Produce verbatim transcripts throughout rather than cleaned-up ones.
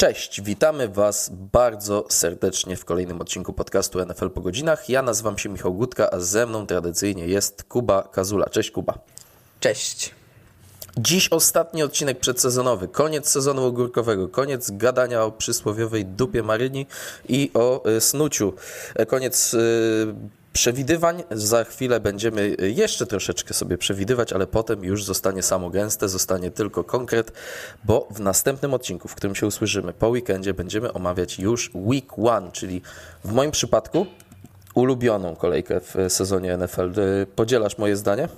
Cześć, witamy Was bardzo serdecznie w kolejnym odcinku podcastu N F L po godzinach. Ja nazywam się Michał Gutka, a ze mną tradycyjnie jest Kuba Kazula. Cześć Kuba. Cześć. Dziś ostatni odcinek przedsezonowy, koniec sezonu ogórkowego, koniec gadania o przysłowiowej dupie Maryni i o y, snuciu, koniec y, przewidywań. Za chwilę będziemy jeszcze troszeczkę sobie przewidywać, ale potem już zostanie samo gęste, zostanie tylko konkret, bo w następnym odcinku, w którym się usłyszymy po weekendzie, będziemy omawiać już week one, czyli w moim przypadku ulubioną kolejkę w sezonie N F L. Podzielasz moje zdanie?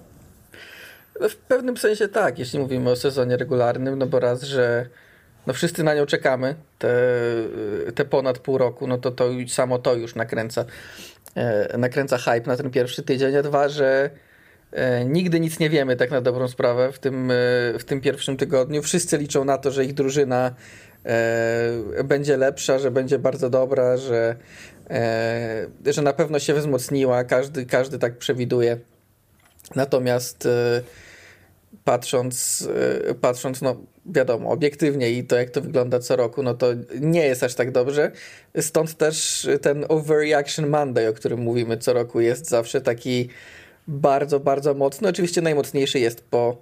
W pewnym sensie tak, jeśli mówimy o sezonie regularnym, no bo raz, że no wszyscy na nią czekamy, te, te ponad pół roku, no to, to samo to już nakręca, e, nakręca hype na ten pierwszy tydzień, a dwa, że e, nigdy nic nie wiemy tak na dobrą sprawę w tym, e, w tym pierwszym tygodniu. Wszyscy liczą na to, że ich drużyna e, będzie lepsza, że będzie bardzo dobra, że, e, że na pewno się wzmocniła, każdy, każdy tak przewiduje. Natomiast e, patrząc, e, patrząc, no wiadomo, obiektywnie i to jak to wygląda co roku, no to nie jest aż tak dobrze. Stąd też ten Overreaction Monday, o którym mówimy co roku, jest zawsze taki bardzo, bardzo mocny. Oczywiście najmocniejszy jest po,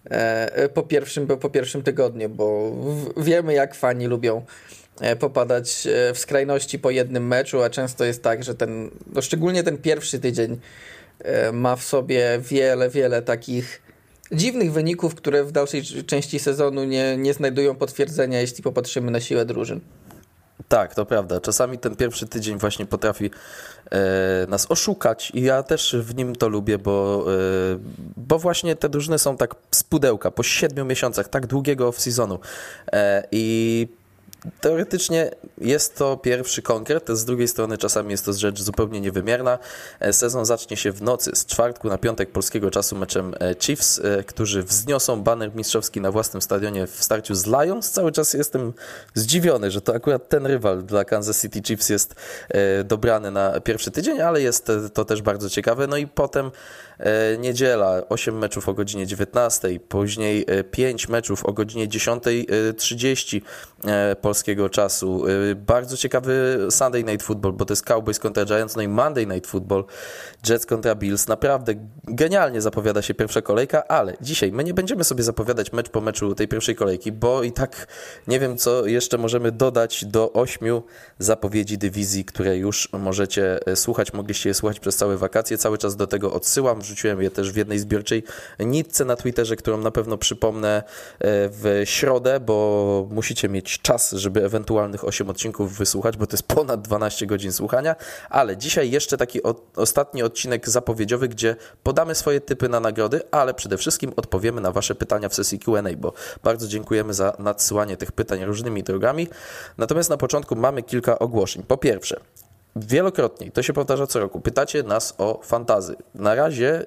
e, po, pierwszym, po pierwszym tygodniu, bo w, wiemy jak fani lubią popadać w skrajności po jednym meczu, a często jest tak, że ten, no szczególnie ten pierwszy tydzień ma w sobie wiele, wiele takich dziwnych wyników, które w dalszej części sezonu nie, nie znajdują potwierdzenia, jeśli popatrzymy na siłę drużyn. Tak, to prawda. Czasami ten pierwszy tydzień właśnie potrafi e, nas oszukać i ja też w nim to lubię, bo, e, bo właśnie te drużyny są tak z pudełka po siedmiu miesiącach tak długiego off-seasonu e, i teoretycznie jest to pierwszy konkret, z drugiej strony czasami jest to rzecz zupełnie niewymierna. Sezon zacznie się w nocy z czwartku na piątek polskiego czasu meczem Chiefs, którzy wzniosą baner mistrzowski na własnym stadionie w starciu z Lions. Cały czas jestem zdziwiony, że to akurat ten rywal dla Kansas City Chiefs jest dobrany na pierwszy tydzień, ale jest to też bardzo ciekawe. No i potem niedziela, osiem meczów o godzinie dziewiętnastej, później pięć meczów o godzinie dziesiąta trzydzieści polskiego czasu. Bardzo ciekawy Sunday Night Football, bo to jest Cowboys kontra Giants, no i Monday Night Football, Jets kontra Bills. Naprawdę genialnie zapowiada się pierwsza kolejka, ale dzisiaj my nie będziemy sobie zapowiadać mecz po meczu tej pierwszej kolejki, bo i tak nie wiem, co jeszcze możemy dodać do ośmiu zapowiedzi dywizji, które już możecie słuchać, mogliście je słuchać przez całe wakacje. Cały czas do tego odsyłam, wrzuciłem je też w jednej zbiorczej nitce na Twitterze, którą na pewno przypomnę w środę, bo musicie mieć czas, żeby ewentualnych osiem odcinków wysłuchać, bo to jest ponad dwanaście godzin słuchania, ale dzisiaj jeszcze taki o, ostatni odcinek zapowiedziowy, gdzie podamy swoje typy na nagrody, ale przede wszystkim odpowiemy na Wasze pytania w sesji Q and A, bo bardzo dziękujemy za nadsyłanie tych pytań różnymi drogami. Natomiast na początku mamy kilka ogłoszeń. Po pierwsze, wielokrotnie, to się powtarza co roku, pytacie nas o fantazy. Na razie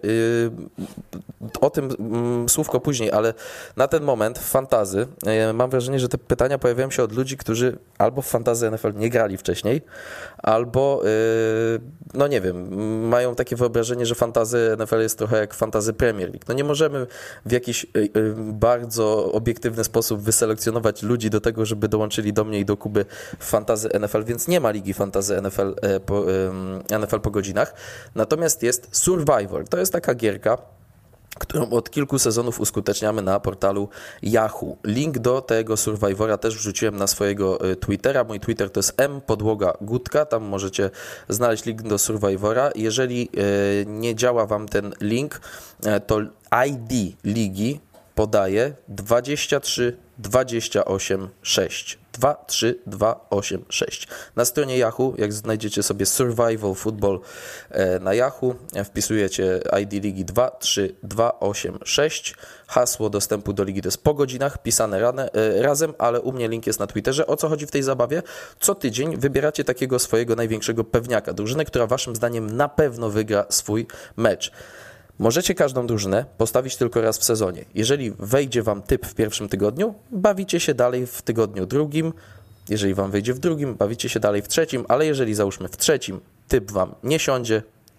yy, o tym yy, słówko później, ale na ten moment w fantazy yy, mam wrażenie, że te pytania pojawiają się od ludzi, którzy albo w fantazy N F L nie grali wcześniej, albo yy, no nie wiem, mają takie wyobrażenie, że fantazy N F L jest trochę jak fantazy Premier League. No nie możemy w jakiś yy, bardzo obiektywny sposób wyselekcjonować ludzi do tego, żeby dołączyli do mnie i do Kuby w fantazy N F L, więc nie ma ligi fantazy N F L Po, N F L po godzinach. Natomiast jest Survivor. To jest taka gierka, którą od kilku sezonów uskuteczniamy na portalu Yahoo. Link do tego Survivora też wrzuciłem na swojego Twittera. Mój Twitter to jest m podłoga gutka. Tam możecie znaleźć link do Survivora. Jeżeli nie działa Wam ten link, to I D ligi podaje dwadzieścia trzy dwadzieścia osiem sześć. dwa trzy dwa osiem sześć. Na stronie Yahoo, jak znajdziecie sobie Survival Football na Yahoo, wpisujecie I D ligi dwa trzy dwa osiem sześć. Hasło dostępu do ligi to jest po godzinach, pisane rane, razem, ale u mnie link jest na Twitterze. O co chodzi w tej zabawie? Co tydzień wybieracie takiego swojego największego pewniaka, drużynę, która waszym zdaniem na pewno wygra swój mecz. Możecie każdą drużynę postawić tylko raz w sezonie. Jeżeli wejdzie wam typ w pierwszym tygodniu, bawicie się dalej w tygodniu drugim. Jeżeli wam wejdzie w drugim, bawicie się dalej w trzecim, ale jeżeli załóżmy w trzecim typ wam nie siądzie,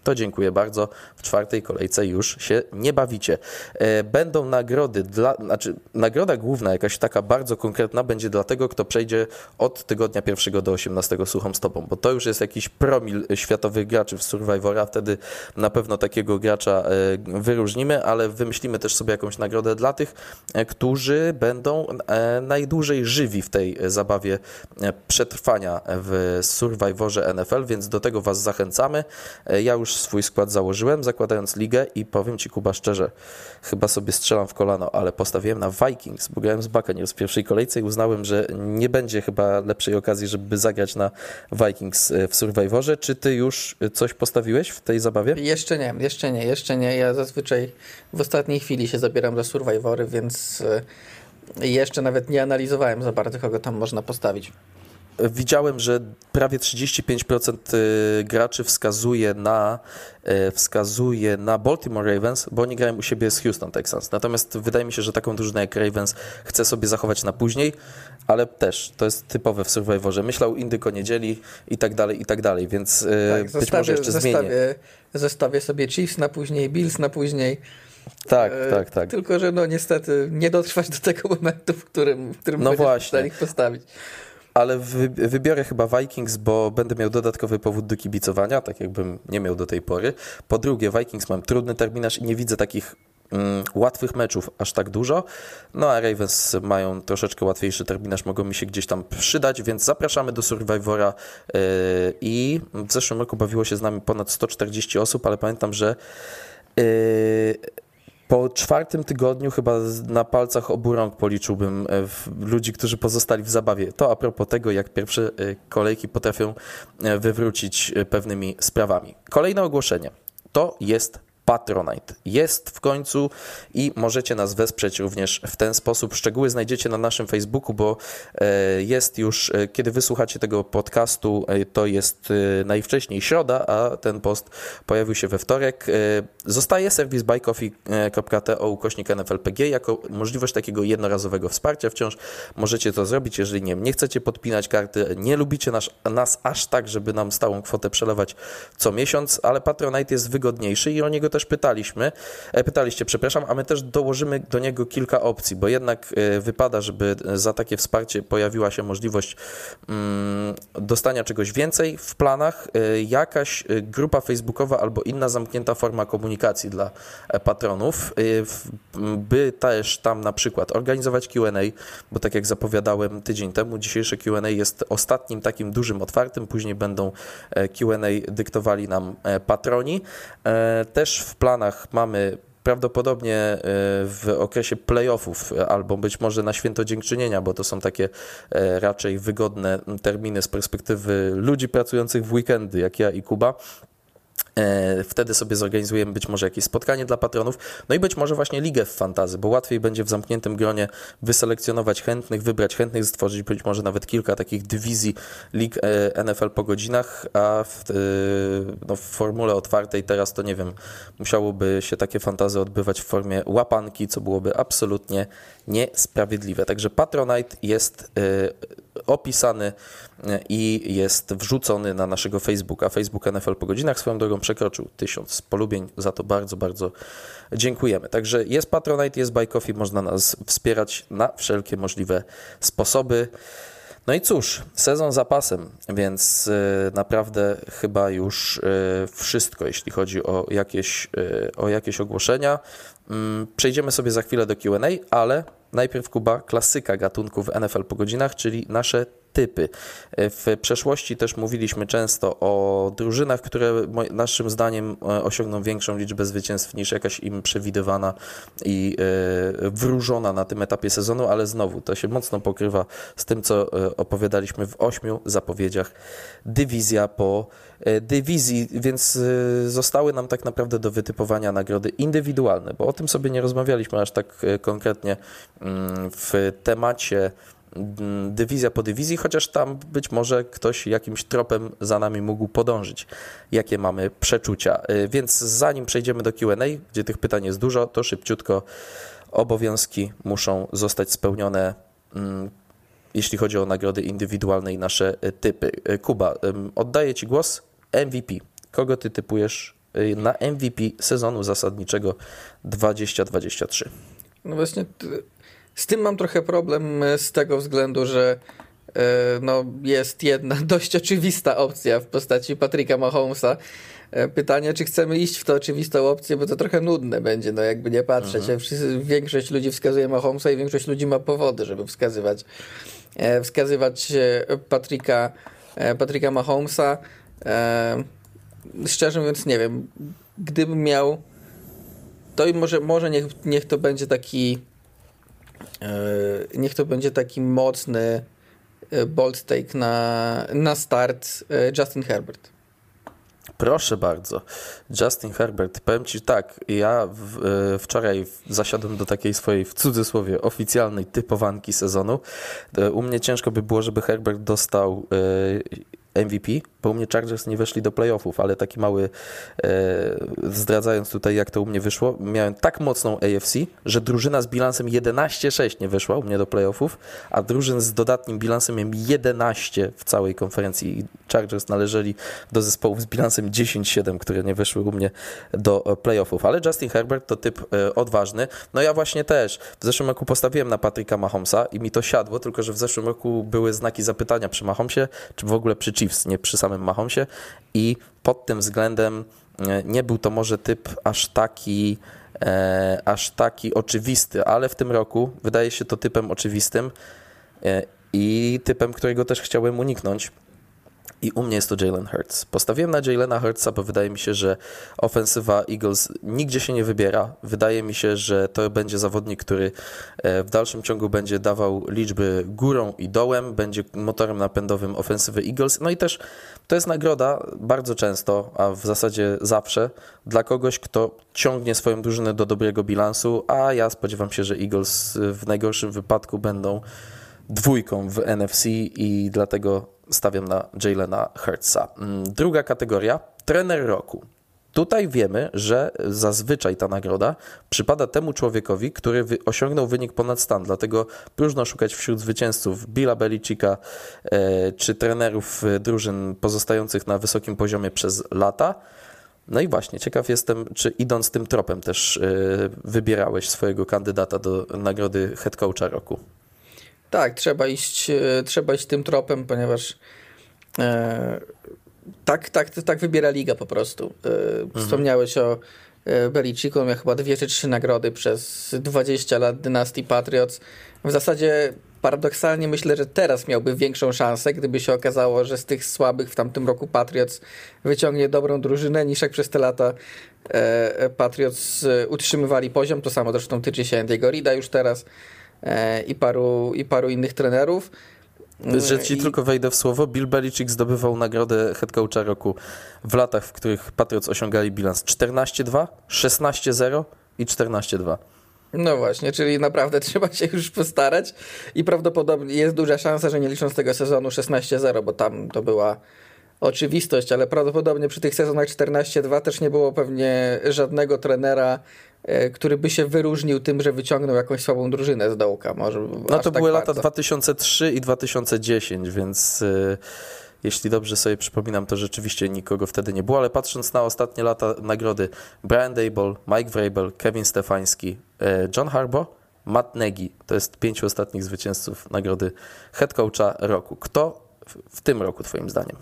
to dziękuję bardzo. W czwartej kolejce już się nie bawicie. Będą nagrody, dla, znaczy nagroda główna, jakaś taka bardzo konkretna, będzie dla tego, kto przejdzie od tygodnia pierwszego do osiemnastego suchą stopą, bo to już jest jakiś promil światowych graczy w Survivora, wtedy na pewno takiego gracza wyróżnimy, ale wymyślimy też sobie jakąś nagrodę dla tych, którzy będą najdłużej żywi w tej zabawie przetrwania w Survivorze N F L, więc do tego Was zachęcamy. Ja już swój skład założyłem, zakładając ligę i powiem Ci, Kuba, szczerze, chyba sobie strzelam w kolano, ale postawiłem na Vikings, bo grałem z Buccaneers w pierwszej kolejce i uznałem, że nie będzie chyba lepszej okazji, żeby zagrać na Vikings w Survivorze. Czy Ty już coś postawiłeś w tej zabawie? Jeszcze nie, jeszcze nie, jeszcze nie. Ja zazwyczaj w ostatniej chwili się zabieram za Survivory, więc jeszcze nawet nie analizowałem za bardzo, kogo tam można postawić. Widziałem, że prawie trzydzieści pięć procent graczy wskazuje na, wskazuje na Baltimore Ravens, bo oni grają u siebie z Houston Texans. Natomiast wydaje mi się, że taką drużynę jak Ravens chce sobie zachować na później, ale też to jest typowe w Survivorze. Myślał Indyk o niedzieli i tak dalej, i tak dalej, więc tak, być zestawię, może jeszcze zmienię. Zestawię, zestawię sobie Chiefs na później, Bills na później. Tak, e, tak, tak. Tylko, że no niestety nie dotrwać do tego momentu, w którym, w którym no będziesz właśnie. chciał ich postawić. Ale wy, wybiorę chyba Vikings, bo będę miał dodatkowy powód do kibicowania, tak jakbym nie miał do tej pory. Po drugie, Vikings mam trudny terminarz i nie widzę takich mm, łatwych meczów aż tak dużo. No a Ravens mają troszeczkę łatwiejszy terminarz, mogą mi się gdzieś tam przydać, więc zapraszamy do Survivora yy, i w zeszłym roku bawiło się z nami ponad sto czterdzieści osób, ale pamiętam, że yy, po czwartym tygodniu chyba na palcach obu rąk policzyłbym ludzi, którzy pozostali w zabawie. To a propos tego, jak pierwsze kolejki potrafią wywrócić pewnymi sprawami. Kolejne ogłoszenie. To jest Patronite. Jest w końcu i możecie nas wesprzeć również w ten sposób. Szczegóły znajdziecie na naszym Facebooku, bo jest już, kiedy wysłuchacie tego podcastu, to jest najwcześniej środa, a ten post pojawił się we wtorek. Zostaje serwis buy coffee kropka to ukośnik N F L P G jako możliwość takiego jednorazowego wsparcia. Wciąż możecie to zrobić, jeżeli nie, nie chcecie podpinać karty, nie lubicie nas, nas aż tak, żeby nam stałą kwotę przelewać co miesiąc, ale Patronite jest wygodniejszy i o niego też pytaliśmy, pytaliście, przepraszam, a my też dołożymy do niego kilka opcji, bo jednak wypada, żeby za takie wsparcie pojawiła się możliwość mm, dostania czegoś więcej w planach, jakaś grupa facebookowa albo inna zamknięta forma komunikacji dla patronów, by też tam na przykład organizować Q and A, bo tak jak zapowiadałem tydzień temu, dzisiejsze Q and A jest ostatnim takim dużym otwartym, później będą Q and A dyktowali nam patroni. Też w planach mamy prawdopodobnie w okresie playoffów albo być może na Święto Dziękczynienia, bo to są takie raczej wygodne terminy z perspektywy ludzi pracujących w weekendy, jak ja i Kuba. Wtedy sobie zorganizujemy być może jakieś spotkanie dla patronów, no i być może właśnie ligę w fantasy, bo łatwiej będzie w zamkniętym gronie wyselekcjonować chętnych, wybrać chętnych, stworzyć być może nawet kilka takich dywizji lig N F L po godzinach, a w, no, w formule otwartej teraz to nie wiem, musiałoby się takie fantasy odbywać w formie łapanki, co byłoby absolutnie niesprawiedliwe. Także Patronite jest opisany i jest wrzucony na naszego Facebooka. Facebook N F L po godzinach swoją drogą przekroczył tysiąc polubień. Za to bardzo, bardzo dziękujemy. Także jest Patronite, jest Buy Coffee. Można nas wspierać na wszelkie możliwe sposoby. No i cóż, sezon za pasem, więc naprawdę chyba już wszystko, jeśli chodzi o jakieś, o jakieś ogłoszenia. Przejdziemy sobie za chwilę do Q and A, ale najpierw, Kuba, klasyka gatunków N F L po godzinach, czyli nasze typy. W przeszłości też mówiliśmy często o drużynach, które naszym zdaniem osiągną większą liczbę zwycięstw niż jakaś im przewidywana i wróżona na tym etapie sezonu, ale znowu to się mocno pokrywa z tym, co opowiadaliśmy w ośmiu zapowiedziach dywizja po dywizji, więc zostały nam tak naprawdę do wytypowania nagrody indywidualne, bo o tym sobie nie rozmawialiśmy aż tak konkretnie w temacie dywizja po dywizji, chociaż tam być może ktoś jakimś tropem za nami mógł podążyć, jakie mamy przeczucia. Więc zanim przejdziemy do Q and A, gdzie tych pytań jest dużo, to szybciutko obowiązki muszą zostać spełnione, jeśli chodzi o nagrody indywidualne i nasze typy. Kuba, oddaję Ci głos. M V P. Kogo Ty typujesz na M V P sezonu zasadniczego dwadzieścia dwadzieścia trzy. No właśnie z tym mam trochę problem z tego względu, że no, jest jedna dość oczywista opcja w postaci Patricka Mahomesa. Pytanie, czy chcemy iść w tę oczywistą opcję, bo to trochę nudne będzie, no jakby nie patrzeć. Mhm. Wszyscy, większość ludzi wskazuje Mahomesa i większość ludzi ma powody, żeby wskazywać wskazywać Patricka, Patricka Mahomesa. Szczerze mówiąc nie wiem, gdybym miał to i może, może niech, niech to będzie taki niech to będzie taki mocny bold take na, na start Justin Herbert. Proszę bardzo. Justin Herbert, powiem Ci tak, ja w, wczoraj zasiadłem do takiej swojej, w cudzysłowie, oficjalnej typowanki sezonu. U mnie ciężko by było, żeby Herbert dostał M V P, bo u mnie Chargers nie weszli do playoffów, ale taki mały, e, zdradzając tutaj jak to u mnie wyszło, miałem tak mocną A F C, że drużyna z bilansem jedenaście sześć nie weszła u mnie do playoffów, a drużyn z dodatnim bilansem miałem jedenaście w całej konferencji i Chargers należeli do zespołów z bilansem dziesięć siedem, które nie weszły u mnie do playoffów, ale Justin Herbert to typ e, odważny. No ja właśnie też w zeszłym roku postawiłem na Patricka Mahomesa i mi to siadło, tylko że w zeszłym roku były znaki zapytania przy Mahomesie, czy w ogóle przy Chiefs, nie przy samym Mahomesie i pod tym względem nie był to może typ aż taki, e, aż taki oczywisty, ale w tym roku wydaje się to typem oczywistym e, i typem, którego też chciałem uniknąć. I u mnie jest to Jalen Hurts. Postawiłem na Jalena Hurtsa, bo wydaje mi się, że ofensywa Eagles nigdzie się nie wybiera. Wydaje mi się, że to będzie zawodnik, który w dalszym ciągu będzie dawał liczby górą i dołem, będzie motorem napędowym ofensywy Eagles. No i też to jest nagroda bardzo często, a w zasadzie zawsze, dla kogoś, kto ciągnie swoją drużynę do dobrego bilansu, a ja spodziewam się, że Eagles w najgorszym wypadku będą dwójką w N F C i dlatego stawiam na Jalena Hurtsa. Druga kategoria, trener roku. Tutaj wiemy, że zazwyczaj ta nagroda przypada temu człowiekowi, który wy- osiągnął wynik ponad stan, dlatego próżno szukać wśród zwycięzców Billa Belichicka e, czy trenerów drużyn pozostających na wysokim poziomie przez lata. No i właśnie, ciekaw jestem, czy idąc tym tropem też e, wybierałeś swojego kandydata do nagrody head coacha roku. Tak, trzeba iść, trzeba iść tym tropem, ponieważ e, tak, tak, tak wybiera liga po prostu. E, mhm. Wspomniałeś o e, Belichicku, on miał chyba dwie czy trzy nagrody przez dwadzieścia lat dynastii Patriots. W zasadzie paradoksalnie myślę, że teraz miałby większą szansę, gdyby się okazało, że z tych słabych w tamtym roku Patriots wyciągnie dobrą drużynę, niż jak przez te lata e, Patriots utrzymywali poziom. To samo zresztą tyczy się Andy'ego Reida już teraz. I paru, i paru innych trenerów. Że ci I... tylko wejdę w słowo, Bill Belichick zdobywał nagrodę head coacha roku w latach, w których Patriots osiągali bilans czternaście dwa, szesnaście zero i czternaście dwa. No właśnie, czyli naprawdę trzeba się już postarać i prawdopodobnie jest duża szansa, że nie licząc tego sezonu szesnaście zero, bo tam to była oczywistość, ale prawdopodobnie przy tych sezonach czternaście dwa też nie było pewnie żadnego trenera, który by się wyróżnił tym, że wyciągnął jakąś słabą drużynę z dołka. Może no to tak były bardzo. lata dwa tysiące trzy i dwa tysiące dziesięć, więc y, jeśli dobrze sobie przypominam, to rzeczywiście nikogo wtedy nie było, ale patrząc na ostatnie lata nagrody, Brian Daboll, Mike Vrabel, Kevin Stefanski, y, John Harbaugh, Matt Nagy, to jest pięciu ostatnich zwycięzców nagrody head coacha roku. Kto w, w tym roku twoim zdaniem?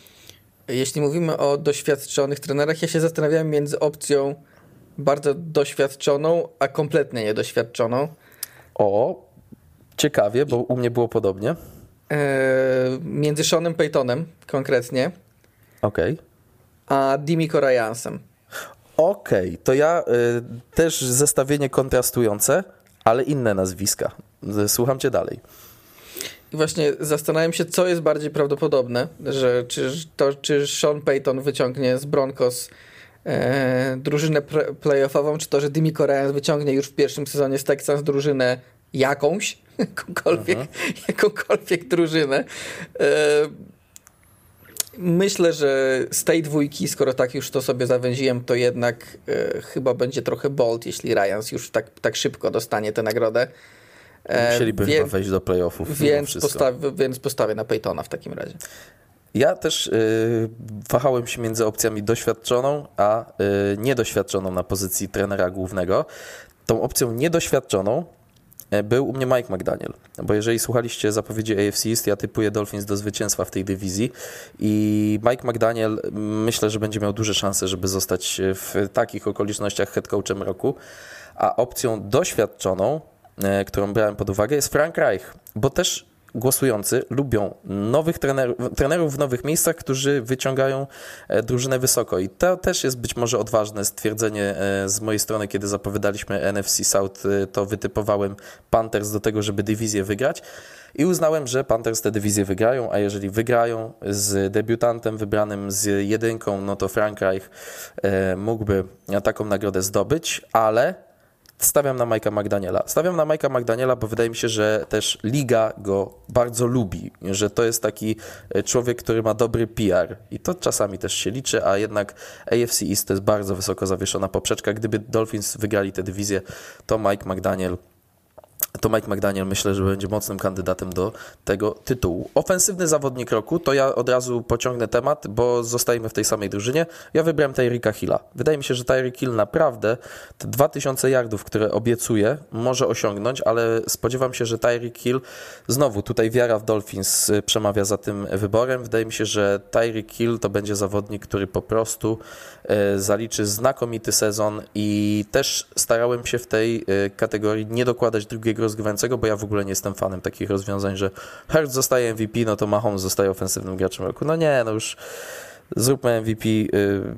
Jeśli mówimy o doświadczonych trenerach, ja się zastanawiałem między opcją bardzo doświadczoną, a kompletnie niedoświadczoną. O, ciekawie, bo u mnie było podobnie. Eee, między Seanem Paytonem konkretnie, Okej. Okay. a Dimico Ryansem. Okej, okay, to ja y, też zestawienie kontrastujące, ale inne nazwiska. Słucham cię dalej. I właśnie zastanawiam się, co jest bardziej prawdopodobne, że czy, to, czy Sean Payton wyciągnie z Broncos e, drużynę pre- playoffową, czy to, że Dimico Ryans wyciągnie już w pierwszym sezonie z Texans drużynę jakąś, jakąkolwiek, uh-huh. jakąkolwiek drużynę. E, myślę, że z tej dwójki, skoro tak już to sobie zawęziłem, to jednak e, chyba będzie trochę bold, jeśli Ryans już tak, tak szybko dostanie tę nagrodę. Musieliby Wie, chyba wejść do playoffów. Więc, postawi, więc postawię na Paytona w takim razie. Ja też y, wahałem się między opcjami doświadczoną, a y, niedoświadczoną na pozycji trenera głównego. Tą opcją niedoświadczoną był u mnie Mike McDaniel, bo jeżeli słuchaliście zapowiedzi A F C East, ja typuję Dolphins do zwycięstwa w tej dywizji i Mike McDaniel myślę, że będzie miał duże szanse, żeby zostać w takich okolicznościach head coachem roku, a opcją doświadczoną, którą brałem pod uwagę, jest Frank Reich, bo też głosujący lubią nowych trenerów, trenerów w nowych miejscach, którzy wyciągają drużynę wysoko i to też jest być może odważne stwierdzenie z mojej strony, kiedy zapowiadaliśmy N F C South, to wytypowałem Panthers do tego, żeby dywizję wygrać i uznałem, że Panthers tę dywizję wygrają, a jeżeli wygrają z debiutantem wybranym z jedynką, no to Frank Reich mógłby taką nagrodę zdobyć, ale stawiam na Mike'a McDaniela. Stawiam na Mike'a McDaniela, bo wydaje mi się, że też liga go bardzo lubi, że to jest taki człowiek, który ma dobry P R i to czasami też się liczy, a jednak A F C East to jest bardzo wysoko zawieszona poprzeczka. Gdyby Dolphins wygrali tę dywizję, to Mike McDaniel to Mike McDaniel myślę, że będzie mocnym kandydatem do tego tytułu. Ofensywny zawodnik roku, to ja od razu pociągnę temat, bo zostajemy w tej samej drużynie. Ja wybrałem Tyreeka Hilla. Wydaje mi się, że Tyreek Hill naprawdę te dwa tysiące yardów, które obiecuje, może osiągnąć, ale spodziewam się, że Tyreek Hill, znowu tutaj wiara w Dolphins przemawia za tym wyborem. Wydaje mi się, że Tyreek Hill to będzie zawodnik, który po prostu e, zaliczy znakomity sezon i też starałem się w tej e, kategorii nie dokładać drugiego rozgrywającego, bo ja w ogóle nie jestem fanem takich rozwiązań, że Hurts zostaje M V P, no to Mahomes zostaje ofensywnym graczem roku. No nie, no już zróbmy M V P y,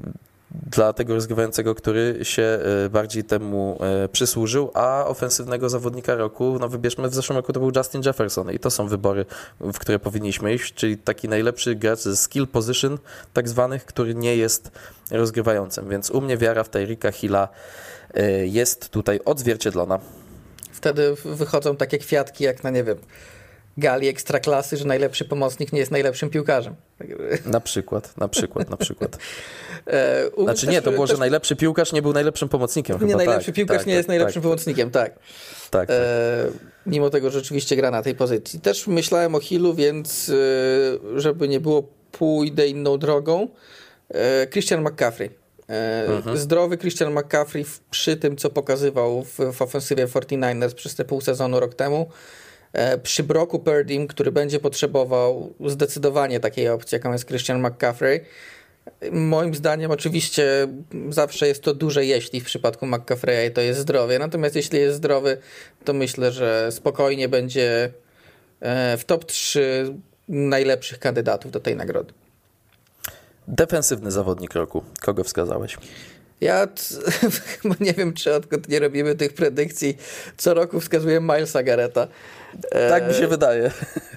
dla tego rozgrywającego, który się y, bardziej temu y, przysłużył, a ofensywnego zawodnika roku, no wybierzmy, w zeszłym roku to był Justin Jefferson i to są wybory, w które powinniśmy iść, czyli taki najlepszy gracz ze skill position tak zwanych, który nie jest rozgrywającym, więc u mnie wiara w Tyreeka Hilla y, jest tutaj odzwierciedlona. Wtedy wychodzą takie kwiatki jak na, nie wiem, gali ekstraklasy, że najlepszy pomocnik nie jest najlepszym piłkarzem. Na przykład, na przykład, na przykład. E, znaczy nie, to było, też, że najlepszy piłkarz nie był najlepszym pomocnikiem. Nie, chyba. najlepszy tak, piłkarz tak, nie tak, jest najlepszym tak, pomocnikiem, tak. tak, tak. E, mimo tego, że rzeczywiście gra na tej pozycji. Też myślałem o Hillu, więc e, żeby nie było, pójdę inną drogą. E, Christian McCaffrey. Mhm. Zdrowy Christian McCaffrey przy tym, co pokazywał w, w ofensywie czterdzieści ers przez te pół sezonu rok temu, przy Brocku Purdym, który będzie potrzebował zdecydowanie takiej opcji, jaką jest Christian McCaffrey. Moim zdaniem oczywiście zawsze jest to duże jeśli w przypadku McCaffreya i to jest zdrowie, natomiast jeśli jest zdrowy, to myślę, że spokojnie będzie w top trzy najlepszych kandydatów do tej nagrody. Defensywny zawodnik roku. Kogo wskazałeś? Ja chyba nie wiem, czy odkąd nie robimy tych predykcji, co roku wskazuję Milesa Garretta. Tak mi się wydaje.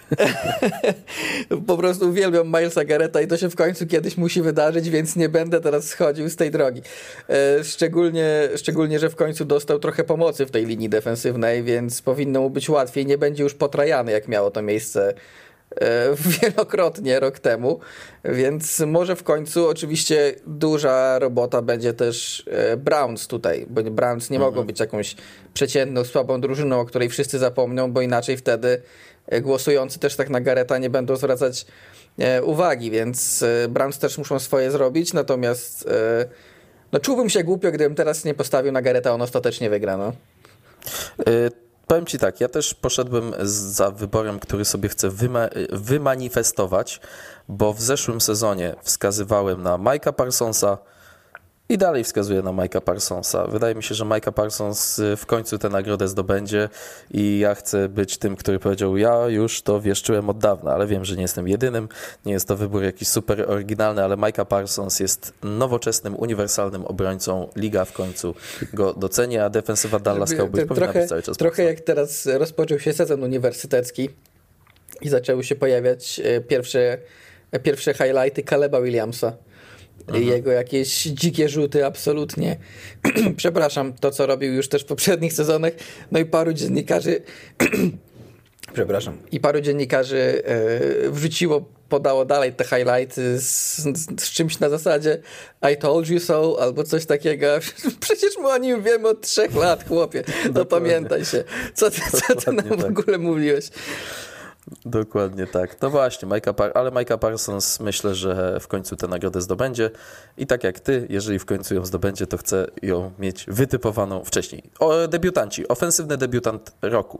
Po prostu uwielbiam Milesa Garretta i to się w końcu kiedyś musi wydarzyć, więc nie będę teraz schodził z tej drogi. Szczególnie, szczególnie, że w końcu dostał trochę pomocy w tej linii defensywnej, więc powinno mu być łatwiej. Nie będzie już potrajany, jak miało to miejsce wielokrotnie rok temu, więc może w końcu oczywiście duża robota będzie też Browns tutaj, bo Browns nie mogą być jakąś przeciętną, słabą drużyną, o której wszyscy zapomną, bo inaczej wtedy głosujący też tak na Garretta nie będą zwracać uwagi, więc Browns też muszą swoje zrobić, natomiast no czułbym się głupio, gdybym teraz nie postawił na Garretta, on ostatecznie wygra, no. Y- Powiem Ci tak, ja też poszedłem za wyborem, który sobie chcę wyma- wymanifestować, bo w zeszłym sezonie wskazywałem na Micah Parsonsa i dalej wskazuję na Micah Parsonsa. Wydaje mi się, że Micah Parsons w końcu tę nagrodę zdobędzie i ja chcę być tym, który powiedział, ja już to wieszczyłem od dawna, ale wiem, że nie jestem jedynym, nie jest to wybór jakiś super oryginalny, ale Micah Parsons jest nowoczesnym, uniwersalnym obrońcą. Liga w końcu go doceni, a defensywa Dallas Cowboys powinna trochę, być cały czas Trochę mocna. jak teraz rozpoczął się sezon uniwersytecki i zaczęły się pojawiać pierwsze, pierwsze highlighty Caleba Williamsa. Mhm. Jego jakieś dzikie rzuty, absolutnie. Przepraszam, to co robił już też w poprzednich sezonach. No i paru dziennikarzy przepraszam, i paru dziennikarzy e, wrzuciło, podało dalej te highlighty z, z, z czymś na zasadzie I told you so, albo coś takiego. Przecież my o nim wiemy od trzech lat, chłopie. No pamiętaj się. Co ty, co ty nam w ogóle mówiłeś? Dokładnie tak. No właśnie, Micah Par- ale Micah Parsons myślę, że w końcu tę nagrodę zdobędzie i tak jak ty, jeżeli w końcu ją zdobędzie, to chcę ją mieć wytypowaną wcześniej. O, debiutanci, ofensywny debiutant roku.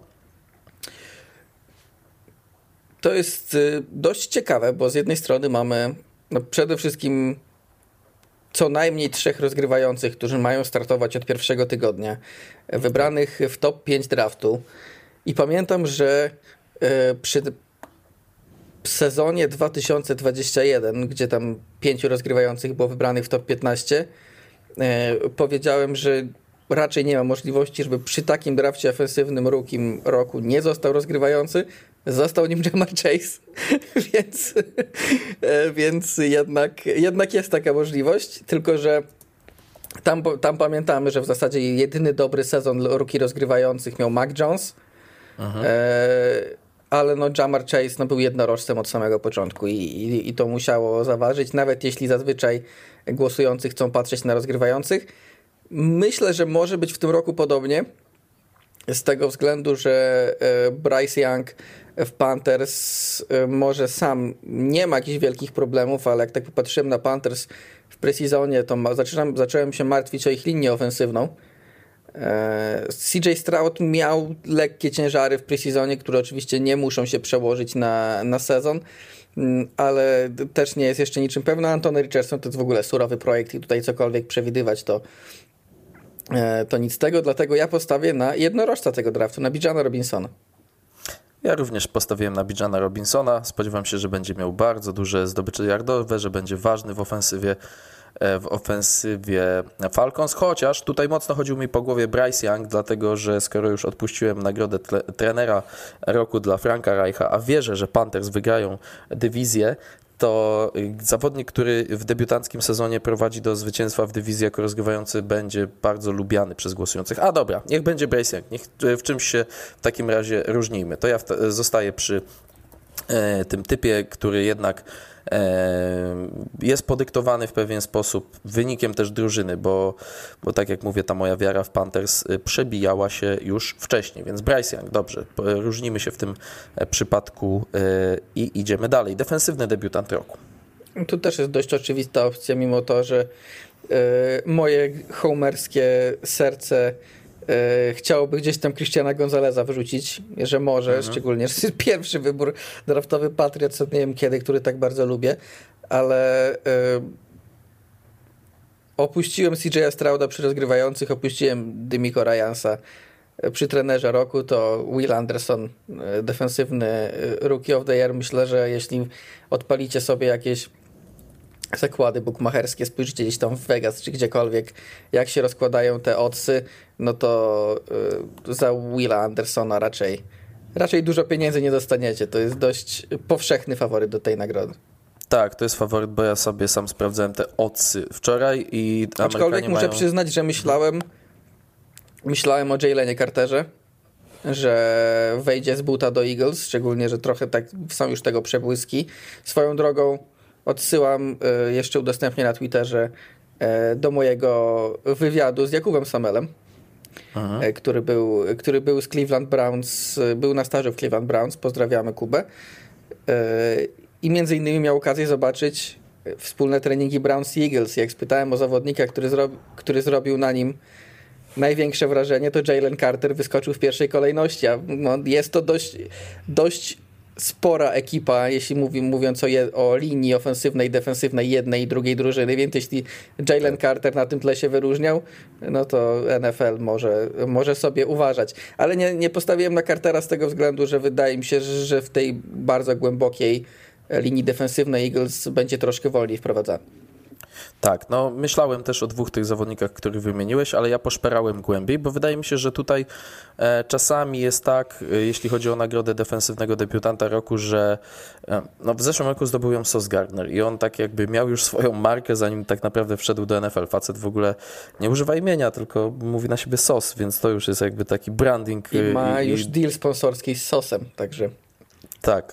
To jest dość ciekawe, bo z jednej strony mamy no przede wszystkim co najmniej trzech rozgrywających, którzy mają startować od pierwszego tygodnia, wybranych w top pięć draftu. I pamiętam, że przy sezonie dwa tysiące dwudziestym pierwszym, gdzie tam pięciu rozgrywających było wybranych w top piętnaście, powiedziałem, że raczej nie ma możliwości, żeby przy takim drafcie ofensywnym rookim roku nie został rozgrywający. Został nim Ja'Marr Chase, więc, więc jednak, jednak jest taka możliwość, tylko że tam, tam pamiętamy, że w zasadzie jedyny dobry sezon rookie rozgrywających miał Mac Jones, mhm. e, ale no Ja'Marr Chase no, był jednorożcem od samego początku i, i, i to musiało zaważyć, nawet jeśli zazwyczaj głosujący chcą patrzeć na rozgrywających. Myślę, że może być w tym roku podobnie, z tego względu, że Bryce Young w Panthers może sam nie ma jakichś wielkich problemów, ale jak tak popatrzyłem na Panthers w preseasonie, to ma, zaczynam, zacząłem się martwić o ich linię ofensywną. C J Stroud miał lekkie ciężary w preseasonie, które oczywiście nie muszą się przełożyć na, na sezon, ale też nie jest jeszcze niczym pewne. Anthony Richardson to jest w ogóle surowy projekt i tutaj cokolwiek przewidywać to to nic z tego, dlatego ja postawię na jednorożca tego draftu, na Bijana Robinsona. Ja również postawiłem na Bijana Robinsona. Spodziewam się, że będzie miał bardzo duże zdobycze yardowe, że będzie ważny w ofensywie w ofensywie Falcons, chociaż tutaj mocno chodził mi po głowie Bryce Young, dlatego że skoro już odpuściłem nagrodę tle, trenera roku dla Franka Reicha, a wierzę, że Panthers wygrają dywizję, to zawodnik, który w debiutanckim sezonie prowadzi do zwycięstwa w dywizji jako rozgrywający, będzie bardzo lubiany przez głosujących. A dobra, niech będzie Bryce Young, niech w czymś się w takim razie różnijmy. To ja w, zostaję przy e, tym typie, który jednak e, jest podyktowany w pewien sposób wynikiem też drużyny, bo, bo tak jak mówię, ta moja wiara w Panthers przebijała się już wcześniej, więc Bryce Young, dobrze, różnimy się w tym przypadku e, i idziemy dalej. Defensywny debiutant roku. Tu też jest dość oczywista opcja, mimo to, że e, moje homerskie serce e, chciałoby gdzieś tam Christiana Gonzaleza wyrzucić, że może, mhm. szczególnie, że jest pierwszy wybór draftowy Patriots, nie wiem kiedy, który tak bardzo lubię, ale e, opuściłem C J Strouda przy rozgrywających, opuściłem Demico Ryansa przy trenerze roku, to Will Anderson, defensywny Rookie of the Year. Myślę, że jeśli odpalicie sobie jakieś zakłady bukmacherskie, spojrzycie gdzieś tam w Vegas czy gdziekolwiek, jak się rozkładają te oddsy, no to za Willa Andersona raczej, raczej dużo pieniędzy nie dostaniecie. To jest dość powszechny faworyt do tej nagrody. Tak, to jest faworyt, bo ja sobie sam sprawdzałem te oddsy wczoraj i aczkolwiek muszę mają... przyznać, że myślałem myślałem o Jalenie Carterze, że wejdzie z buta do Eagles, szczególnie, że trochę tak są już tego przebłyski. Swoją drogą odsyłam, jeszcze udostępnię na Twitterze, do mojego wywiadu z Jakubem Samelem, Aha. który był, który był z Cleveland Browns, był na stażu w Cleveland Browns, pozdrawiamy Kubę, i między innymi miał okazję zobaczyć wspólne treningi Browns i Eagles. Jak spytałem o zawodnika, który, zrobi, który zrobił na nim największe wrażenie, to Jalen Carter wyskoczył w pierwszej kolejności. A no, jest to dość, dość spora ekipa, jeśli mówi, mówiąc o, je, o linii ofensywnej, defensywnej jednej i drugiej drużyny, więc jeśli Jalen Carter na tym tle się wyróżniał, no to N F L może, może sobie uważać. Ale nie, nie postawiłem na Cartera z tego względu, że wydaje mi się, że w tej bardzo głębokiej linii defensywnej Eagles będzie troszkę wolniej wprowadzany. Tak, no myślałem też o dwóch tych zawodnikach, których wymieniłeś, ale ja poszperałem głębiej, bo wydaje mi się, że tutaj e, czasami jest tak, e, jeśli chodzi o nagrodę defensywnego debiutanta roku, że e, no w zeszłym roku zdobył ją Sauce Gardner i on tak jakby miał już swoją markę, zanim tak naprawdę wszedł do N F L. Facet w ogóle nie używa imienia, tylko mówi na siebie Sauce, więc to już jest jakby taki branding. I ma i, już deal sponsorski z Sosem, także... Tak.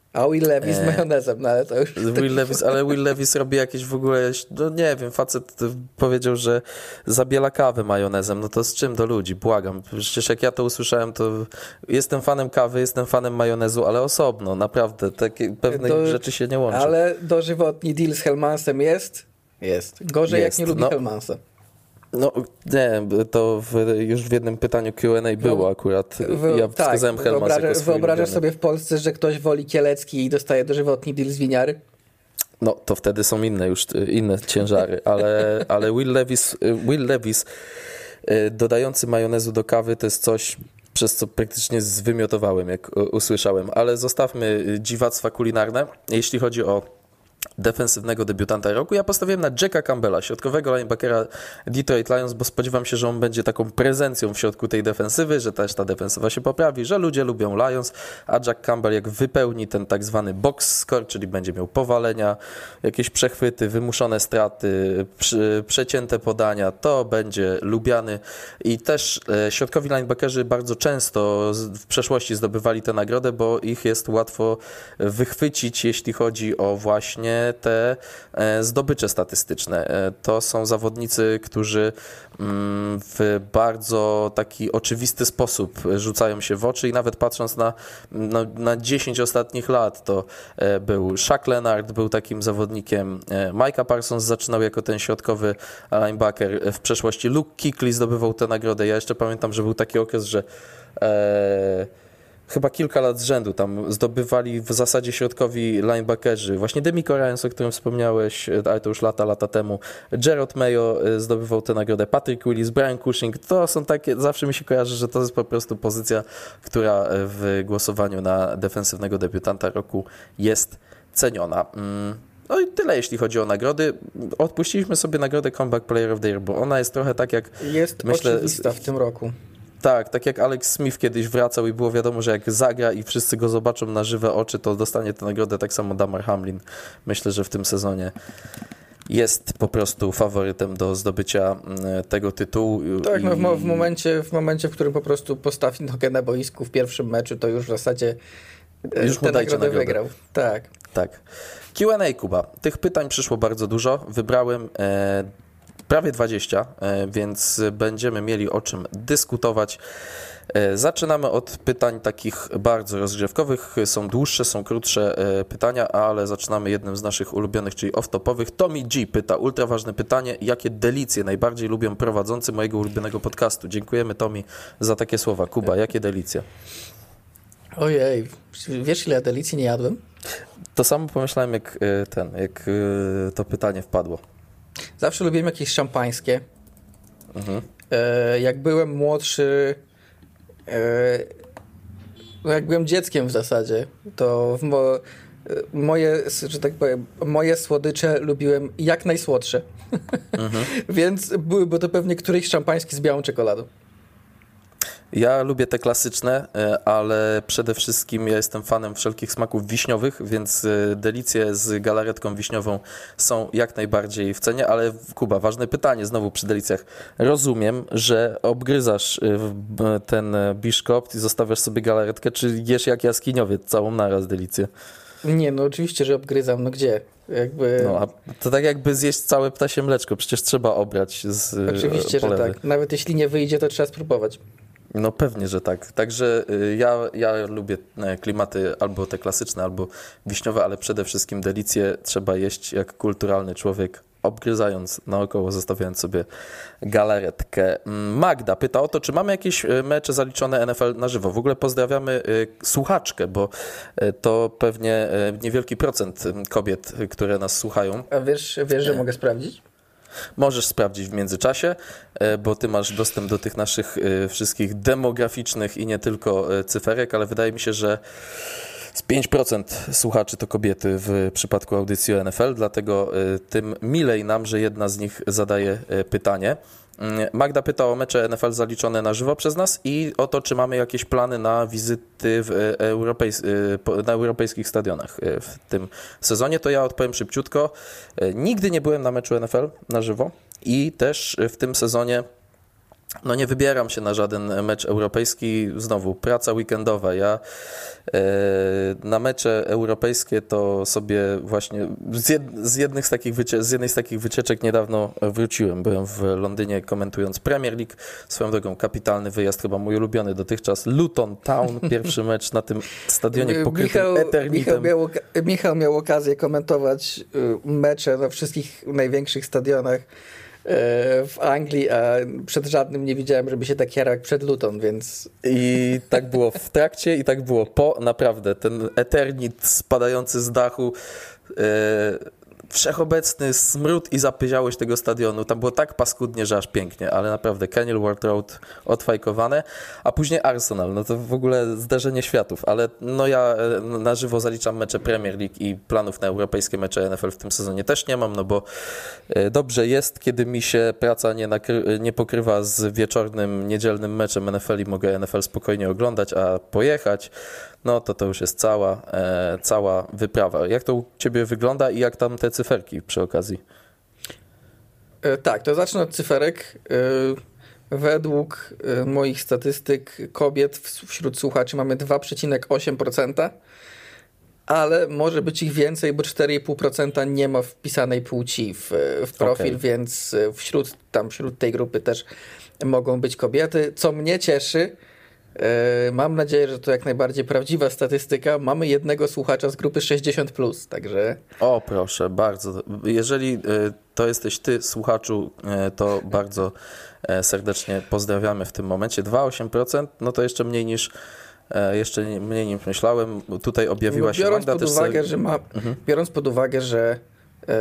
A Will Levis z E, majonezem, no ale to już... Will Levis, ale Will Levis robi jakieś w ogóle, no nie wiem, facet powiedział, że zabiela kawę majonezem, no to z czym do ludzi, błagam. Przecież jak ja to usłyszałem, to jestem fanem kawy, jestem fanem majonezu, ale osobno, naprawdę, takie pewne Do- rzeczy się nie łączą. Ale dożywotni deal z Hellmansem jest? Jest. Gorzej Jest, jak nie lubi no. Hellmansa. No nie, to w, już w jednym pytaniu Q and A było akurat, Wy- ja tak, wskazałem Hellmans jako wyobrażasz, swój wyobrażasz ulubiony. sobie w Polsce, że ktoś woli Kielecki i dostaje dożywotni deal z winiary? No, to wtedy są inne już, inne ciężary, ale, ale Will Levis, Will Levis y, dodający majonezu do kawy to jest coś, przez co praktycznie zwymiotowałem, jak u- usłyszałem, ale zostawmy dziwactwa kulinarne. Jeśli chodzi o defensywnego debiutanta roku, ja postawiłem na Jacka Campbella, środkowego linebackera Detroit Lions, bo spodziewam się, że on będzie taką prezencją w środku tej defensywy, że też ta defensywa się poprawi, że ludzie lubią Lions, a Jack Campbell jak wypełni ten tak zwany box score, czyli będzie miał powalenia, jakieś przechwyty, wymuszone straty, przy, przecięte podania, to będzie lubiany i też e, środkowi linebackerzy bardzo często z, w przeszłości zdobywali tę nagrodę, bo ich jest łatwo wychwycić, jeśli chodzi o właśnie te e, zdobycze statystyczne. E, to są zawodnicy, którzy mm, w bardzo taki oczywisty sposób rzucają się w oczy i nawet patrząc na, na, na dziesięć ostatnich lat, to e, był Shaq Leonard, był takim zawodnikiem, e, Micah Parsons zaczynał jako ten środkowy linebacker, w przeszłości Luke Kuechly zdobywał tę nagrodę. Ja jeszcze pamiętam, że był taki okres, że e, chyba kilka lat z rzędu tam zdobywali w zasadzie środkowi linebackerzy. Właśnie Demico Ryans, o którym wspomniałeś, ale to już lata, lata temu. Gerald Mayo zdobywał tę nagrodę. Patrick Willis, Brian Cushing. To są takie, zawsze mi się kojarzy, że to jest po prostu pozycja, która w głosowaniu na defensywnego debiutanta roku jest ceniona. No i tyle, jeśli chodzi o nagrody. Odpuściliśmy sobie nagrodę Comeback Player of the Year, bo ona jest trochę tak jak... Jest myślę, oczywista w tym roku. Tak, tak jak Alex Smith kiedyś wracał i było wiadomo, że jak zagra i wszyscy go zobaczą na żywe oczy, to dostanie tę nagrodę, tak samo Damar Hamlin. Myślę, że w tym sezonie jest po prostu faworytem do zdobycia tego tytułu. Tak, i... no w, mo- w, momencie, w momencie, w którym po prostu postawi nogę na boisku w pierwszym meczu, to już w zasadzie e, Już mu tę dajcie nagrodę nagrodę. wygrał. Tak. Tak. Q and A, Kuba. Tych pytań przyszło bardzo dużo. Wybrałem e, prawie dwadzieścia, e, więc będziemy mieli o czym dyskutować. E, zaczynamy od pytań takich bardzo rozgrzewkowych. Są dłuższe, są krótsze e, pytania, ale zaczynamy jednym z naszych ulubionych, czyli off-topowych. Tommy G pyta, ultra ważne pytanie, jakie delicje najbardziej lubią prowadzący mojego ulubionego podcastu? Dziękujemy, Tommy, za takie słowa. Kuba, jakie delicje? Ojej, wiesz ile ja delicji nie jadłem? To samo pomyślałem, jak e, ten, jak e, to pytanie wpadło. Zawsze lubiłem jakieś szampańskie. Mhm. E, jak byłem młodszy, e, no jak byłem dzieckiem w zasadzie, to w mo, e, moje, że tak powiem, moje słodycze lubiłem jak najsłodsze. Mhm. Więc byłyby to pewnie któryś szampański z białą czekoladą. Ja lubię te klasyczne, e, ale przede wszystkim ja jestem fanem wszelkich smaków wiśniowych, więc e, delicje z galaretką wiśniową są jak najbardziej w cenie, ale Kuba, ważne pytanie znowu przy delicjach. Rozumiem, że obgryzasz e, w- ten e, biszkopt i zostawiasz sobie galaretkę, czy jesz jak jaskiniowiec całą naraz delicję? Nie, no oczywiście, że obgryzam, no gdzie? Jakby... No, a to tak jakby zjeść całe ptasie mleczko, przecież trzeba obrać z e, Oczywiście, że polewy. tak. Nawet jeśli nie wyjdzie, to trzeba spróbować. No pewnie, że tak. Także y, ja, ja lubię e, klimaty albo te klasyczne, albo wiśniowe, ale przede wszystkim delicje trzeba jeść jak kulturalny człowiek, obgryzając naokoło, zostawiając sobie galaretkę. Mm, Magda pyta o to, czy mamy jakieś e, mecze zaliczone N F L na żywo. W ogóle pozdrawiamy e, słuchaczkę, bo e, to pewnie e, niewielki procent e, kobiet, e, które nas słuchają. A wiesz, wiesz że mogę sprawdzić? Możesz sprawdzić w międzyczasie, e, bo ty masz dostęp do tych naszych e, wszystkich demograficznych i nie tylko e, cyferek, ale wydaje mi się, że z pięć procent słuchaczy to kobiety w przypadku audycji o N F L, dlatego e, tym milej nam, że jedna z nich zadaje e, pytanie. Mm, Magda pyta o mecze N F L zaliczone na żywo przez nas i o to, czy mamy jakieś plany na wizyty w e, europejs- e, po- na europejskich stadionach e, w tym sezonie. To ja odpowiem szybciutko. E, Nigdy nie byłem na meczu N F L na żywo i też w tym sezonie No nie wybieram się na żaden mecz europejski. Znowu, praca weekendowa. Ja e, na mecze europejskie to sobie właśnie z, jed, z, jednych z, takich wycie, z jednej z takich wycieczek niedawno wróciłem. Byłem w Londynie komentując Premier League. Swoją drogą kapitalny wyjazd, chyba mój ulubiony dotychczas. Luton Town, pierwszy mecz na tym stadionie pokrytym Michał, Eternitem. Michał miał, Michał miał okazję komentować mecze na wszystkich największych stadionach w Anglii, a przed żadnym nie widziałem, żeby się tak jarał jak przed Luton, więc... I tak było w trakcie i tak było po, naprawdę, ten Eternit spadający z dachu, yy, wszechobecny smród i zapyziałość tego stadionu. Tam było tak paskudnie, że aż pięknie, ale naprawdę Kenilworth Road odfajkowane, a później Arsenal, no to w ogóle zderzenie światów, ale no ja na żywo zaliczam mecze Premier League i planów na europejskie mecze N F L w tym sezonie też nie mam, no bo dobrze jest, kiedy mi się praca nie, nakry- nie pokrywa z wieczornym, niedzielnym meczem N F L i mogę N F L spokojnie oglądać, a pojechać, no to to już jest cała, e, cała wyprawa. Jak to u Ciebie wygląda i jak tam te cyferki przy okazji? E, tak, to zacznę od cyferek. E, według e, moich statystyk kobiet wśród słuchaczy mamy dwa przecinek osiem procent, ale może być ich więcej, bo cztery i pół procent nie ma wpisanej płci w, w profil, okay. Więc wśród, tam wśród tej grupy też mogą być kobiety, co mnie cieszy. Mam nadzieję, że to jak najbardziej prawdziwa statystyka. Mamy jednego słuchacza z grupy sześćdziesiąt plus, także... O proszę, bardzo. Jeżeli to jesteś ty, słuchaczu, to bardzo serdecznie pozdrawiamy w tym momencie. dwa przecinek osiem procent, no to jeszcze mniej niż jeszcze mniej niż myślałem. Tutaj objawiła no, się biorąc Magda. Pod też uwagę, se... że ma, mhm. Biorąc pod uwagę, że e,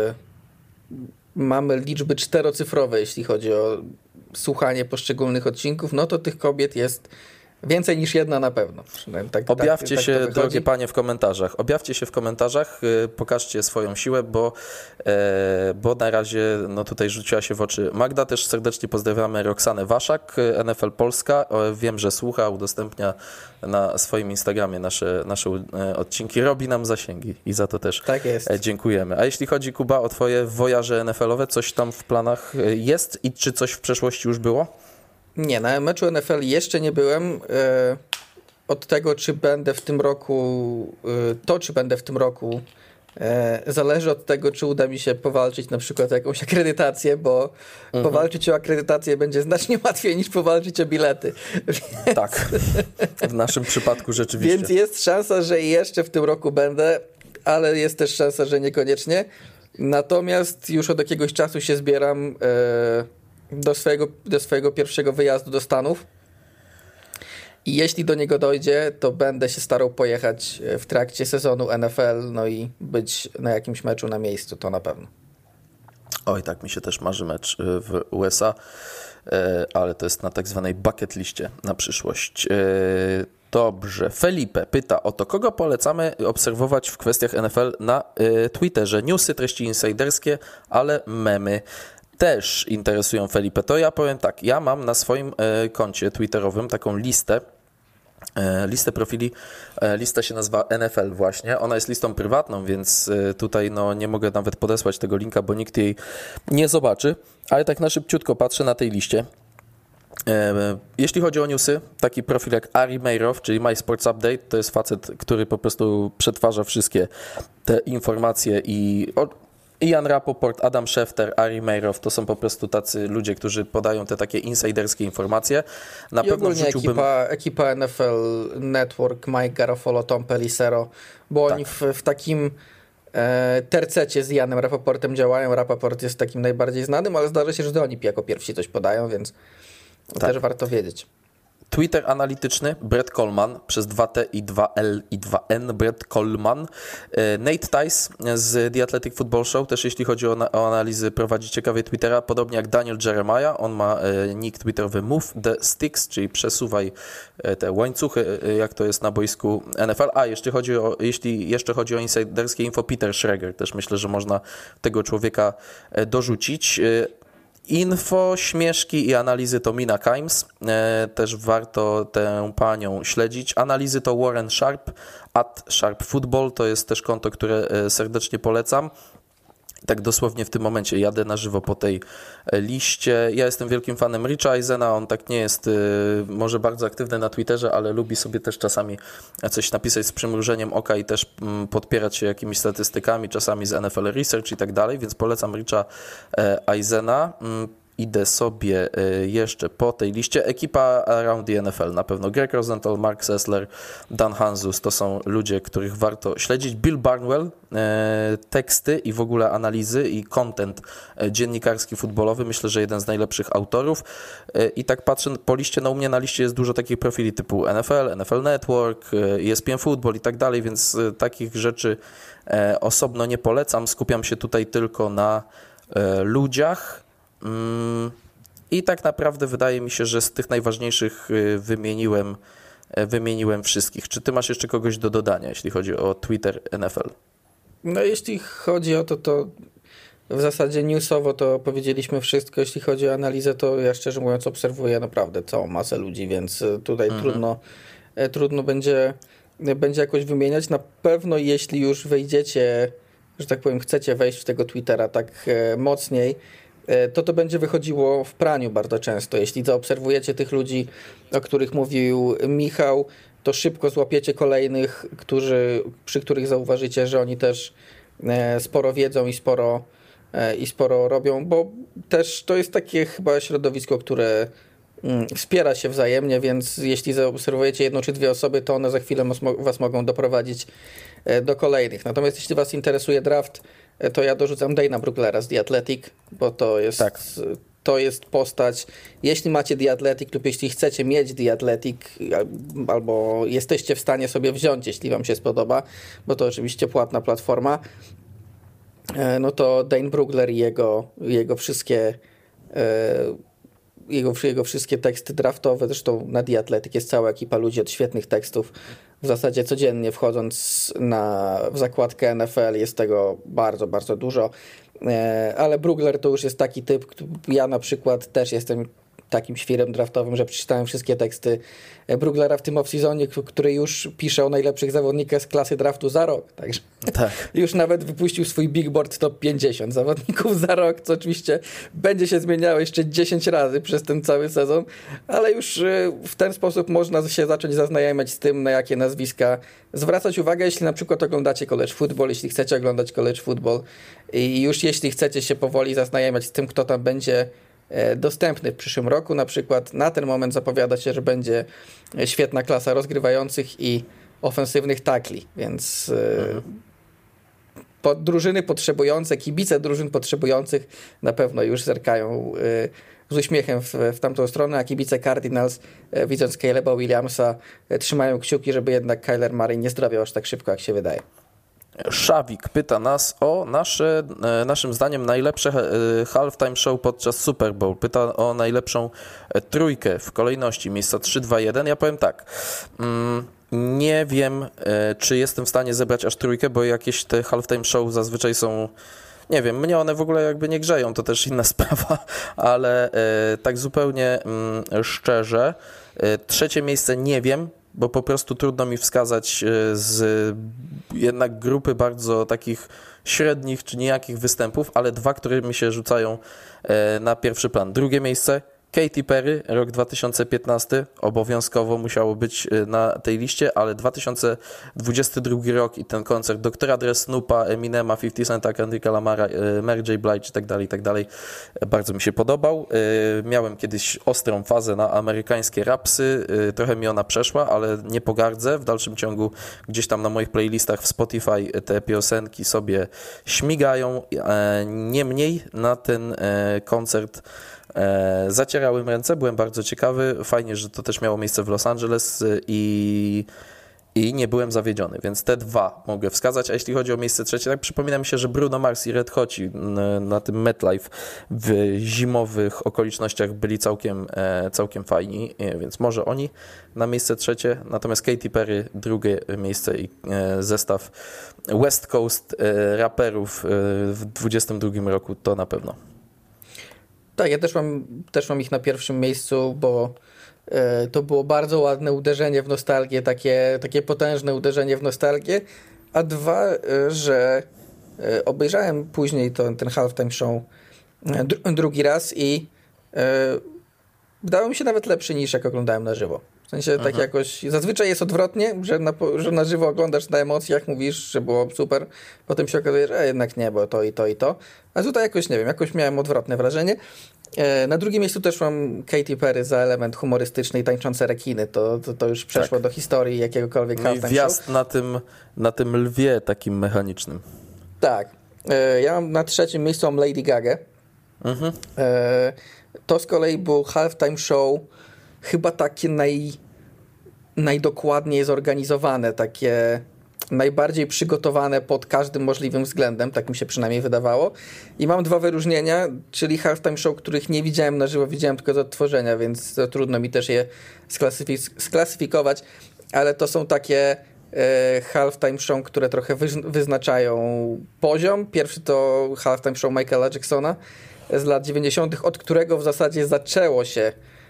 mamy liczby czterocyfrowe, jeśli chodzi o słuchanie poszczególnych odcinków, no to tych kobiet jest więcej niż jedna na pewno. Tak, Objawcie tak, się, tak drogie panie, w komentarzach. Objawcie się w komentarzach, pokażcie swoją siłę, bo, e, bo na razie no tutaj rzuciła się w oczy Magda. Też serdecznie pozdrawiamy Roxanę Waszak, N F L Polska. Wiem, że słucha, udostępnia na swoim Instagramie nasze, nasze odcinki. Robi nam zasięgi i za to też tak jest. dziękujemy. A jeśli chodzi, Kuba, o twoje wojaże N F L-owe, coś tam w planach jest i czy coś w przeszłości już było? Nie, na meczu N F L jeszcze nie byłem. Od tego, czy będę w tym roku, to czy będę w tym roku, zależy od tego, czy uda mi się powalczyć na przykład o jakąś akredytację, bo mhm. powalczyć o akredytację będzie znacznie łatwiej niż powalczyć o bilety. Tak, w naszym przypadku rzeczywiście. Więc jest szansa, że jeszcze w tym roku będę, ale jest też szansa, że niekoniecznie. Natomiast już od jakiegoś czasu się zbieram do swojego, do swojego pierwszego wyjazdu do Stanów i jeśli do niego dojdzie, to będę się starał pojechać w trakcie sezonu N F L, no i być na jakimś meczu na miejscu, to na pewno. Oj, tak mi się też marzy mecz w U S A, ale to jest na tak zwanej bucket liście na przyszłość. Dobrze, Felipe pyta o to, kogo polecamy obserwować w kwestiach N F L na Twitterze. Newsy, treści insiderskie, ale memy też interesują Felipe. To ja powiem tak, ja mam na swoim e, koncie twitterowym taką listę, e, listę profili, e, lista się nazywa N F L właśnie, ona jest listą prywatną, więc e, tutaj no, nie mogę nawet podesłać tego linka, bo nikt jej nie zobaczy, ale tak na szybciutko patrzę na tej liście. E, jeśli chodzi o newsy, taki profil jak Ari Meirow, czyli My Sports Update, to jest facet, który po prostu przetwarza wszystkie te informacje i... O, Ian Rapoport, Adam Schefter, Ari Meirow to są po prostu tacy ludzie, którzy podają te takie insiderskie informacje. Na I pewno ogólnie wrzuciłbym... ekipa, ekipa N F L Network, Mike Garofolo, Tom Pelissero, bo tak. Oni w, w takim e, tercecie z Ianem Rapoportem działają. Rapoport jest takim najbardziej znanym, ale zdarza się, że to oni jako pierwsi coś podają, więc tak. Też warto wiedzieć. Twitter analityczny, Brett Coleman, przez dwa T i dwa L i dwa N, Brett Coleman. Nate Tice z The Athletic Football Show, też jeśli chodzi o, o analizy, prowadzi ciekawie Twittera, podobnie jak Daniel Jeremiah, on ma nick twitterowy Move the Sticks, czyli przesuwaj te łańcuchy, jak to jest na boisku N F L. A, jeśli chodzi o, jeśli jeszcze chodzi o insiderskie info, Peter Schrager, też myślę, że można tego człowieka dorzucić. Info, śmieszki i analizy to Mina Kimes, e, też warto tę panią śledzić. Analizy to Warren Sharp, at Sharp Football, to jest też konto, które serdecznie polecam. Tak dosłownie w tym momencie jadę na żywo po tej liście. Ja jestem wielkim fanem Richa Eisena, on tak nie jest może bardzo aktywny na Twitterze, ale lubi sobie też czasami coś napisać z przymrużeniem oka i też podpierać się jakimiś statystykami, czasami z N F L Research i tak dalej, więc polecam Richa Eisena. Idę sobie jeszcze po tej liście. Ekipa Around the N F L na pewno. Greg Rosenthal, Mark Sessler, Dan Hanzus to są ludzie, których warto śledzić. Bill Barnwell, teksty i w ogóle analizy i content dziennikarski, futbolowy. Myślę, że jeden z najlepszych autorów. I tak patrzę po liście, no u mnie na liście jest dużo takich profili typu N F L, N F L Network, E S P N Football i tak dalej, więc takich rzeczy osobno nie polecam. Skupiam się tutaj tylko na ludziach. I tak naprawdę wydaje mi się, że z tych najważniejszych wymieniłem, wymieniłem wszystkich. Czy ty masz jeszcze kogoś do dodania, jeśli chodzi o Twitter N F L? No jeśli chodzi o to, to w zasadzie newsowo to powiedzieliśmy wszystko. Jeśli chodzi o analizę, to ja szczerze mówiąc obserwuję naprawdę całą masę ludzi, więc tutaj mhm. trudno, trudno będzie, będzie jakoś wymieniać. Na pewno jeśli już wejdziecie, że tak powiem, chcecie wejść w tego Twittera tak mocniej, to to będzie wychodziło w praniu bardzo często. Jeśli zaobserwujecie tych ludzi, o których mówił Michał, to szybko złapiecie kolejnych, którzy, przy których zauważycie, że oni też sporo wiedzą i sporo, i sporo robią, bo też to jest takie chyba środowisko, które wspiera się wzajemnie, więc jeśli zaobserwujecie jedną czy dwie osoby, to one za chwilę was mogą doprowadzić do kolejnych. Natomiast jeśli was interesuje draft, to ja dorzucam Dana Bruglera z The Athletic, bo to jest, tak. to jest postać. Jeśli macie The Athletic lub jeśli chcecie mieć The Athletic albo jesteście w stanie sobie wziąć, jeśli wam się spodoba, bo to oczywiście płatna platforma, no to Dane Brugler i jego, jego wszystkie Jego, jego wszystkie teksty draftowe, zresztą na The Athletic jest cała ekipa ludzi od świetnych tekstów. W zasadzie codziennie wchodząc na, w zakładkę N F L jest tego bardzo, bardzo dużo. Ale Brugler to już jest taki typ, ja na przykład też jestem takim świrem draftowym, że przeczytałem wszystkie teksty Bruglera w tym off-seasonie, który już pisze o najlepszych zawodnikach z klasy draftu za rok. Także tak. Już nawet wypuścił swój big board top pięćdziesiąt zawodników za rok, co oczywiście będzie się zmieniało jeszcze dziesięć razy przez ten cały sezon, ale już w ten sposób można się zacząć zaznajamiać z tym, na jakie nazwiska zwracać uwagę, jeśli na przykład oglądacie college football, jeśli chcecie oglądać college football i już jeśli chcecie się powoli zaznajamiać z tym, kto tam będzie dostępny w przyszłym roku. Na przykład na ten moment zapowiada się, że będzie świetna klasa rozgrywających i ofensywnych takli, więc mhm. pod drużyny potrzebujące, kibice drużyn potrzebujących na pewno już zerkają z uśmiechem w, w tamtą stronę, a kibice Cardinals, widząc Caleba Williamsa, trzymają kciuki, żeby jednak Kyler Murray nie zdrowiał aż tak szybko, jak się wydaje. Szawik pyta nas o nasze, naszym zdaniem najlepsze halftime show podczas Super Bowl. Pyta o najlepszą trójkę w kolejności, miejsca trzy, dwa, jeden. Ja powiem tak, nie wiem, czy jestem w stanie zebrać aż trójkę, bo jakieś te halftime show zazwyczaj są, nie wiem, mnie one w ogóle jakby nie grzeją, to też inna sprawa, ale tak zupełnie szczerze, trzecie miejsce nie wiem, bo po prostu trudno mi wskazać z jednak grupy bardzo takich średnich czy nijakich występów, ale dwa, które mi się rzucają na pierwszy plan. Drugie miejsce, Katy Perry, rok dwa tysiące piętnasty, obowiązkowo musiało być na tej liście, ale dwa tysiące dwudziesty drugi rok i ten koncert doktora Dre, Snoopa, Eminema, fifty Centa, Kendricka Lamara, Mary J. Blige i tak dalej, i tak dalej, bardzo mi się podobał. Miałem kiedyś ostrą fazę na amerykańskie rapsy, trochę mi ona przeszła, ale nie pogardzę. W dalszym ciągu gdzieś tam na moich playlistach w Spotify te piosenki sobie śmigają. Niemniej na ten koncert zacierałem ręce, byłem bardzo ciekawy, fajnie, że to też miało miejsce w Los Angeles i, i nie byłem zawiedziony, więc te dwa mogę wskazać, a jeśli chodzi o miejsce trzecie, tak przypomina mi się, że Bruno Mars i Red Hoci na tym MetLife w zimowych okolicznościach byli całkiem, całkiem fajni, więc może oni na miejsce trzecie, natomiast Katy Perry drugie miejsce i zestaw West Coast raperów w dwudziestym drugim roku to na pewno. Tak, ja też mam, też mam ich na pierwszym miejscu, bo e, to było bardzo ładne uderzenie w nostalgię, takie, takie potężne uderzenie w nostalgię, a dwa, e, że obejrzałem później to, ten halftime show dru- drugi raz i e, wydawał mi się nawet lepszy niż jak oglądałem na żywo. W sensie Aha. tak jakoś, zazwyczaj jest odwrotnie, że na, że na żywo oglądasz na emocjach, mówisz, że było super, potem się okazuje, że jednak nie, bo to i to i to. A tutaj jakoś, nie wiem, jakoś miałem odwrotne wrażenie. E, na drugim miejscu też mam Katy Perry za element humorystyczny i tańczące rekiny. To, to, to już przeszło tak. do historii jakiegokolwiek no halftime show. Wjazd na tym, na tym lwie takim mechanicznym. Tak. E, ja mam na trzecim miejscu mam Lady Gagę. Mhm. E, to z kolei był halftime show chyba takie naj, najdokładniej zorganizowane, takie najbardziej przygotowane pod każdym możliwym względem, tak mi się przynajmniej wydawało. I mam dwa wyróżnienia, czyli halftime show, których nie widziałem na żywo, widziałem tylko z odtworzenia, więc trudno mi też je sklasyfik- sklasyfikować, ale to są takie e, halftime show, które trochę wyz- wyznaczają poziom. Pierwszy to halftime show Michaela Jacksona z lat dziewięćdziesiątych, od którego w zasadzie zaczęło się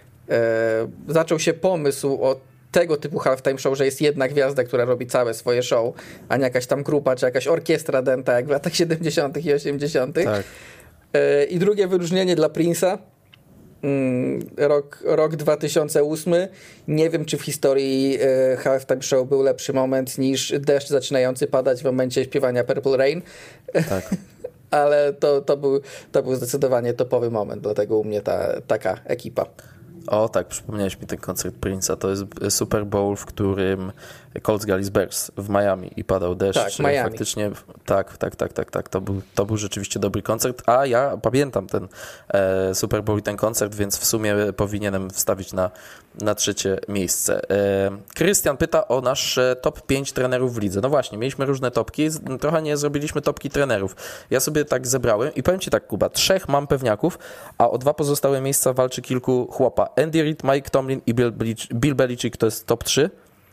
e, zaczął się pomysł o tego typu halftime show, że jest jedna gwiazda, która robi całe swoje show, a nie jakaś tam grupa, czy jakaś orkiestra dęta, jak w latach siedemdziesiątych i osiemdziesiątych. Tak. E, I drugie wyróżnienie dla Prince'a. Mm, rok, rok dwa tysiące ósmy. Nie wiem, czy w historii e, halftime show był lepszy moment niż deszcz zaczynający padać w momencie śpiewania Purple Rain. Tak. Ale to, to, był, to był zdecydowanie topowy moment, dlatego u mnie ta, taka ekipa. O tak, przypomniałeś mi ten koncert Prince'a. To jest Super Bowl, w którym Colts grali z Bears w Miami i padał deszcz. Tak, Miami. Faktycznie, tak, tak, tak, tak, tak. To był, to był rzeczywiście dobry koncert, a ja pamiętam ten e, Super Bowl i ten koncert, więc w sumie powinienem wstawić na, na trzecie miejsce. Krystian pyta o nasz top pięć trenerów w lidze. No właśnie, mieliśmy różne topki, trochę nie zrobiliśmy topki trenerów. Ja sobie tak zebrałem i powiem ci tak, Kuba, trzech mam pewniaków, a o dwa pozostałe miejsca walczy kilku chłopa. Andy Reid, Mike Tomlin i Bill, Belich- Bill Belichick to jest top trzy.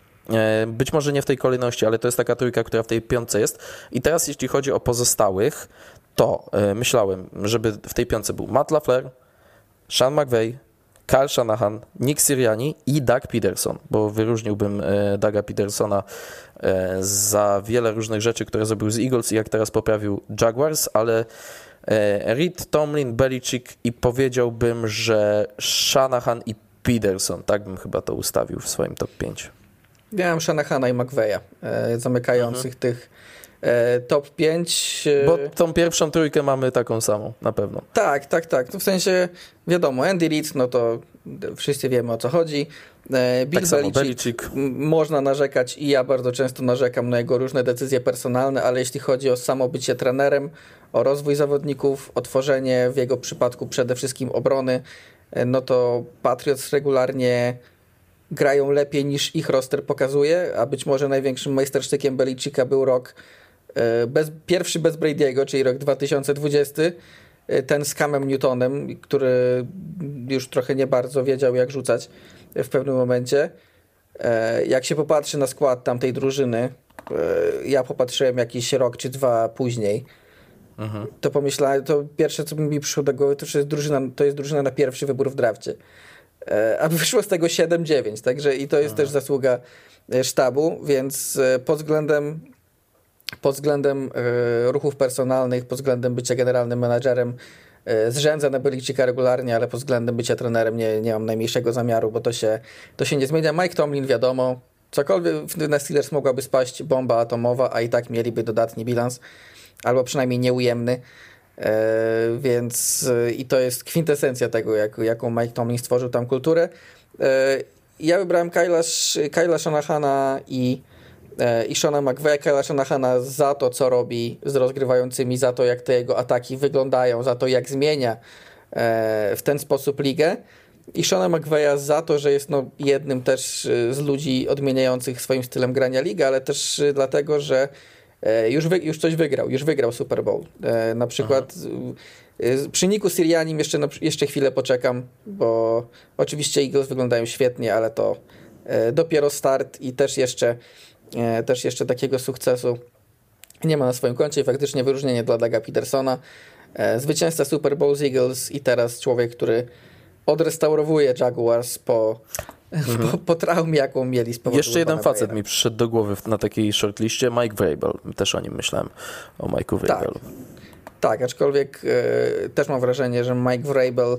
Być może nie w tej kolejności, ale to jest taka trójka, która w tej piątce jest. I teraz jeśli chodzi o pozostałych, to e, myślałem, żeby w tej piątce był Matt LaFleur, Sean McVay, Kyle Shanahan, Nick Sirianni i Doug Peterson, bo wyróżniłbym e, Douga Petersona e, za wiele różnych rzeczy, które zrobił z Eagles i jak teraz poprawił Jaguars, ale e, Reid, Tomlin, Belichick i powiedziałbym, że Shanahan i Peterson, tak bym chyba to ustawił w swoim top pięć. Ja mam Shanahana i McVeya, e, zamykających mhm. tych e, top pięć. E... Bo tą pierwszą trójkę mamy taką samą, na pewno. Tak, tak, tak. To w sensie, wiadomo, Andy Reid, no to wszyscy wiemy, o co chodzi. E, Bill tak Belichick, Belichick, można narzekać i ja bardzo często narzekam na jego różne decyzje personalne, ale jeśli chodzi o samo bycie trenerem, o rozwój zawodników, o tworzenie w jego przypadku przede wszystkim obrony, e, no to Patriots regularnie grają lepiej niż ich roster pokazuje, a być może największym majstersztykiem Belichicka był rok bez, pierwszy bez Brady'ego, czyli rok dwa tysiące dwudziesty, ten z Camem Newtonem, który już trochę nie bardzo wiedział, jak rzucać w pewnym momencie. Jak się popatrzy na skład tamtej drużyny, ja popatrzyłem jakiś rok czy dwa później, mhm. to pomyślałem, to pierwsze, co mi przyszło do głowy, to jest drużyna, to jest drużyna na pierwszy wybór w drafcie. A wyszło z tego siedem dziewięć, także i to jest Aha. też zasługa sztabu, więc pod względem pod względem ruchów personalnych, pod względem bycia generalnym menadżerem zrzędza na Belichicka regularnie, ale pod względem bycia trenerem nie, nie mam najmniejszego zamiaru, bo to się, to się nie zmienia. Mike Tomlin, wiadomo, cokolwiek na Steelers mogłaby spaść bomba atomowa, a i tak mieliby dodatni bilans, albo przynajmniej nieujemny. E, więc e, i to jest kwintesencja tego, jak, jaką Mike Tomlin stworzył tam kulturę. E, ja wybrałem Kyla, Kyla Shanahana i, e, i Shona McVeya. Kyla Shanahana za to, co robi z rozgrywającymi, za to, jak te jego ataki wyglądają, za to, jak zmienia e, w ten sposób ligę. I Shona McVeya za to, że jest no, jednym też z ludzi odmieniających swoim stylem grania ligę, ale też dlatego, że Już, wy, już coś wygrał, już wygrał Super Bowl. E, na przykład Aha. przy Niku Siriannim jeszcze, jeszcze chwilę poczekam, bo oczywiście Eagles wyglądają świetnie, ale to e, dopiero start i też jeszcze, e, też jeszcze takiego sukcesu nie ma na swoim koncie i faktycznie wyróżnienie dla Douga Petersona. E, zwycięzca Super Bowl z Eagles i teraz człowiek, który odrestaurowuje Jaguars po mhm. po, po traumie, jaką mieli z powodu Jeszcze jeden Urbana facet Meyera. mi przyszedł do głowy na takiej shortliście, Mike Vrabel. Też o nim myślałem, o Mike'u Vrabelu. Tak, tak aczkolwiek e, też mam wrażenie, że Mike Vrabel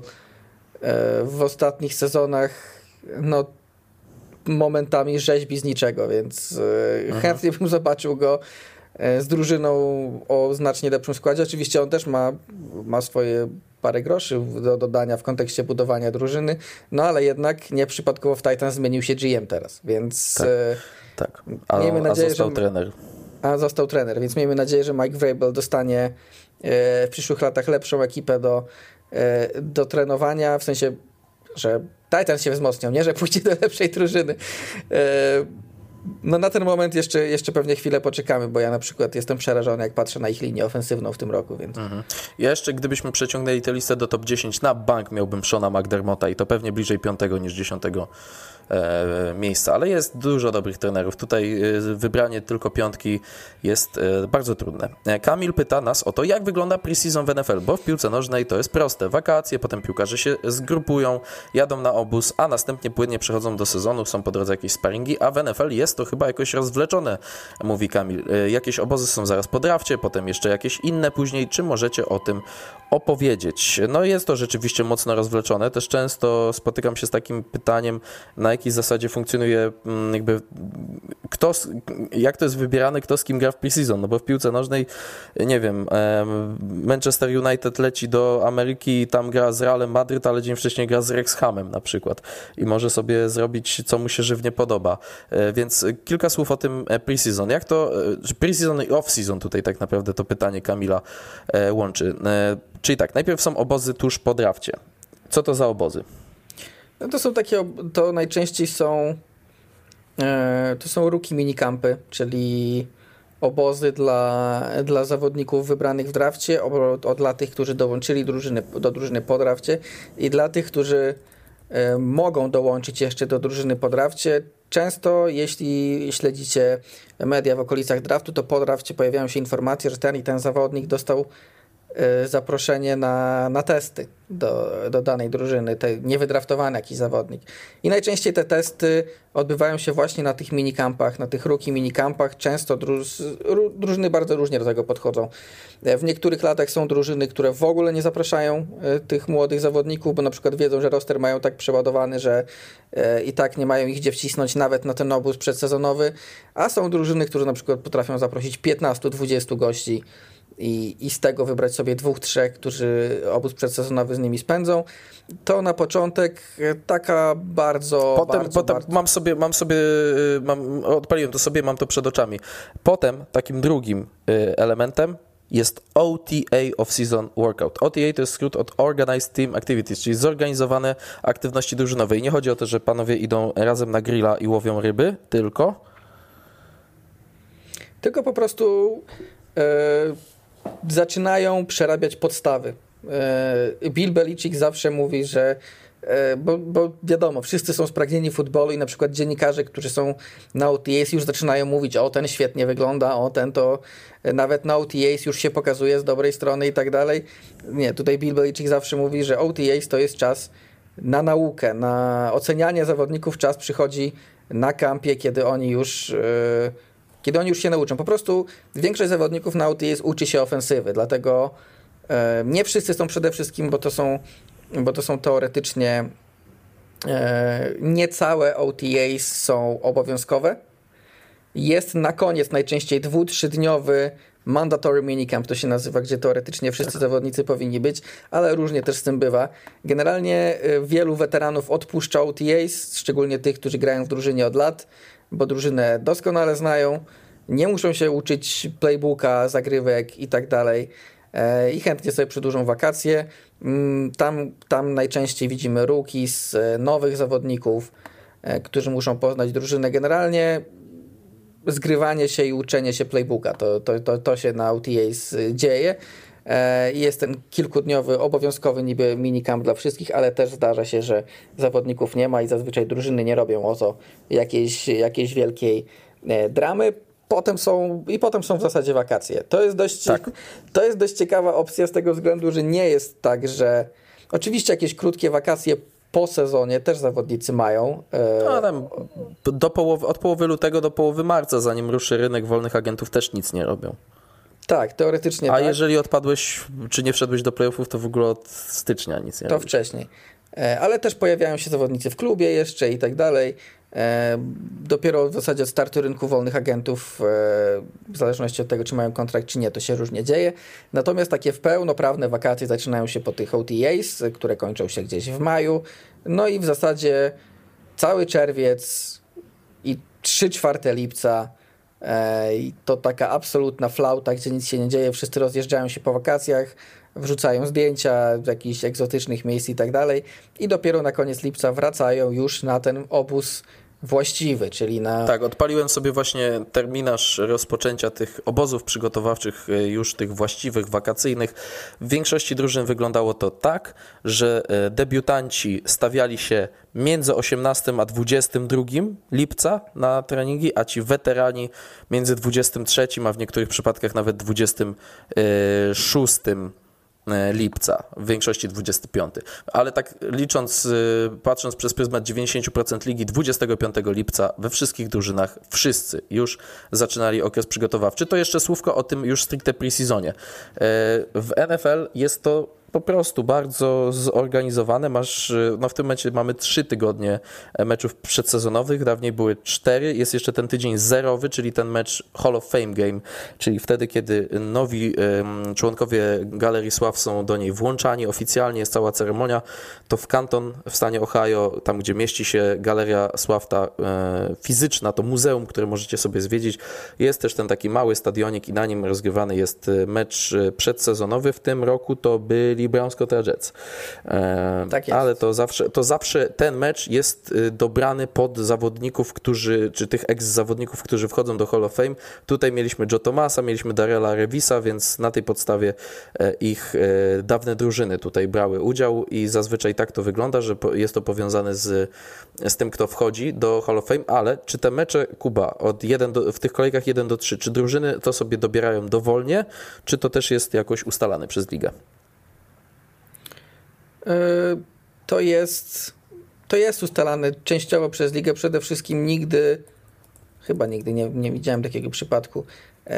e, w ostatnich sezonach no momentami rzeźbi z niczego, więc e, mhm. chętnie bym zobaczył go z drużyną o znacznie lepszym składzie. Oczywiście on też ma, ma swoje parę groszy do dodania w kontekście budowania drużyny, no ale jednak nieprzypadkowo w Titans zmienił się G M teraz, więc tak, e, tak. A, miejmy nadzieję, a został że, trener. A został trener, więc miejmy nadzieję, że Mike Vrabel dostanie e, w przyszłych latach lepszą ekipę do, e, do trenowania, w sensie, że Titans się wzmocnią, nie, że pójdzie do lepszej drużyny. E, No na ten moment jeszcze, jeszcze pewnie chwilę poczekamy, bo ja na przykład jestem przerażony, jak patrzę na ich linię ofensywną w tym roku. Więc... Mhm. Ja jeszcze, gdybyśmy przeciągnęli tę listę do top dziesięć, na bank miałbym Shona McDermotta i to pewnie bliżej piątego niż dziesiątego e, miejsca, ale jest dużo dobrych trenerów. Tutaj e, wybranie tylko piątki jest e, bardzo trudne. E, Kamil pyta nas o to, jak wygląda preseason w N F L, bo w piłce nożnej to jest proste. Wakacje, potem piłkarze się zgrupują, jadą na obóz, a następnie płynnie przechodzą do sezonu, są po drodze jakieś sparingi, a w N F L jest to chyba jakoś rozwleczone, mówi Kamil. E, jakieś obozy są zaraz po drafcie, potem jeszcze jakieś inne później. Czy możecie o tym opowiedzieć? No jest to rzeczywiście mocno rozwleczone. Też często spotykam się z takim pytaniem, na jakiej zasadzie funkcjonuje jakby kto, jak to jest wybierane, kto z kim gra w preseason, no bo w piłce nożnej, nie wiem, Manchester United leci do Ameryki i tam gra z Realem Madryt, ale dzień wcześniej gra z Wrexhamem na przykład i może sobie zrobić, co mu się żywnie podoba. Więc kilka słów o tym preseason. Jak to, preseason i off-season tutaj tak naprawdę to pytanie Kamila łączy. Czyli tak, najpierw są obozy tuż po drafcie. Co to za obozy? No to są takie, to najczęściej są e, to są rookie minikampy, czyli obozy dla, dla zawodników wybranych w drafcie, o, o, dla tych, którzy dołączyli drużyny, do drużyny po drafcie i dla tych, którzy e, mogą dołączyć jeszcze do drużyny po drafcie. Często, jeśli śledzicie media w okolicach draftu, to po drafcie pojawiają się informacje, że ten i ten zawodnik dostał zaproszenie na, na testy do, do danej drużyny, te niewydraftowany jakiś zawodnik. I najczęściej te testy odbywają się właśnie na tych minikampach, na tych rookie minikampach. Często druż, drużyny bardzo różnie do tego podchodzą. W niektórych latach są drużyny, które w ogóle nie zapraszają tych młodych zawodników, bo na przykład wiedzą, że roster mają tak przeładowany, że i tak nie mają ich gdzie wcisnąć nawet na ten obóz przedsezonowy, a są drużyny, które na przykład potrafią zaprosić piętnastu dwudziestu gości I, i z tego wybrać sobie dwóch, trzech, którzy obóz przedsezonowy z nimi spędzą. To na początek taka bardzo, potem, bardzo, potem bardzo... mam sobie, mam sobie mam, odpaliłem to sobie, mam to przed oczami. Potem takim drugim elementem jest O T A Off-Season Workout. O T A to jest skrót od Organized Team Activities, czyli zorganizowane aktywności drużynowe. I nie chodzi o to, że panowie idą razem na grilla i łowią ryby, tylko... Tylko po prostu... Yy... zaczynają przerabiać podstawy. Bill Belichick zawsze mówi, że bo, bo wiadomo, wszyscy są spragnieni futbolu i na przykład dziennikarze, którzy są na O T As już zaczynają mówić, o ten świetnie wygląda, o ten to nawet na O T As już się pokazuje z dobrej strony i tak dalej. Nie, tutaj Bill Belichick zawsze mówi, że O T As to jest czas na naukę, na ocenianie zawodników, czas przychodzi na kampie, kiedy oni już kiedy oni już się nauczą. Po prostu większość zawodników na O T As uczy się ofensywy, dlatego e, nie wszyscy są przede wszystkim, bo to są, bo to są teoretycznie e, nie całe O T As są obowiązkowe. Jest na koniec najczęściej dwu-, trzydniowy mandatory minicamp, to się nazywa, gdzie teoretycznie wszyscy tak. zawodnicy powinni być, ale różnie też z tym bywa. Generalnie e, wielu weteranów odpuszcza O T As, szczególnie tych, którzy grają w drużynie od lat, bo drużynę doskonale znają, nie muszą się uczyć playbooka, zagrywek i tak dalej i chętnie sobie przedłużą wakacje. Tam, tam najczęściej widzimy rookies, nowych zawodników, którzy muszą poznać drużynę. Generalnie zgrywanie się i uczenie się playbooka, to, to, to, to się na O T As dzieje. Jest ten kilkudniowy, obowiązkowy niby minicamp dla wszystkich, ale też zdarza się, że zawodników nie ma i zazwyczaj drużyny nie robią o to jakiejś, jakiejś wielkiej dramy. Potem są, i potem są w zasadzie wakacje. To jest dość, tak. to jest dość ciekawa opcja z tego względu, że nie jest tak, że oczywiście jakieś krótkie wakacje po sezonie też zawodnicy mają. No, tam do połowy, od połowy lutego do połowy marca, zanim ruszy rynek wolnych agentów, też nic nie robią. Tak, teoretycznie A tak. jeżeli odpadłeś, czy nie wszedłeś do playoffów, to w ogóle od stycznia nic nie To robisz. wcześniej. Ale też pojawiają się zawodnicy w klubie jeszcze i tak dalej. Dopiero w zasadzie od startu rynku wolnych agentów, w zależności od tego, czy mają kontrakt, czy nie, to się różnie dzieje. Natomiast takie w pełnoprawne wakacje zaczynają się po tych O T As, które kończą się gdzieś w maju. No i w zasadzie cały czerwiec i trzy czwarte lipca i to taka absolutna flauta, gdzie nic się nie dzieje, wszyscy rozjeżdżają się po wakacjach, wrzucają zdjęcia z jakichś egzotycznych miejsc i tak dalej i dopiero na koniec lipca wracają już na ten obóz właściwy, czyli na... Tak, odpaliłem sobie właśnie terminarz rozpoczęcia tych obozów przygotowawczych, już tych właściwych, wakacyjnych. W większości drużyn wyglądało to tak, że debiutanci stawiali się między osiemnastego a dwudziestego drugiego lipca na treningi, a ci weterani między dwudziestym trzecim a w niektórych przypadkach nawet dwudziestym szóstym lipca, w większości dwudziestego piątego. Ale tak licząc, patrząc przez pryzmat dziewięćdziesiąt procent ligi, dwudziestego piątego lipca we wszystkich drużynach wszyscy już zaczynali okres przygotowawczy. To jeszcze słówko o tym już stricte pre-seasonie. W N F L jest to po prostu bardzo zorganizowane. Masz, no w tym momencie mamy trzy tygodnie meczów przedsezonowych, dawniej były cztery, jest jeszcze ten tydzień zerowy, czyli ten mecz Hall of Fame Game, czyli wtedy, kiedy nowi um, członkowie Galerii Sław są do niej włączani oficjalnie, jest cała ceremonia. To w Canton w stanie Ohio, tam gdzie mieści się Galeria Sław, ta e, fizyczna, to muzeum, które możecie sobie zwiedzić, jest też ten taki mały stadionik i na nim rozgrywany jest mecz przedsezonowy. W tym roku to byli Browns kontra Jets. E, tak jest. Ale to zawsze, to zawsze ten mecz jest dobrany pod zawodników, którzy, czy tych ex-zawodników, którzy wchodzą do Hall of Fame. Tutaj mieliśmy Joe Thomasa, mieliśmy Darrella Revisa, więc na tej podstawie ich dawne drużyny tutaj brały udział i zazwyczaj tak to wygląda, że jest to powiązane z, z tym, kto wchodzi do Hall of Fame, ale czy te mecze, Kuba, od jeden do, w tych kolejkach jeden do trzech, czy drużyny to sobie dobierają dowolnie, czy to też jest jakoś ustalane przez ligę? To jest, to jest ustalane częściowo przez ligę. Przede wszystkim nigdy, chyba nigdy nie, nie widziałem takiego przypadku,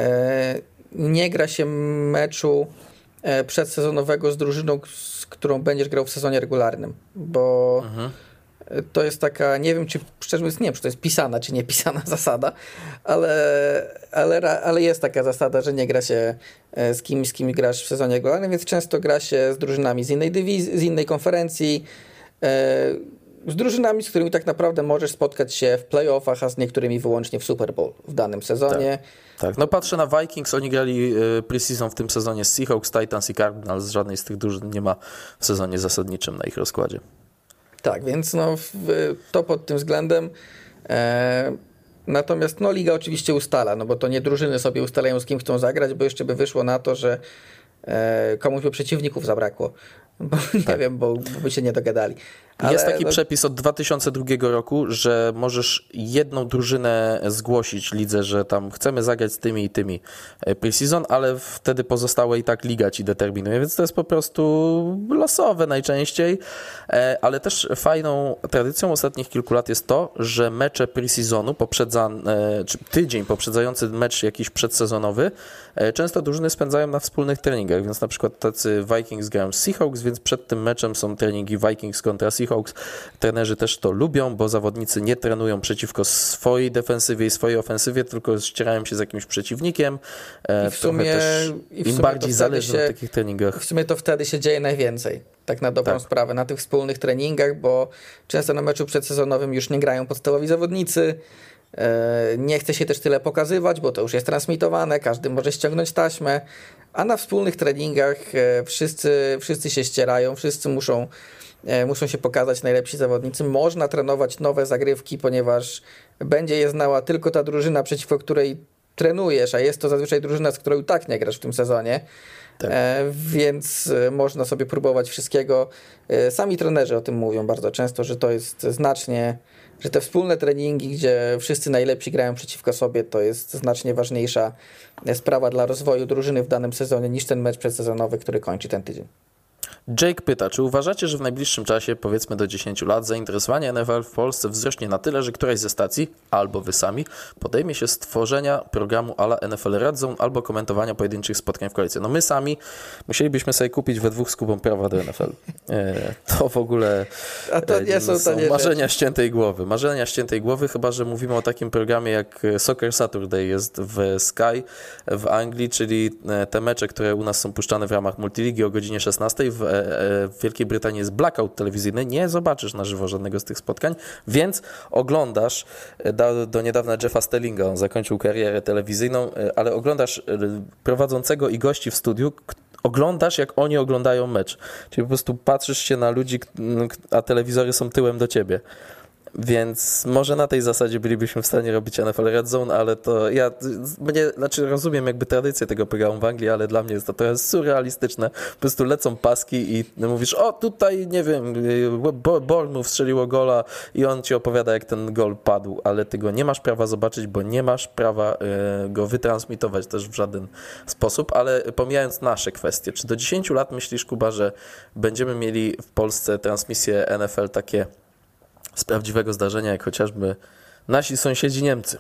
nie gra się meczu przedsezonowego z drużyną, z którą będziesz grał w sezonie regularnym, bo mhm. to jest taka, nie wiem, czy szczerze mówiąc, nie wiem, czy to jest pisana, czy nie pisana zasada, ale, ale, ale jest taka zasada, że nie gra się z kimś, z kim grasz w sezonie regularnym, więc często gra się z drużynami z innej dywizji, z innej konferencji, z drużynami, z którymi tak naprawdę możesz spotkać się w playoffach, a z niektórymi wyłącznie w Super Bowl w danym sezonie. Tak, tak. No patrzę na Vikings, oni grali pre-season w tym sezonie z Seahawks, Titans i Cardinals, żadnej z tych drużyn nie ma w sezonie zasadniczym na ich rozkładzie. Tak, więc no, to pod tym względem. E, natomiast no, liga oczywiście ustala, no bo to nie drużyny sobie ustalają, z kim chcą zagrać, bo jeszcze by wyszło na to, że e, komuś by przeciwników zabrakło. Bo, nie tak. wiem, bo, bo by się nie dogadali. Ale, jest taki no... przepis od dwa tysiące drugiego roku, że możesz jedną drużynę zgłosić lidze, że tam chcemy zagrać z tymi i tymi pre-season, ale wtedy pozostałe i tak liga ci determinuje, więc to jest po prostu losowe najczęściej, ale też fajną tradycją ostatnich kilku lat jest to, że mecze pre-seasonu, poprzedza- czy tydzień poprzedzający mecz jakiś przedsezonowy, często drużyny spędzają na wspólnych treningach, więc na przykład tacy Vikings grają z Seahawks, więc przed tym meczem są treningi Vikings kontra Seahawks. Trenerzy też to lubią, bo zawodnicy nie trenują przeciwko swojej defensywie i swojej ofensywie, tylko ścierają się z jakimś przeciwnikiem. I w sumie, też i w im sumie bardziej zależy się, na takich treningach. W sumie to wtedy się dzieje najwięcej, tak na dobrą tak. sprawę, na tych wspólnych treningach, bo często na meczu przedsezonowym już nie grają podstawowi zawodnicy. Nie chce się też tyle pokazywać, bo to już jest transmitowane, każdy może ściągnąć taśmę, a na wspólnych treningach wszyscy, wszyscy się ścierają, wszyscy muszą muszą się pokazać najlepsi zawodnicy. Można trenować nowe zagrywki, ponieważ będzie je znała tylko ta drużyna, przeciwko której trenujesz, a jest to zazwyczaj drużyna, z którą tak nie grasz w tym sezonie. Tak. E, więc można sobie próbować wszystkiego. E, sami trenerzy o tym mówią bardzo często, że to jest znacznie, że te wspólne treningi, gdzie wszyscy najlepsi grają przeciwko sobie, to jest znacznie ważniejsza sprawa dla rozwoju drużyny w danym sezonie niż ten mecz przedsezonowy, który kończy ten tydzień. Jake pyta, czy uważacie, że w najbliższym czasie, powiedzmy do dziesięciu lat, zainteresowanie N F L w Polsce wzrośnie na tyle, że któraś ze stacji, albo wy sami, podejmie się stworzenia programu a la N F L Red Zone albo komentowania pojedynczych spotkań w kolejce? No my sami musielibyśmy sobie kupić we dwóch z Kubą prawa do N F L. E, to w ogóle A to nie są, są to nie marzenia rzeczy. ściętej głowy. Marzenia ściętej głowy, chyba że mówimy o takim programie jak Soccer Saturday jest w Sky w Anglii, czyli te mecze, które u nas są puszczane w ramach Multiligi o godzinie szesnastej. W, w Wielkiej Brytanii jest blackout telewizyjny, nie zobaczysz na żywo żadnego z tych spotkań, więc oglądasz do, do niedawna Jeffa Stellinga, on zakończył karierę telewizyjną, ale oglądasz prowadzącego i gości w studiu, oglądasz, jak oni oglądają mecz. Czyli po prostu patrzysz się na ludzi, a telewizory są tyłem do ciebie. Więc może na tej zasadzie bylibyśmy w stanie robić N F L Red Zone, ale to ja mnie, znaczy rozumiem jakby tradycję tego programu w Anglii, ale dla mnie jest to trochę surrealistyczne. Po prostu lecą paski i mówisz, o tutaj, nie wiem, Bournemouth strzeliło gola i on ci opowiada, jak ten gol padł, ale ty go nie masz prawa zobaczyć, bo nie masz prawa go wytransmitować też w żaden sposób, ale pomijając nasze kwestie, czy do dziesięciu lat myślisz, Kuba, że będziemy mieli w Polsce transmisje N F L takie z prawdziwego zdarzenia, jak chociażby nasi sąsiedzi Niemcy?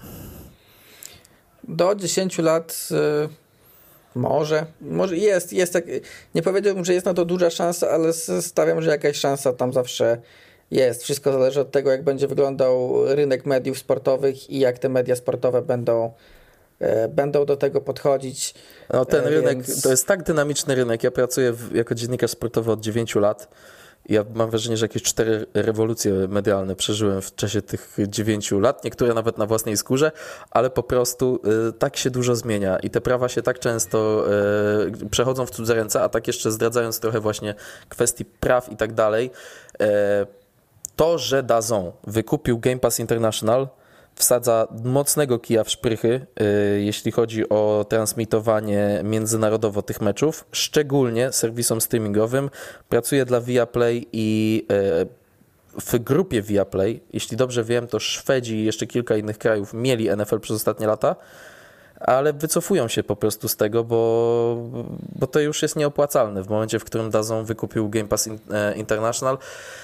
Do dziesięciu lat y, może, może jest, jest tak, nie powiedziałbym, że jest na to duża szansa, ale stawiam, że jakaś szansa tam zawsze jest. Wszystko zależy od tego, jak będzie wyglądał rynek mediów sportowych i jak te media sportowe będą będą do tego podchodzić. No ten Więc... rynek, to jest tak dynamiczny rynek. Ja pracuję w, jako dziennikarz sportowy od dziewięciu lat. Ja mam wrażenie, że jakieś cztery rewolucje medialne przeżyłem w czasie tych dziewięciu lat, niektóre nawet na własnej skórze, ale po prostu y, tak się dużo zmienia i te prawa się tak często y, przechodzą w cudze ręce, a tak jeszcze zdradzając trochę właśnie kwestii praw i tak dalej, y, to, że D A Z N wykupił Game Pass International, wsadza mocnego kija w szprychy, yy, jeśli chodzi o transmitowanie międzynarodowo tych meczów, szczególnie serwisom streamingowym. Pracuje dla Viaplay i yy, w grupie Viaplay, jeśli dobrze wiem, to Szwedzi i jeszcze kilka innych krajów mieli N F L przez ostatnie lata, ale wycofują się po prostu z tego, bo, bo to już jest nieopłacalne w momencie, w którym D A Z N wykupił Game Pass International.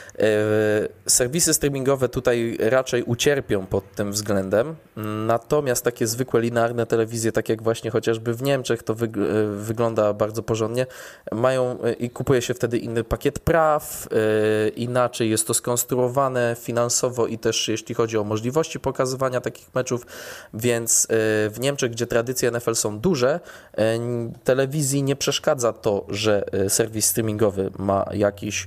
Serwisy streamingowe tutaj raczej ucierpią pod tym względem, natomiast takie zwykłe linearne telewizje, tak jak właśnie chociażby w Niemczech, to wyg- wygląda bardzo porządnie, mają i kupuje się wtedy inny pakiet praw, inaczej jest to skonstruowane finansowo i też jeśli chodzi o możliwości pokazywania takich meczów, więc w Niemczech, gdzie tradycje N F L są duże, telewizji nie przeszkadza to, że serwis streamingowy ma jakiś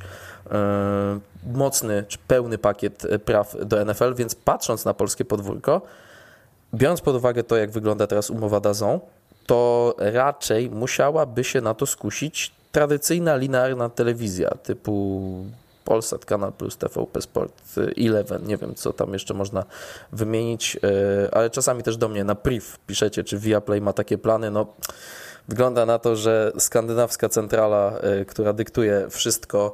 mocny czy pełny pakiet praw do N F L, więc patrząc na polskie podwórko, biorąc pod uwagę to, jak wygląda teraz umowa D A Z N, to raczej musiałaby się na to skusić tradycyjna, linearna telewizja typu Polsat, Kanal Plus, T V P Sport, Eleven, nie wiem, co tam jeszcze można wymienić, ale czasami też do mnie na priv piszecie, czy Viaplay ma takie plany, no wygląda na to, że skandynawska centrala, która dyktuje wszystko,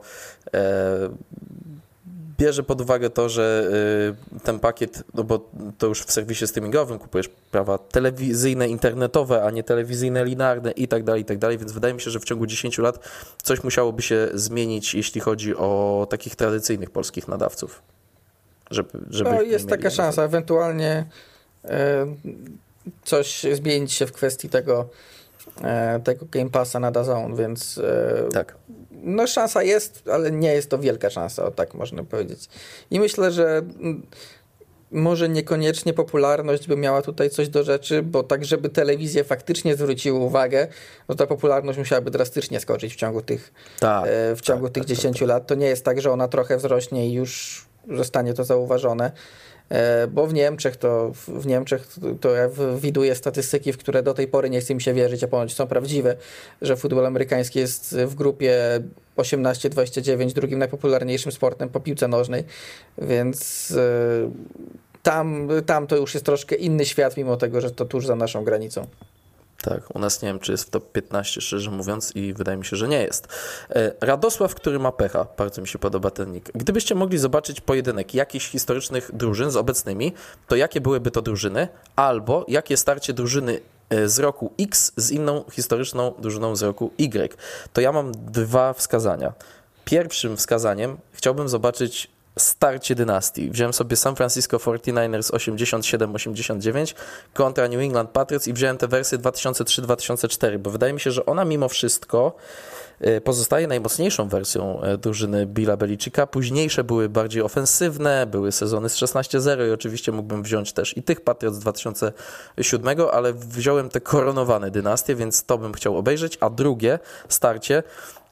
bierze pod uwagę to, że ten pakiet, no bo to już w serwisie streamingowym kupujesz prawa telewizyjne, internetowe, a nie telewizyjne, linearne i tak dalej, i tak dalej, więc wydaje mi się, że w ciągu dziesięciu lat coś musiałoby się zmienić, jeśli chodzi o takich tradycyjnych polskich nadawców. Żeby, żeby no, jest taka szansa, ewentualnie e, coś zmienić się w kwestii tego tego Game Passa na D A Z N, więc tak. No szansa jest, ale nie jest to wielka szansa, o tak można powiedzieć. I myślę, że może niekoniecznie popularność by miała tutaj coś do rzeczy, bo tak, żeby telewizje faktycznie zwróciły uwagę, no ta popularność musiałaby drastycznie skoczyć w ciągu tych, tak, w ciągu tak, tych tak, dziesięciu tak, tak. lat. To nie jest tak, że ona trochę wzrośnie i już zostanie to zauważone. Bo w Niemczech to w Niemczech to ja widuję statystyki, w które do tej pory nie chce mi się wierzyć, a ponoć są prawdziwe, że futbol amerykański jest w grupie osiemnaście dwadzieścia dziewięć drugim najpopularniejszym sportem po piłce nożnej, więc tam, tam to już jest troszkę inny świat, mimo tego, że to tuż za naszą granicą. Tak, u nas nie wiem, czy jest w top piętnaście, szczerze mówiąc, i wydaje mi się, że nie jest. Radosław, który ma pecha, bardzo mi się podoba ten nick. Gdybyście mogli zobaczyć pojedynek jakichś historycznych drużyn z obecnymi, to jakie byłyby to drużyny, albo jakie starcie drużyny z roku X z inną historyczną drużyną z roku Y. To ja mam dwa wskazania. Pierwszym wskazaniem chciałbym zobaczyć starcie dynastii. Wziąłem sobie San Francisco forty-niners osiemdziesiąt siedem osiemdziesiąt dziewięć kontra New England Patriots i wziąłem tę wersję dwa tysiące trzy dwa tysiące cztery, bo wydaje mi się, że ona mimo wszystko pozostaje najmocniejszą wersją drużyny Billa Belichicka. Późniejsze były bardziej ofensywne, były sezony z szesnaście zero i oczywiście mógłbym wziąć też i tych Patriots z dwa tysiące siedem, ale wziąłem te koronowane dynastie, więc to bym chciał obejrzeć. A drugie starcie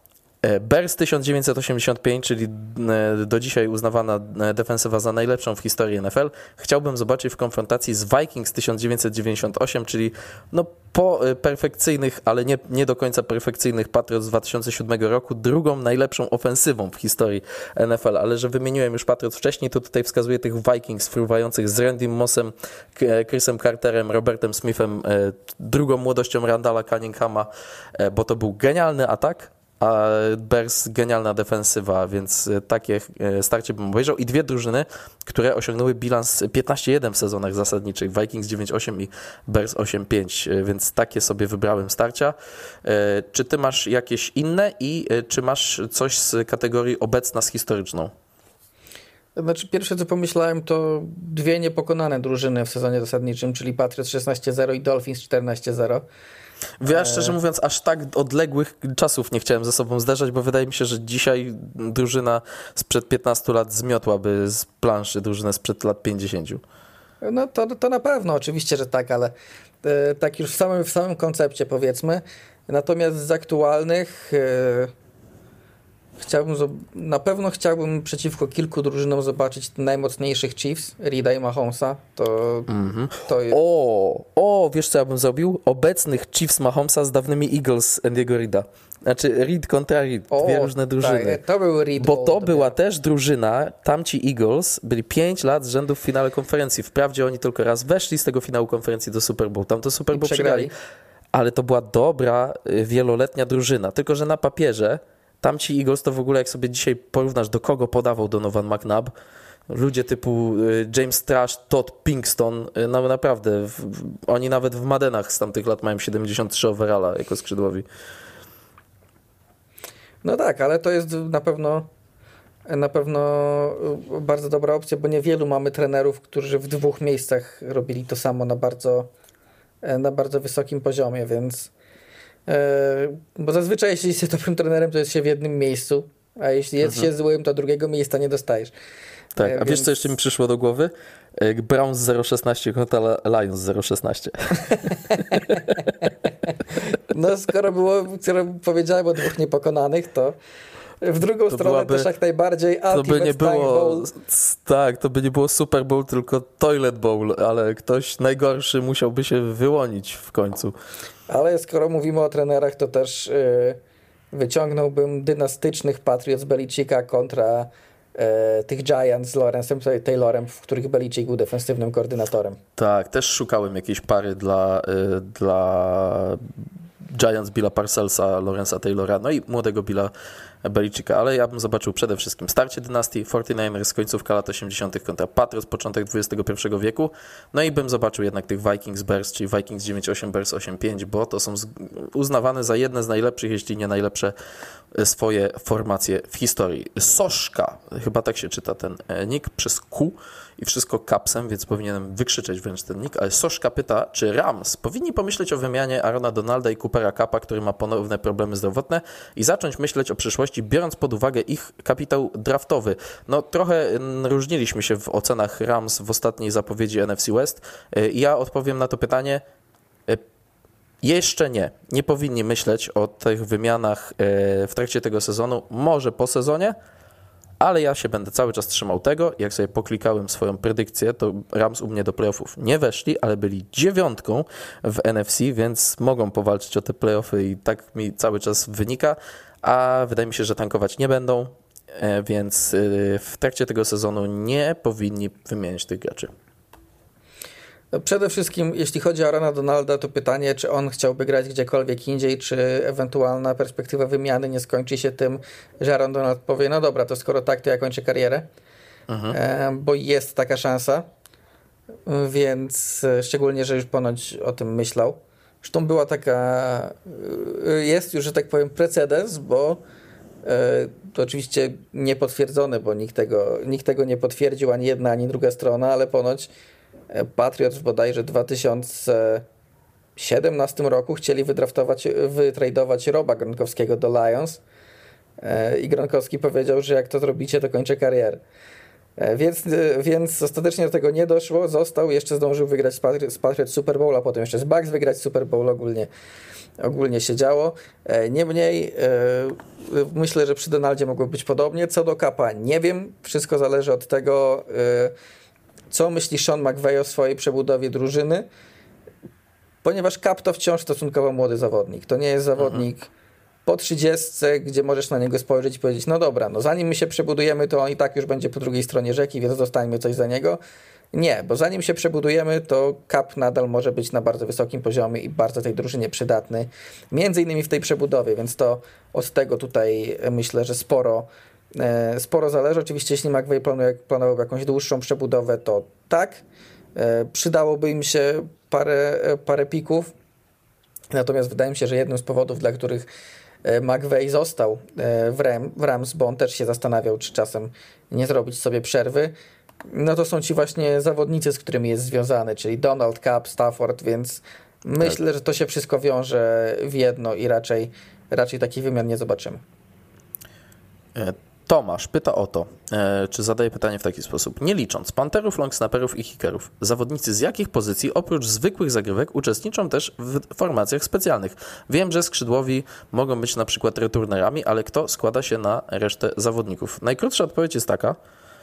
Bears tysiąc dziewięćset osiemdziesiąt pięć, czyli do dzisiaj uznawana defensywa za najlepszą w historii N F L, chciałbym zobaczyć w konfrontacji z Vikings tysiąc dziewięćset dziewięćdziesiąt osiem, czyli no po perfekcyjnych, ale nie, nie do końca perfekcyjnych Patriots z dwa tysiące siódmego roku, drugą najlepszą ofensywą w historii N F L, ale że wymieniłem już Patriots wcześniej, to tutaj wskazuję tych Vikings fruwających z Randym Mossem, Chrisem Carterem, Robertem Smithem, drugą młodością Randalla Cunninghama, bo to był genialny atak, a Bears genialna defensywa, więc takie starcie bym obejrzał. I dwie drużyny, które osiągnęły bilans piętnaście jeden w sezonach zasadniczych, Vikings dziewięć osiem i Bears osiem pięć, więc takie sobie wybrałem starcia. Czy ty masz jakieś inne i czy masz coś z kategorii obecna z historyczną? Znaczy pierwsze co pomyślałem to dwie niepokonane drużyny w sezonie zasadniczym, czyli Patriots szesnaście zero i Dolphins czternaście zero. Ja szczerze mówiąc aż tak odległych czasów nie chciałem ze sobą zderzać, bo wydaje mi się, że dzisiaj drużyna sprzed piętnastu lat zmiotłaby z planszy drużynę sprzed lat pięćdziesięciu. No to, to na pewno, oczywiście, że tak, ale e, tak już w samym, w samym koncepcie powiedzmy. Natomiast z aktualnych e, chciałbym, na pewno chciałbym przeciwko kilku drużynom zobaczyć najmocniejszych Chiefs, Reeda i Mahomesa. To, mm-hmm. to jest... O, o, wiesz co ja bym zrobił? Obecnych Chiefs Mahomesa z dawnymi Eagles Andy'ego Reeda. Znaczy Reed kontra Reed, o, dwie różne drużyny. Tak, to był Reed. Bo to była też drużyna, tamci Eagles byli pięć lat z rzędu w finale konferencji. Wprawdzie oni tylko raz weszli z tego finału konferencji do Super Bowl. Tam to Super Bowl przegrali. przegrali. Ale to była dobra, wieloletnia drużyna. Tylko że na papierze tamci Eagles to w ogóle, jak sobie dzisiaj porównasz, do kogo podawał Donovan McNabb, ludzie typu James Trash, Todd Pinkston, no naprawdę, w, oni nawet w Maddenach z tamtych lat mają siedemdziesiąt trzy overalla jako skrzydłowi. No tak, ale to jest na pewno na pewno bardzo dobra opcja, bo niewielu mamy trenerów, którzy w dwóch miejscach robili to samo na bardzo, na bardzo wysokim poziomie, więc bo zazwyczaj jeśli jesteś dobrym trenerem, to jest się w jednym miejscu, a jeśli jest mhm. się złym, to drugiego miejsca nie dostajesz. Tak, a Więc... wiesz co jeszcze mi przyszło do głowy? Browns zero szesnaście kontra Lions zero szesnaście. No skoro było, skoro powiedziałem o dwóch niepokonanych, to w drugą to stronę byłaby, też jak najbardziej to by nie było, tak, to by nie było Super Bowl, tylko Toilet Bowl, ale ktoś najgorszy musiałby się wyłonić w końcu. Ale skoro mówimy o trenerach, to też yy, wyciągnąłbym dynastycznych Patriots Belichicka kontra yy, tych Giants z Lawrence'em Taylorem, w których Belichick był defensywnym koordynatorem. Tak, też szukałem jakiejś pary dla, yy, dla Giants Billa Parcellsa, Lawrence'a Taylora, no i młodego Billa Belichicka, ale ja bym zobaczył przede wszystkim starcie dynastii forty-niners, końcówka lat osiemdziesiątych kontra Patriots, początek dwudziestego pierwszego wieku, no i bym zobaczył jednak tych Vikings Bears, czyli Vikings dziewięć osiem, Bears osiem pięć, bo to są uznawane za jedne z najlepszych, jeśli nie najlepsze swoje formacje w historii. Soszka, chyba tak się czyta ten nick, przez Q i wszystko kapsem, więc powinienem wykrzyczeć wręcz ten nick, ale Soszka pyta, czy Rams powinni pomyśleć o wymianie Aarona Donalda i Coopera Kuppa, który ma ponowne problemy zdrowotne, i zacząć myśleć o przyszłości, biorąc pod uwagę ich kapitał draftowy. No trochę różniliśmy się w ocenach Rams w ostatniej zapowiedzi N F C West. Ja odpowiem na to pytanie. Jeszcze nie. Nie powinni myśleć o tych wymianach w trakcie tego sezonu, może po sezonie, ale ja się będę cały czas trzymał tego. Jak sobie poklikałem swoją predykcję, to Rams u mnie do playoffów nie weszli, ale byli dziewiątką w N F C, więc mogą powalczyć o te playoffy i tak mi cały czas wynika, a wydaje mi się, że tankować nie będą, więc w trakcie tego sezonu nie powinni wymienić tych graczy. Przede wszystkim, jeśli chodzi o Aarona Donalda, to pytanie, czy on chciałby grać gdziekolwiek indziej, czy ewentualna perspektywa wymiany nie skończy się tym, że Aaron Donald powie, no dobra, to skoro tak, to ja kończę karierę, mhm. bo jest taka szansa, więc szczególnie, że już ponoć o tym myślał, Zresztą była taka, jest już, że tak powiem, precedens, bo to oczywiście niepotwierdzone, bo nikt tego, nikt tego nie potwierdził, ani jedna, ani druga strona, ale ponoć Patriots bodajże w dwa tysiące siedemnastym roku chcieli wydraftować, wytradować Roba Gronkowskiego do Lions i Gronkowski powiedział, że jak to zrobicie, to kończę karierę. Więc, więc ostatecznie do tego nie doszło, został, jeszcze zdążył wygrać z, Patri- z Patriots Super Bowl, a potem jeszcze z Bucks wygrać Super Bowl, ogólnie, ogólnie się działo. Niemniej myślę, że przy Donaldzie mogło być podobnie. Co do Kapa nie wiem, wszystko zależy od tego, co myśli Sean McVay o swojej przebudowie drużyny, ponieważ Cap to wciąż stosunkowo młody zawodnik. To nie jest zawodnik mhm. po trzydziestce, gdzie możesz na niego spojrzeć i powiedzieć, no dobra, no zanim my się przebudujemy, to on i tak już będzie po drugiej stronie rzeki, więc dostańmy coś za niego. Nie, bo zanim się przebudujemy, to Cap nadal może być na bardzo wysokim poziomie i bardzo tej drużynie przydatny. Między innymi w tej przebudowie, więc to od tego tutaj myślę, że sporo, e, sporo zależy. Oczywiście jeśli McVay planuje, planował jakąś dłuższą przebudowę, to tak. E, przydałoby im się parę, parę pików. Natomiast wydaje mi się, że jednym z powodów, dla których McVay został w, Ram, w Rams, bo on też się zastanawiał, czy czasem nie zrobić sobie przerwy, no to są ci właśnie zawodnicy, z którymi jest związany, czyli Donald, Cap, Stafford, więc myślę, tak. że to się wszystko wiąże w jedno i raczej, raczej takich wymian nie zobaczymy. Tomasz pyta o to, e, czy zadaje pytanie w taki sposób. Nie licząc panterów, longsnapperów i kickerów, zawodnicy z jakich pozycji oprócz zwykłych zagrywek uczestniczą też w formacjach specjalnych? Wiem, że skrzydłowi mogą być na przykład returnerami, ale kto składa się na resztę zawodników? Najkrótsza odpowiedź jest taka,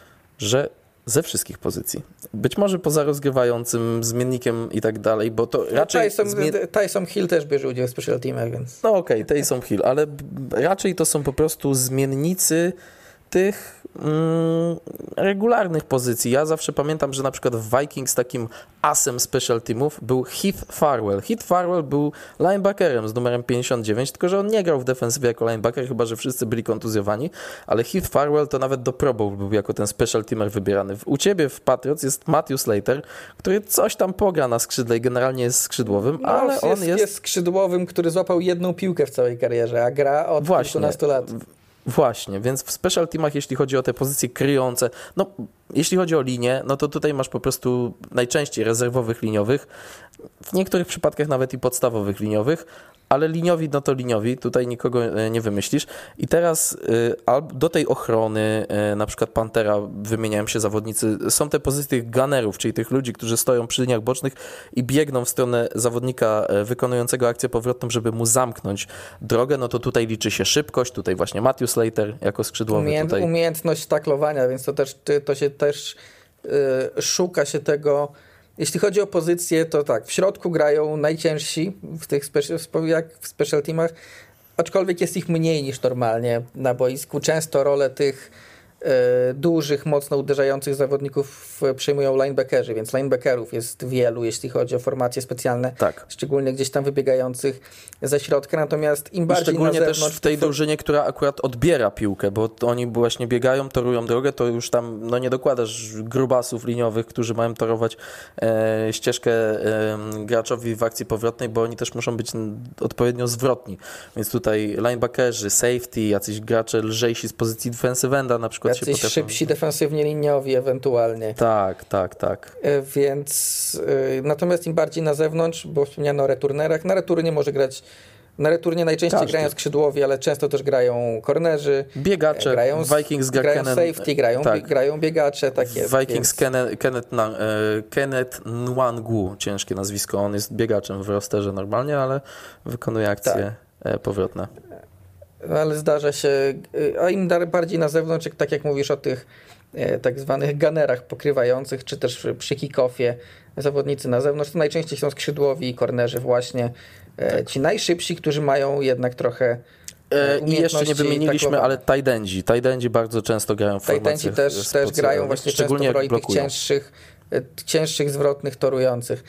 że ze wszystkich pozycji. Być może poza rozgrywającym, zmiennikiem i tak dalej, bo to raczej... Tyson, zmien... Tyson Hill też bierze udział w special teamach, więc... No okej, okay, Tyson Hill, ale raczej to są po prostu zmiennicy tych mm, regularnych pozycji. Ja zawsze pamiętam, że na przykład w Vikings takim asem special teamów był Heath Farwell. Heath Farwell był linebackerem z numerem pięćdziesiąt dziewięć, tylko że on nie grał w defensywie jako linebacker, chyba że wszyscy byli kontuzjowani, ale Heath Farwell to nawet do Pro Bowl był jako ten special teamer wybierany. U ciebie w Patriots jest Matthew Slater, który coś tam pogra na skrzydle i generalnie jest skrzydłowym, no, ale jest, on jest... jest skrzydłowym, który złapał jedną piłkę w całej karierze, a gra od kilkunastu lat. Właśnie, więc w special teamach, jeśli chodzi o te pozycje kryjące, no jeśli chodzi o linię, no to tutaj masz po prostu najczęściej rezerwowych liniowych, w niektórych przypadkach nawet i podstawowych liniowych, ale liniowi, no to liniowi, tutaj nikogo nie wymyślisz. I teraz do tej ochrony, na przykład Pantera, wymieniają się zawodnicy, są te pozycje tych gunnerów, czyli tych ludzi, którzy stoją przy liniach bocznych i biegną w stronę zawodnika wykonującego akcję powrotną, żeby mu zamknąć drogę, no to tutaj liczy się szybkość, tutaj właśnie Matthew Slater jako skrzydłowy. Umiejęt, tutaj... Umiejętność taklowania, więc to też to się też yy, szuka się tego. Jeśli chodzi o pozycję, to tak, w środku grają najciężsi w tych special, jak w special teamach, aczkolwiek jest ich mniej niż normalnie na boisku. Często rolę tych e, dużych, mocno uderzających zawodników przejmują linebackerzy, więc linebackerów jest wielu, jeśli chodzi o formacje specjalne, tak. Szczególnie gdzieś tam wybiegających ze środka, natomiast im bardziej szczególnie na zewnątrz... też w tej drużynie, która akurat odbiera piłkę, bo oni właśnie biegają, torują drogę, to już tam no nie dokładasz grubasów liniowych, którzy mają torować e, ścieżkę e, graczowi w akcji powrotnej, bo oni też muszą być odpowiednio zwrotni, więc tutaj linebackerzy, safety, jacyś gracze lżejsi z pozycji defensive enda na przykład jacyś się potrafią... szybsi defensywnie liniowi ewentualnie. Tak, tak, tak. E, więc e, natomiast im bardziej na zewnątrz, bo wspomniano o returnerach, na returnie może grać, na returnie najczęściej Każdy. grają skrzydłowi, ale często też grają cornerzy, biegacze, grają, Vikings grają Kennen, safety, grają, tak. grają biegacze, tak jest. Vikings więc... Kenneth, Kenneth, Kenneth Nwangu, ciężkie nazwisko, on jest biegaczem w rosterze normalnie, ale wykonuje akcje tak. powrotne. Ale zdarza się, a im bardziej na zewnątrz, tak jak mówisz o tych tak zwanych gunnerach pokrywających, czy też przy kick-offie zawodnicy na zewnątrz, to najczęściej są skrzydłowi i cornerzy właśnie, tak. Ci najszybsi, którzy mają jednak trochę I jeszcze nie wymieniliśmy, ale tight endzi. Tight endzi bardzo często grają w formacjach. Tight endzi też, też grają właśnie często w roli tych cięższych, cięższych, zwrotnych, torujących.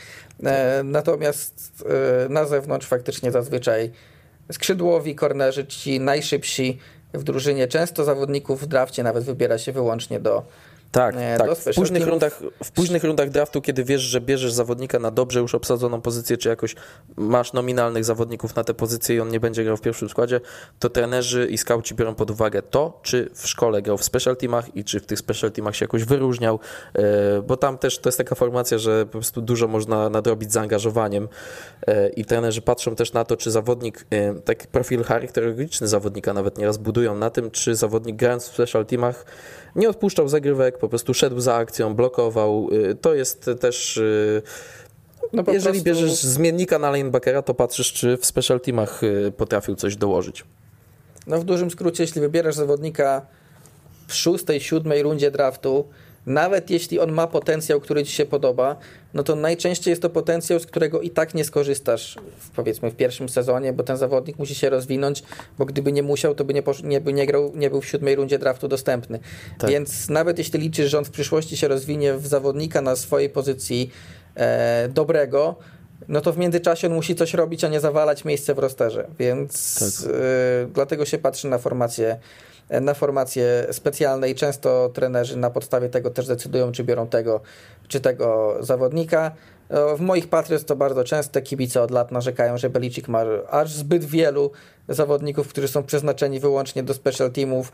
Natomiast na zewnątrz faktycznie zazwyczaj skrzydłowi, cornerzy, ci najszybsi w drużynie. Często zawodników w drafcie nawet wybiera się wyłącznie do, Tak, e, tak. W późnych, rundach, w późnych rundach draftu, kiedy wiesz, że bierzesz zawodnika na dobrze już obsadzoną pozycję, czy jakoś masz nominalnych zawodników na tę pozycję i on nie będzie grał w pierwszym składzie, to trenerzy i skauci biorą pod uwagę to, czy w szkole grał w special teamach i czy w tych special teamach się jakoś wyróżniał, bo tam też to jest taka formacja, że po prostu dużo można nadrobić zaangażowaniem i trenerzy patrzą też na to, czy zawodnik, taki profil charakterologiczny zawodnika nawet nieraz budują na tym, czy zawodnik grając w special teamach nie odpuszczał zagrywek, po prostu szedł za akcją, blokował. To jest też... No jeżeli prostu... bierzesz zmiennika na linebackera, to patrzysz, czy w special teamach potrafił coś dołożyć. No w dużym skrócie, jeśli wybierasz zawodnika w szóstej, siódmej rundzie draftu, nawet jeśli on ma potencjał, który ci się podoba, no to najczęściej jest to potencjał, z którego i tak nie skorzystasz w, powiedzmy w pierwszym sezonie, bo ten zawodnik musi się rozwinąć, bo gdyby nie musiał, to by nie, posz- nie, by nie grał, nie był w siódmej rundzie draftu dostępny. Tak. Więc nawet jeśli liczysz, że on w przyszłości się rozwinie w zawodnika na swojej pozycji e, dobrego, no to w międzyczasie on musi coś robić, a nie zawalać miejsce w rosterze. Więc tak. e, dlatego się patrzy na formację na formacje specjalne i często trenerzy na podstawie tego też decydują, czy biorą tego, czy tego zawodnika. W moich Patriots to bardzo często kibice od lat narzekają, że Belichick ma aż zbyt wielu zawodników, którzy są przeznaczeni wyłącznie do special teamów.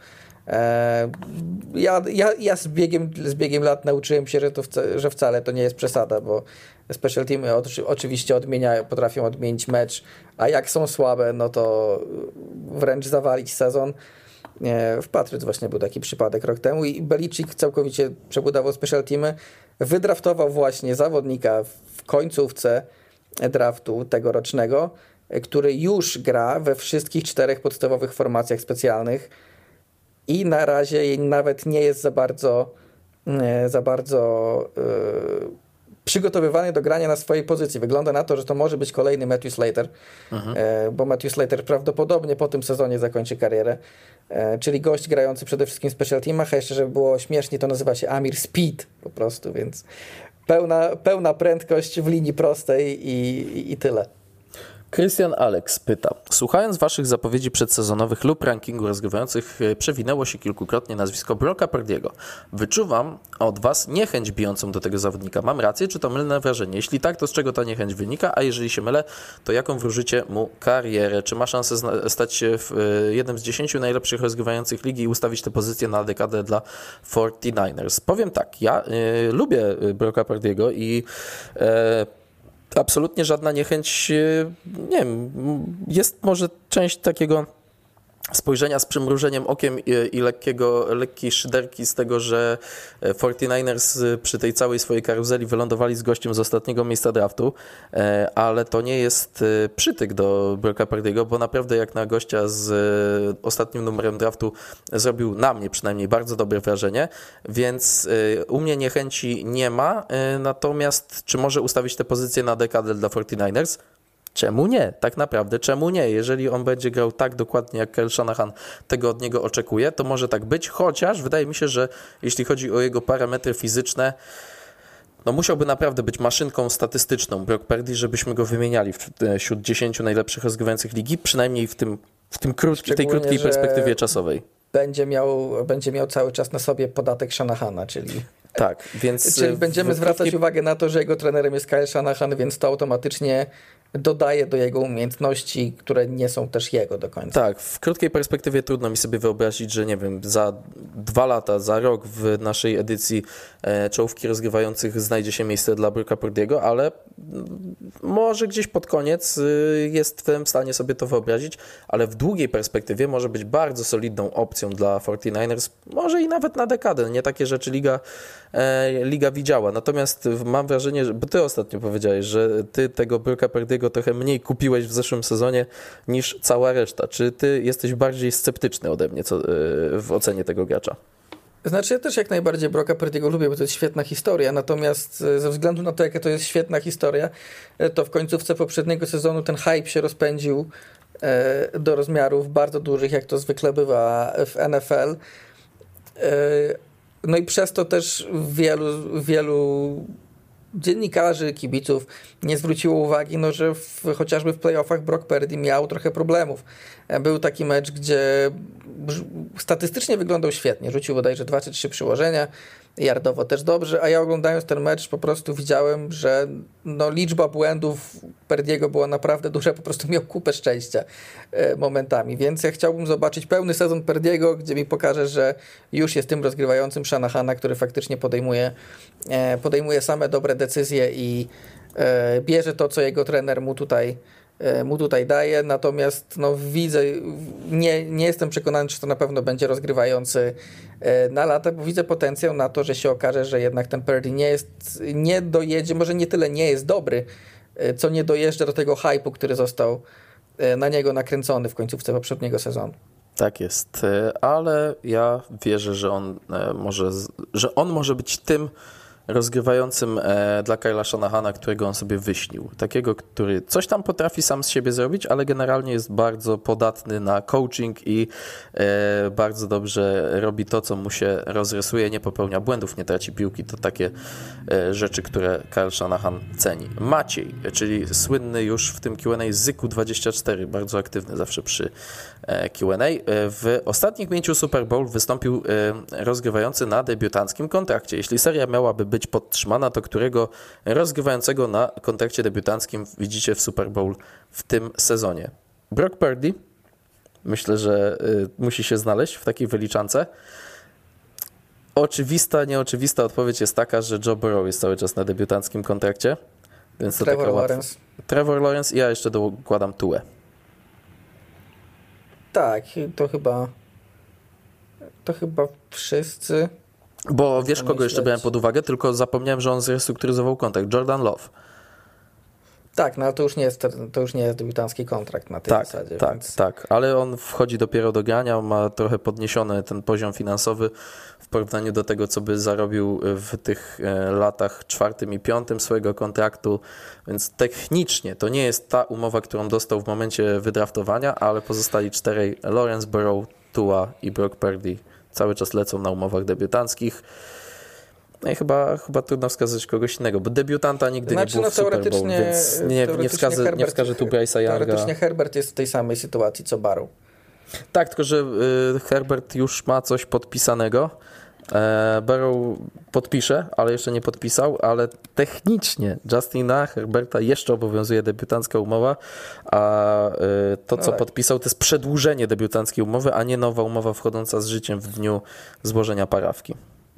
Ja, ja, ja z, biegiem, z biegiem lat nauczyłem się, że, to wca, że wcale to nie jest przesada, bo special teamy oczywiście odmieniają, potrafią odmienić mecz, a jak są słabe, no to wręcz zawalić sezon. W Patriots właśnie był taki przypadek rok temu i Belichick całkowicie przebudował special teamy. Wydraftował właśnie zawodnika w końcówce draftu tegorocznego, który już gra we wszystkich czterech podstawowych formacjach specjalnych i na razie nawet nie jest za bardzo za bardzo yy, przygotowywany do grania na swojej pozycji. Wygląda na to, że to może być kolejny Matthew Slater, mhm. e, bo Matthew Slater prawdopodobnie po tym sezonie zakończy karierę, e, czyli gość grający przede wszystkim w special teamach, a jeszcze żeby było śmiesznie, to nazywa się Amir Speed po prostu, więc pełna, pełna prędkość w linii prostej i, i, i tyle. Christian Alex pyta, słuchając waszych zapowiedzi przedsezonowych lub rankingu rozgrywających, przewinęło się kilkukrotnie nazwisko Brocka Purdy'ego. Wyczuwam od was niechęć bijącą do tego zawodnika. Mam rację, czy to mylne wrażenie? Jeśli tak, to z czego ta niechęć wynika? A jeżeli się mylę, to jaką wróżycie mu karierę? Czy ma szansę zna- stać się w, y, jednym z dziesięciu najlepszych rozgrywających ligi i ustawić tę pozycję na dekadę dla czterdziestych dziewięciu? Powiem tak, ja y, lubię Brocka Purdy'ego i y, absolutnie żadna niechęć, nie wiem, jest może część takiego spojrzenia z przymrużeniem okiem i, i lekkiego, lekkiej szyderki z tego, że czterdziestych przy tej całej swojej karuzeli wylądowali z gościem z ostatniego miejsca draftu, ale to nie jest przytyk do Brocka Purdy'ego, bo naprawdę jak na gościa z ostatnim numerem draftu zrobił na mnie przynajmniej bardzo dobre wrażenie, więc u mnie niechęci nie ma, natomiast czy może ustawić tę pozycję na dekadę dla czterdziestych? Czemu nie? Tak naprawdę czemu nie? Jeżeli on będzie grał tak dokładnie, jak Kyle Shanahan tego od niego oczekuje, to może tak być, chociaż wydaje mi się, że jeśli chodzi o jego parametry fizyczne, no musiałby naprawdę być maszynką statystyczną Brock Purdy, żebyśmy go wymieniali wśród dziesięciu najlepszych rozgrywających ligi, przynajmniej w tym, w tym krótki, tej krótkiej perspektywie czasowej. Będzie miał, będzie miał cały czas na sobie podatek Shanahana, czyli... Tak, więc... Czyli będziemy zwracać krótkiej... uwagę na to, że jego trenerem jest Kyle Shanahan, więc to automatycznie dodaje do jego umiejętności, które nie są też jego do końca. Tak, w krótkiej perspektywie trudno mi sobie wyobrazić, że nie wiem, za dwa lata, za rok w naszej edycji e, czołówki rozgrywających znajdzie się miejsce dla Brocka Purdy'ego, ale może gdzieś pod koniec y, jestem w stanie sobie to wyobrazić, ale w długiej perspektywie może być bardzo solidną opcją dla czterdziestych, może i nawet na dekadę. Nie takie rzeczy liga, e, liga widziała. Natomiast mam wrażenie, że, bo ty ostatnio powiedziałeś, że ty tego Brocka Purdy'ego trochę mniej kupiłeś w zeszłym sezonie niż cała reszta. Czy ty jesteś bardziej sceptyczny ode mnie co, w ocenie tego gracza? Znaczy ja też jak najbardziej Brocka Purdy'ego lubię, bo to jest świetna historia, natomiast ze względu na to, jaka to jest świetna historia, to w końcówce poprzedniego sezonu ten hype się rozpędził do rozmiarów bardzo dużych, jak to zwykle bywa w N F L. No i przez to też wielu, wielu dziennikarzy, kibiców nie zwróciło uwagi, no, że w, chociażby w playoffach Brock Purdy miał trochę problemów. Był taki mecz, gdzie statystycznie wyglądał świetnie. Rzucił bodajże dwa czy trzy przyłożenia, yardowo też dobrze, a ja oglądając ten mecz po prostu widziałem, że no, liczba błędów Purdy'ego była naprawdę duża, po prostu miał kupę szczęścia e, momentami, więc ja chciałbym zobaczyć pełny sezon Purdy'ego, gdzie mi pokaże, że już jest tym rozgrywającym Shanahana, który faktycznie podejmuje, e, podejmuje same dobre decyzje i e, bierze to, co jego trener mu tutaj mu tutaj daje, natomiast no, widzę, nie, nie jestem przekonany, czy to na pewno będzie rozgrywający na lata, bo widzę potencjał na to, że się okaże, że jednak ten Purdy nie jest, nie dojedzie, może nie tyle nie jest dobry, co nie dojeżdża do tego hype'u, który został na niego nakręcony w końcówce poprzedniego sezonu. Tak jest, ale ja wierzę, że on może, że on może być tym rozgrywającym e, dla Kyla Shanahana, którego on sobie wyśnił. Takiego, który coś tam potrafi sam z siebie zrobić, ale generalnie jest bardzo podatny na coaching i e, bardzo dobrze robi to, co mu się rozrysuje, nie popełnia błędów, nie traci piłki. To takie e, rzeczy, które Kyle Shanahan ceni. Maciej, czyli słynny już w tym Q and A Zyku dwadzieścia cztery, bardzo aktywny zawsze przy e, Q and A. E, w ostatnich pięciu Super Bowl wystąpił e, rozgrywający na debiutanckim kontrakcie. Jeśli seria miałaby być podtrzymana, to którego rozgrywającego na kontrakcie debiutanckim widzicie w Super Bowl w tym sezonie? Brock Purdy, myślę, że y, musi się znaleźć w takiej wyliczance. Oczywista, nieoczywista odpowiedź jest taka, że Joe Burrow jest cały czas na debiutanckim kontrakcie. Więc to Trevor taka Lawrence. Łatwa. Trevor Lawrence i ja jeszcze dokładam Tuę. Tak, to chyba to chyba wszyscy. Bo wiesz, kogo jeszcze brałem pod uwagę, tylko zapomniałem, że on zrestrukturyzował kontrakt. Jordan Love. Tak, no ale to już nie jest, to już nie jest debiutancki kontrakt na tej tak, zasadzie. Tak, więc... tak, ale on wchodzi dopiero do grania, ma trochę podniesiony ten poziom finansowy w porównaniu do tego, co by zarobił w tych latach czwartym i piątym swojego kontraktu, więc technicznie to nie jest ta umowa, którą dostał w momencie wydraftowania, ale pozostali czterej, Lawrence, Burrow, Tua i Brock Purdy, cały czas lecą na umowach debiutanckich. No i chyba, chyba trudno wskazać kogoś innego, bo debiutanta nigdy znaczy, nie było no, w Super Bowl, więc nie, nie, wskażę, Herbert, nie wskażę tu Bryce'a Younga. Teoretycznie Herbert jest w tej samej sytuacji co Burrow. Tak, tylko że y, Herbert już ma coś podpisanego. E, Burrow podpisze, ale jeszcze nie podpisał, ale technicznie Justina Herberta jeszcze obowiązuje debiutancka umowa, a y, to, co no tak. podpisał, to jest przedłużenie debiutanckiej umowy, a nie nowa umowa wchodząca z życiem w dniu złożenia parawki.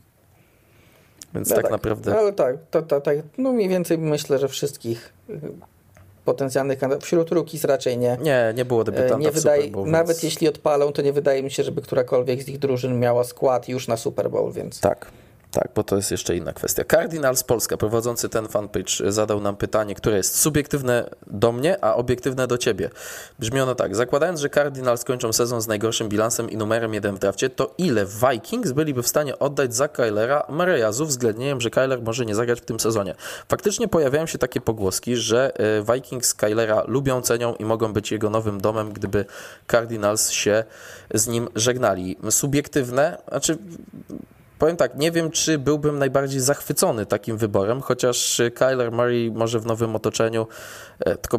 Więc no tak, tak naprawdę... Ale tak, to, to, tak, no mniej więcej myślę, że wszystkich potencjalnych kandydatów, wśród rookies raczej nie. Nie, nie było debiutanta nie w wydaje, Super Bowl. Nawet więc... jeśli odpalą, to nie wydaje mi się, żeby którakolwiek z ich drużyn miała skład już na Super Bowl, więc... Tak. Tak, bo to jest jeszcze inna kwestia. Cardinals Polska, prowadzący ten fanpage, zadał nam pytanie, które jest subiektywne do mnie, a obiektywne do ciebie. Brzmi ono tak. Zakładając, że Cardinals kończą sezon z najgorszym bilansem i numerem jeden w drafcie, to ile Vikings byliby w stanie oddać za Kylera Murraya z uwzględnieniem, że Kyler może nie zagrać w tym sezonie? Faktycznie pojawiają się takie pogłoski, że Vikings Kylera lubią, cenią i mogą być jego nowym domem, gdyby Cardinals się z nim żegnali. Subiektywne, znaczy... Powiem tak, nie wiem, czy byłbym najbardziej zachwycony takim wyborem, chociaż Kyler Murray może w nowym otoczeniu, tylko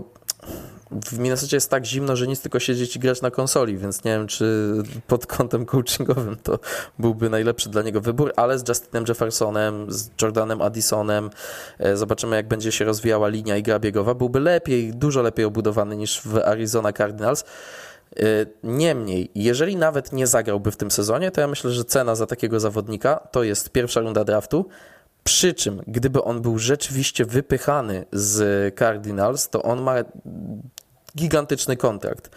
w Minnesocie jest tak zimno, że nic, tylko siedzieć i grać na konsoli, więc nie wiem, czy pod kątem coachingowym to byłby najlepszy dla niego wybór, ale z Justinem Jeffersonem, z Jordanem Addisonem, zobaczymy, jak będzie się rozwijała linia i gra biegowa, byłby lepiej, dużo lepiej obudowany niż w Arizona Cardinals. Niemniej, jeżeli nawet nie zagrałby w tym sezonie, to ja myślę, że cena za takiego zawodnika to jest pierwsza runda draftu, przy czym gdyby on był rzeczywiście wypychany z Cardinals, to on ma gigantyczny kontrakt.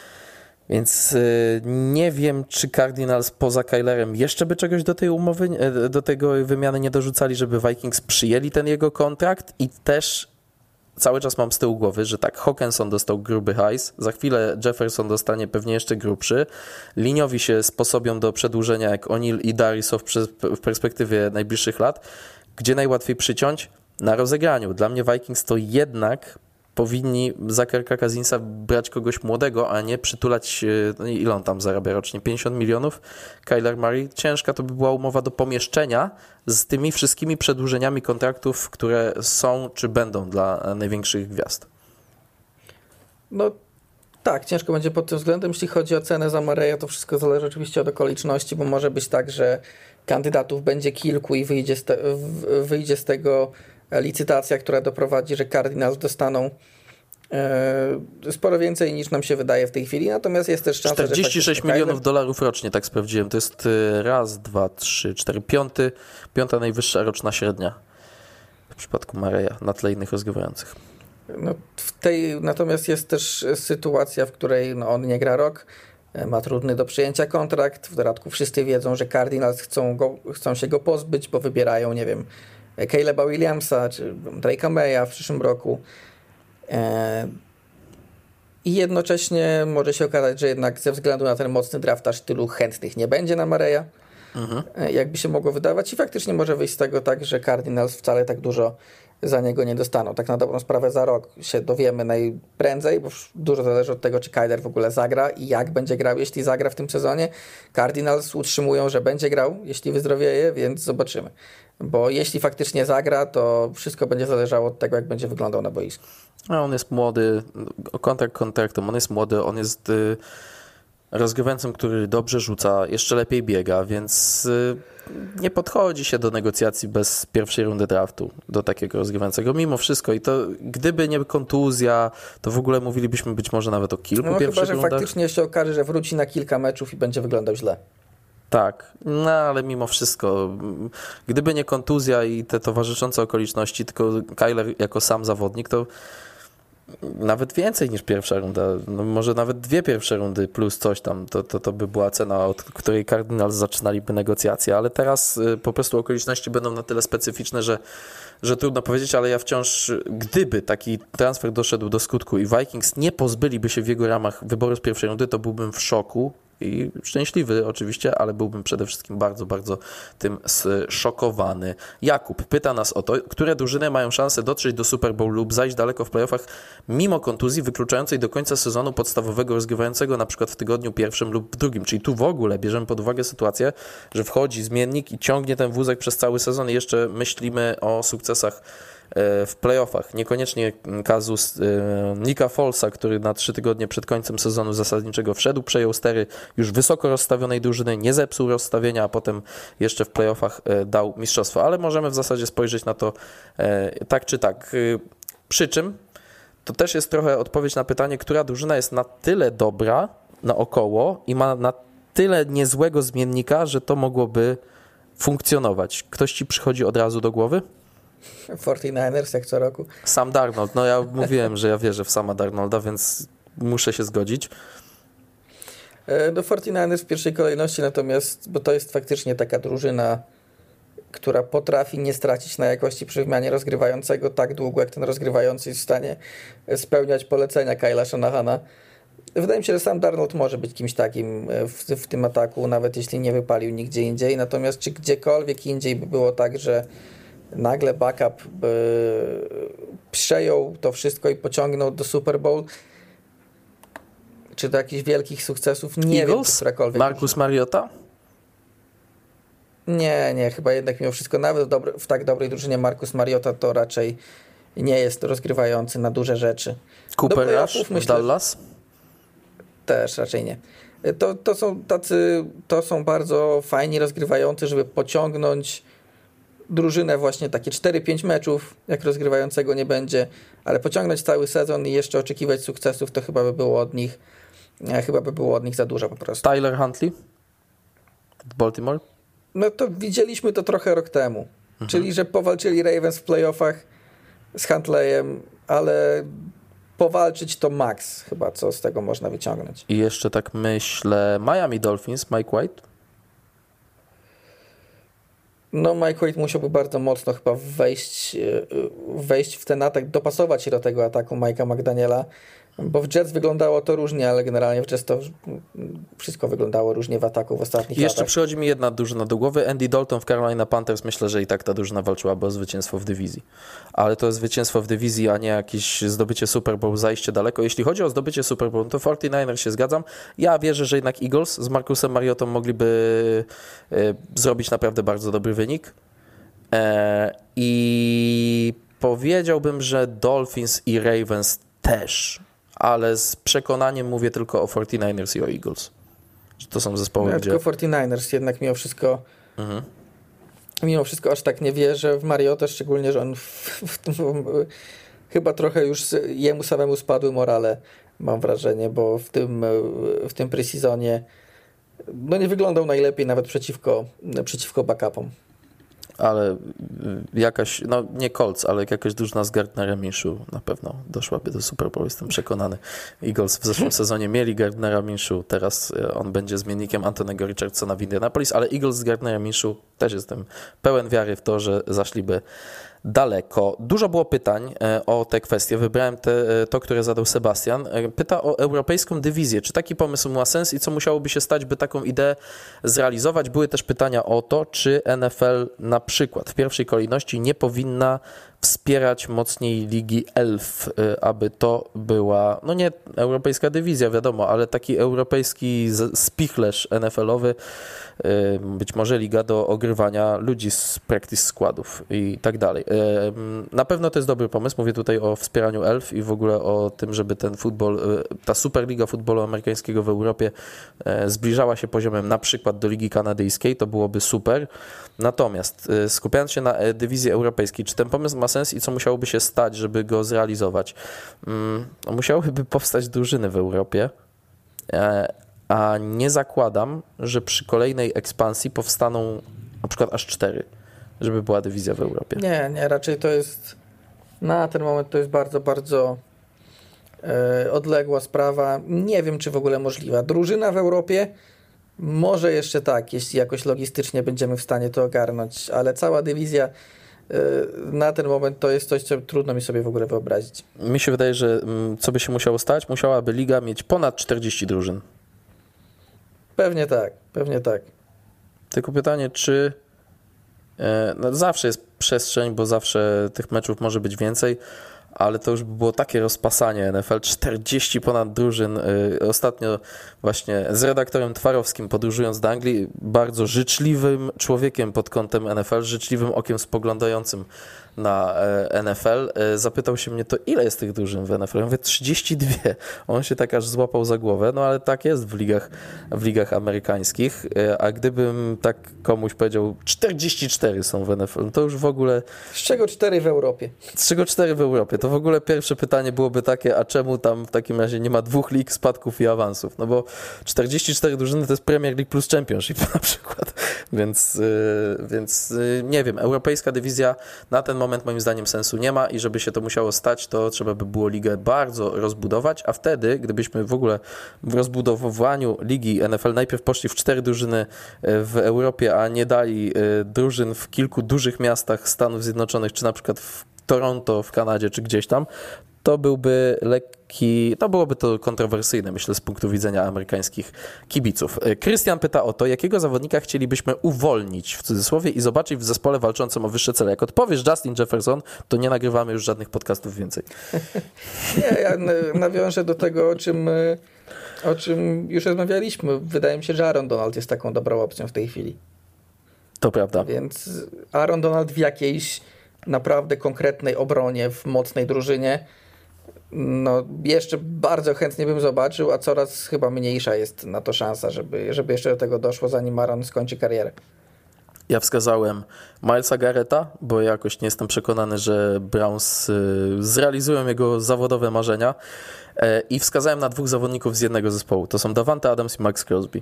Więc nie wiem, czy Cardinals poza Kylerem jeszcze by czegoś do tej umowy, do tego wymiany nie dorzucali, żeby Vikings przyjęli ten jego kontrakt i też cały czas mam z tyłu głowy, że tak, Hawkinson dostał gruby hajs, za chwilę Jefferson dostanie pewnie jeszcze grubszy, liniowi się sposobią do przedłużenia jak O'Neal i Darisow w perspektywie najbliższych lat, gdzie najłatwiej przyciąć na rozegraniu. Dla mnie Vikings to jednak powinni za Kirka Cousinsa brać kogoś młodego, a nie przytulać, ile on tam zarabia rocznie, pięćdziesiąt milionów, Kyler Murray. Ciężka to by była umowa do pomieszczenia z tymi wszystkimi przedłużeniami kontraktów, które są czy będą dla największych gwiazd. No tak, ciężko będzie pod tym względem. Jeśli chodzi o cenę za Murraya, to wszystko zależy oczywiście od okoliczności, bo może być tak, że kandydatów będzie kilku i wyjdzie z, te, wyjdzie z tego licytacja, która doprowadzi, że Cardinals dostaną e, sporo więcej niż nam się wydaje w tej chwili, natomiast jest też szansa, czterdzieści sześć milionów dolarów rocznie, tak sprawdziłem. To jest raz, dwa, trzy, cztery, piąty, piąta najwyższa roczna średnia w przypadku Murraya na tle innych rozgrywających. No, w tej, natomiast jest też sytuacja, w której no, on nie gra rok, ma trudny do przyjęcia kontrakt, w dodatku wszyscy wiedzą, że Cardinals chcą, go, chcą się go pozbyć, bo wybierają, nie wiem, Caleba Williamsa czy Drake'a Maya w przyszłym roku. E, I jednocześnie może się okazać, że jednak ze względu na ten mocny draft aż tylu chętnych nie będzie na Murraya, mhm. e, jakby się mogło wydawać i faktycznie może wyjść z tego tak, że Cardinals wcale tak dużo za niego nie dostaną. Tak na dobrą sprawę za rok się dowiemy najprędzej, bo dużo zależy od tego, czy Kyler w ogóle zagra i jak będzie grał, jeśli zagra w tym sezonie. Cardinals utrzymują, że będzie grał, jeśli wyzdrowieje, więc zobaczymy. Bo jeśli faktycznie zagra, to wszystko będzie zależało od tego, jak będzie wyglądał na boisku. A on jest młody, kontrakt kontraktem, on jest młody, on jest y, rozgrywającym, który dobrze rzuca, jeszcze lepiej biega, więc y, nie podchodzi się do negocjacji bez pierwszej rundy draftu do takiego rozgrywającego. Mimo wszystko i to gdyby nie kontuzja, to w ogóle mówilibyśmy być może nawet o kilku no, pierwszych chyba, że rundach. faktycznie się okaże, że wróci na kilka meczów i będzie wyglądał źle. Tak, no ale mimo wszystko, gdyby nie kontuzja i te towarzyszące okoliczności, tylko Kyler jako sam zawodnik, to nawet więcej niż pierwsza runda, no może nawet dwie pierwsze rundy plus coś tam, to, to, to by była cena, od której Cardinals zaczynaliby negocjacje, ale teraz po prostu okoliczności będą na tyle specyficzne, że, że trudno powiedzieć, ale ja wciąż, gdyby taki transfer doszedł do skutku i Vikings nie pozbyliby się w jego ramach wyboru z pierwszej rundy, to byłbym w szoku. I szczęśliwy oczywiście, ale byłbym przede wszystkim bardzo, bardzo tym zszokowany. Jakub pyta nas o to, które drużyny mają szansę dotrzeć do Super Bowl lub zajść daleko w playoffach mimo kontuzji wykluczającej do końca sezonu podstawowego rozgrywającego na przykład w tygodniu pierwszym lub drugim. Czyli tu w ogóle bierzemy pod uwagę sytuację, że wchodzi zmiennik i ciągnie ten wózek przez cały sezon i jeszcze myślimy o sukcesach w playoffach. Niekoniecznie kazus Nicka Folesa, który na trzy tygodnie przed końcem sezonu zasadniczego wszedł, przejął stery już wysoko rozstawionej drużyny, nie zepsuł rozstawienia, a potem jeszcze w playoffach dał mistrzostwo. Ale możemy w zasadzie spojrzeć na to tak czy tak. Przy czym to też jest trochę odpowiedź na pytanie, która drużyna jest na tyle dobra naokoło i ma na tyle niezłego zmiennika, że to mogłoby funkcjonować. Ktoś ci przychodzi od razu do głowy? forty-niners jak co roku. Sam Darnold. No ja mówiłem, że ja wierzę w sama Darnolda, więc muszę się zgodzić. Do forty-niners w pierwszej kolejności, natomiast, bo to jest faktycznie taka drużyna, która potrafi nie stracić na jakości przy wymianie rozgrywającego tak długo, jak ten rozgrywający jest w stanie spełniać polecenia Kyla Shanahana. Wydaje mi się, że sam Darnold może być kimś takim w, w tym ataku, nawet jeśli nie wypalił nigdzie indziej. Natomiast czy gdziekolwiek indziej by było tak, że nagle backup by przejął to wszystko i pociągnął do Super Bowl, czy do jakichś wielkich sukcesów, nie Eagles? wiem, czy którakolwiek. Marcus Mariota? Nie, nie, chyba jednak mimo wszystko, nawet dobry, w tak dobrej drużynie Marcus Mariota to raczej nie jest rozgrywający na duże rzeczy. Cooper Rush w Dallas? Też raczej nie. To, to są tacy, to są bardzo fajni rozgrywający, żeby pociągnąć drużynę właśnie takie cztery pięć meczów, jak rozgrywającego nie będzie, ale pociągnąć cały sezon i jeszcze oczekiwać sukcesów, to chyba by było od nich chyba by było od nich za dużo po prostu. Tyler Huntley w Baltimore? No to widzieliśmy to trochę rok temu. Mhm. Czyli, że powalczyli Ravens w playoffach z Huntleyem, ale powalczyć to max chyba, co z tego można wyciągnąć. I jeszcze tak myślę, Miami Dolphins, Mike White? No Mike White musiałby bardzo mocno chyba wejść, wejść w ten atak, dopasować się do tego ataku Mike'a McDaniela, bo w Jets wyglądało to różnie, ale generalnie w Jets to wszystko wyglądało różnie w ataku w ostatnich I jeszcze latach. przychodzi mi jedna drużyna do głowy. Andy Dalton w Carolina Panthers. Myślę, że i tak ta drużyna walczyłaby o zwycięstwo w dywizji. Ale to jest zwycięstwo w dywizji, a nie jakieś zdobycie Super Bowl, zajście daleko. Jeśli chodzi o zdobycie Super Bowl, to forty-niners się zgadzam. Ja wierzę, że jednak Eagles z Marcusem Mariotą mogliby y, zrobić naprawdę bardzo dobry wynik. E, I powiedziałbym, że Dolphins i Ravens też. Ale z przekonaniem mówię tylko o forty-niners i o Eagles. Że to są zespoły, ja gdzie... Tylko forty-niners jednak mimo wszystko mhm. mimo wszystko aż tak nie wierzę w Mariotę, szczególnie, że on w, w, w, chyba trochę już jemu samemu spadły morale, mam wrażenie, bo w tym, w tym pre-seasonie no nie wyglądał najlepiej nawet przeciwko, przeciwko backupom. Ale jakaś, no nie Colts, ale jakaś drużyna z Gardnerem Minshew na pewno doszłaby do Super Bowl, jestem przekonany. Eagles w zeszłym sezonie mieli Gardnera Minshew, teraz on będzie zmiennikiem Antonego Richardsona w Indianapolis, ale Eagles z Gardnerem Minshew też jestem pełen wiary w to, że zaszliby daleko. Dużo było pytań o te kwestie. Wybrałem te, to, które zadał Sebastian. Pyta o europejską dywizję. Czy taki pomysł ma sens i co musiałoby się stać, by taką ideę zrealizować? Były też pytania o to, czy N F L na przykład w pierwszej kolejności nie powinna wspierać mocniej Ligi Elf, aby to była, no nie europejska dywizja, wiadomo, ale taki europejski spichlerz N F L-owy, być może liga do ogrywania ludzi z practice składów i tak dalej. Na pewno to jest dobry pomysł, mówię tutaj o wspieraniu Elf i w ogóle o tym, żeby ten futbol, ta Superliga futbolu amerykańskiego w Europie zbliżała się poziomem na przykład do Ligi Kanadyjskiej, to byłoby super. Natomiast skupiając się na dywizji europejskiej, czy ten pomysł ma sens i co musiałoby się stać, żeby go zrealizować? No, musiałyby powstać drużyny w Europie, a nie zakładam, że przy kolejnej ekspansji powstaną na przykład aż cztery, żeby była dywizja w Europie. Nie, nie, raczej to jest na ten moment to jest bardzo, bardzo e, odległa sprawa. Nie wiem, czy w ogóle możliwa. Drużyna w Europie może jeszcze tak, jeśli jakoś logistycznie będziemy w stanie to ogarnąć, ale cała dywizja e, na ten moment to jest coś, co trudno mi sobie w ogóle wyobrazić. Mi się wydaje, że co by się musiało stać? Musiałaby liga mieć ponad czterdzieści drużyn. Pewnie tak, pewnie tak. Tylko pytanie, czy no zawsze jest przestrzeń, bo zawsze tych meczów może być więcej, ale to już by było takie rozpasanie N F L, czterdzieści ponad drużyn. Ostatnio właśnie z redaktorem Twarowskim podróżując do Anglii, bardzo życzliwym człowiekiem pod kątem N F L, życzliwym okiem spoglądającym na N F L, zapytał się mnie, to ile jest tych drużyn w N F L? Ja mówię, trzydzieści dwie. On się tak aż złapał za głowę, no ale tak jest w ligach, w ligach amerykańskich, a gdybym tak komuś powiedział, czterdzieści cztery są w N F L, to już w ogóle... Z czego cztery w Europie? Z czego cztery w Europie? To w ogóle pierwsze pytanie byłoby takie, a czemu tam w takim razie nie ma dwóch lig, spadków i awansów? No bo czterdzieści cztery drużyny to jest Premier League plus Championship na przykład, więc, yy, więc yy, nie wiem, europejska dywizja na ten moment moim zdaniem sensu nie ma i żeby się to musiało stać, to trzeba by było ligę bardzo rozbudować, a wtedy, gdybyśmy w ogóle w rozbudowywaniu ligi N F L najpierw poszli w cztery drużyny w Europie, a nie dali drużyn w kilku dużych miastach Stanów Zjednoczonych, czy na przykład w Toronto, w Kanadzie, czy gdzieś tam, to byłby lekki, to byłoby to kontrowersyjne, myślę, z punktu widzenia amerykańskich kibiców. Krystian pyta o to, jakiego zawodnika chcielibyśmy uwolnić, w cudzysłowie, i zobaczyć w zespole walczącym o wyższe cele. Jak odpowiesz Justin Jefferson, to nie nagrywamy już żadnych podcastów więcej. Nie, ja nawiążę do tego, o czym, o czym już rozmawialiśmy. Wydaje mi się, że Aaron Donald jest taką dobrą opcją w tej chwili. To prawda. Więc Aaron Donald w jakiejś naprawdę konkretnej obronie, w mocnej drużynie, no jeszcze bardzo chętnie bym zobaczył, a coraz chyba mniejsza jest na to szansa, żeby, żeby jeszcze do tego doszło, zanim Aaron skończy karierę. Ja wskazałem Milesa Garretta, bo jakoś nie jestem przekonany, że Browns zrealizują jego zawodowe marzenia, i wskazałem na dwóch zawodników z jednego zespołu. To są Davante Adams i Max Crosby.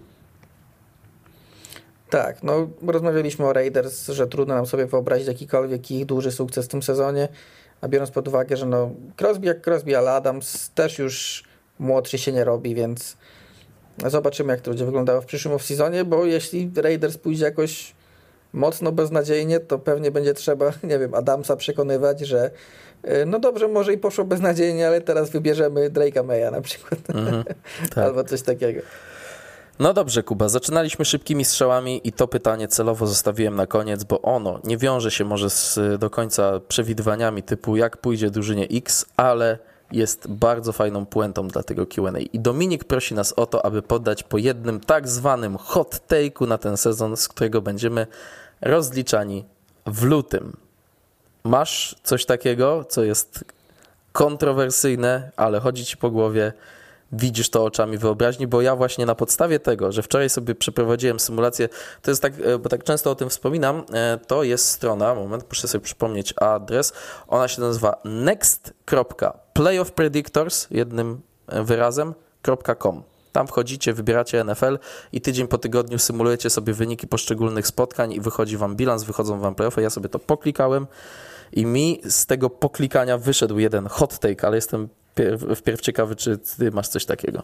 Tak, no rozmawialiśmy o Raiders, że trudno nam sobie wyobrazić jakikolwiek ich duży sukces w tym sezonie, a biorąc pod uwagę, że no Crosby jak Crosby, ale Adams też już młodszy się nie robi, więc zobaczymy, jak to będzie wyglądało w przyszłym off-seasonie, bo jeśli Raiders pójdzie jakoś mocno beznadziejnie, to pewnie będzie trzeba, nie wiem, Adamsa przekonywać, że no dobrze, może i poszło beznadziejnie, ale teraz wybierzemy Drake'a Maya na przykład. Mm-hmm, tak. Albo coś takiego. No dobrze, Kuba, zaczynaliśmy szybkimi strzałami i to pytanie celowo zostawiłem na koniec, bo ono nie wiąże się może z, do końca przewidywaniami typu jak pójdzie drużynie X, ale jest bardzo fajną puentą dla tego Q and A. I Dominik prosi nas o to, aby poddać po jednym tak zwanym hot take'u na ten sezon, z którego będziemy rozliczani w lutym. Masz coś takiego, co jest kontrowersyjne, ale chodzi ci po głowie, widzisz to oczami wyobraźni, bo ja właśnie na podstawie tego, że wczoraj sobie przeprowadziłem symulację, to jest tak, bo tak często o tym wspominam, to jest strona, moment, muszę sobie przypomnieć adres, ona się nazywa next kropka playoff predictors, jednym wyrazem, .com. Tam wchodzicie, wybieracie N F L i tydzień po tygodniu symulujecie sobie wyniki poszczególnych spotkań i wychodzi wam bilans, wychodzą wam playoffy. Ja sobie to poklikałem i mi z tego poklikania wyszedł jeden hot take, ale jestem pierw, wpierw ciekawy, czy ty masz coś takiego.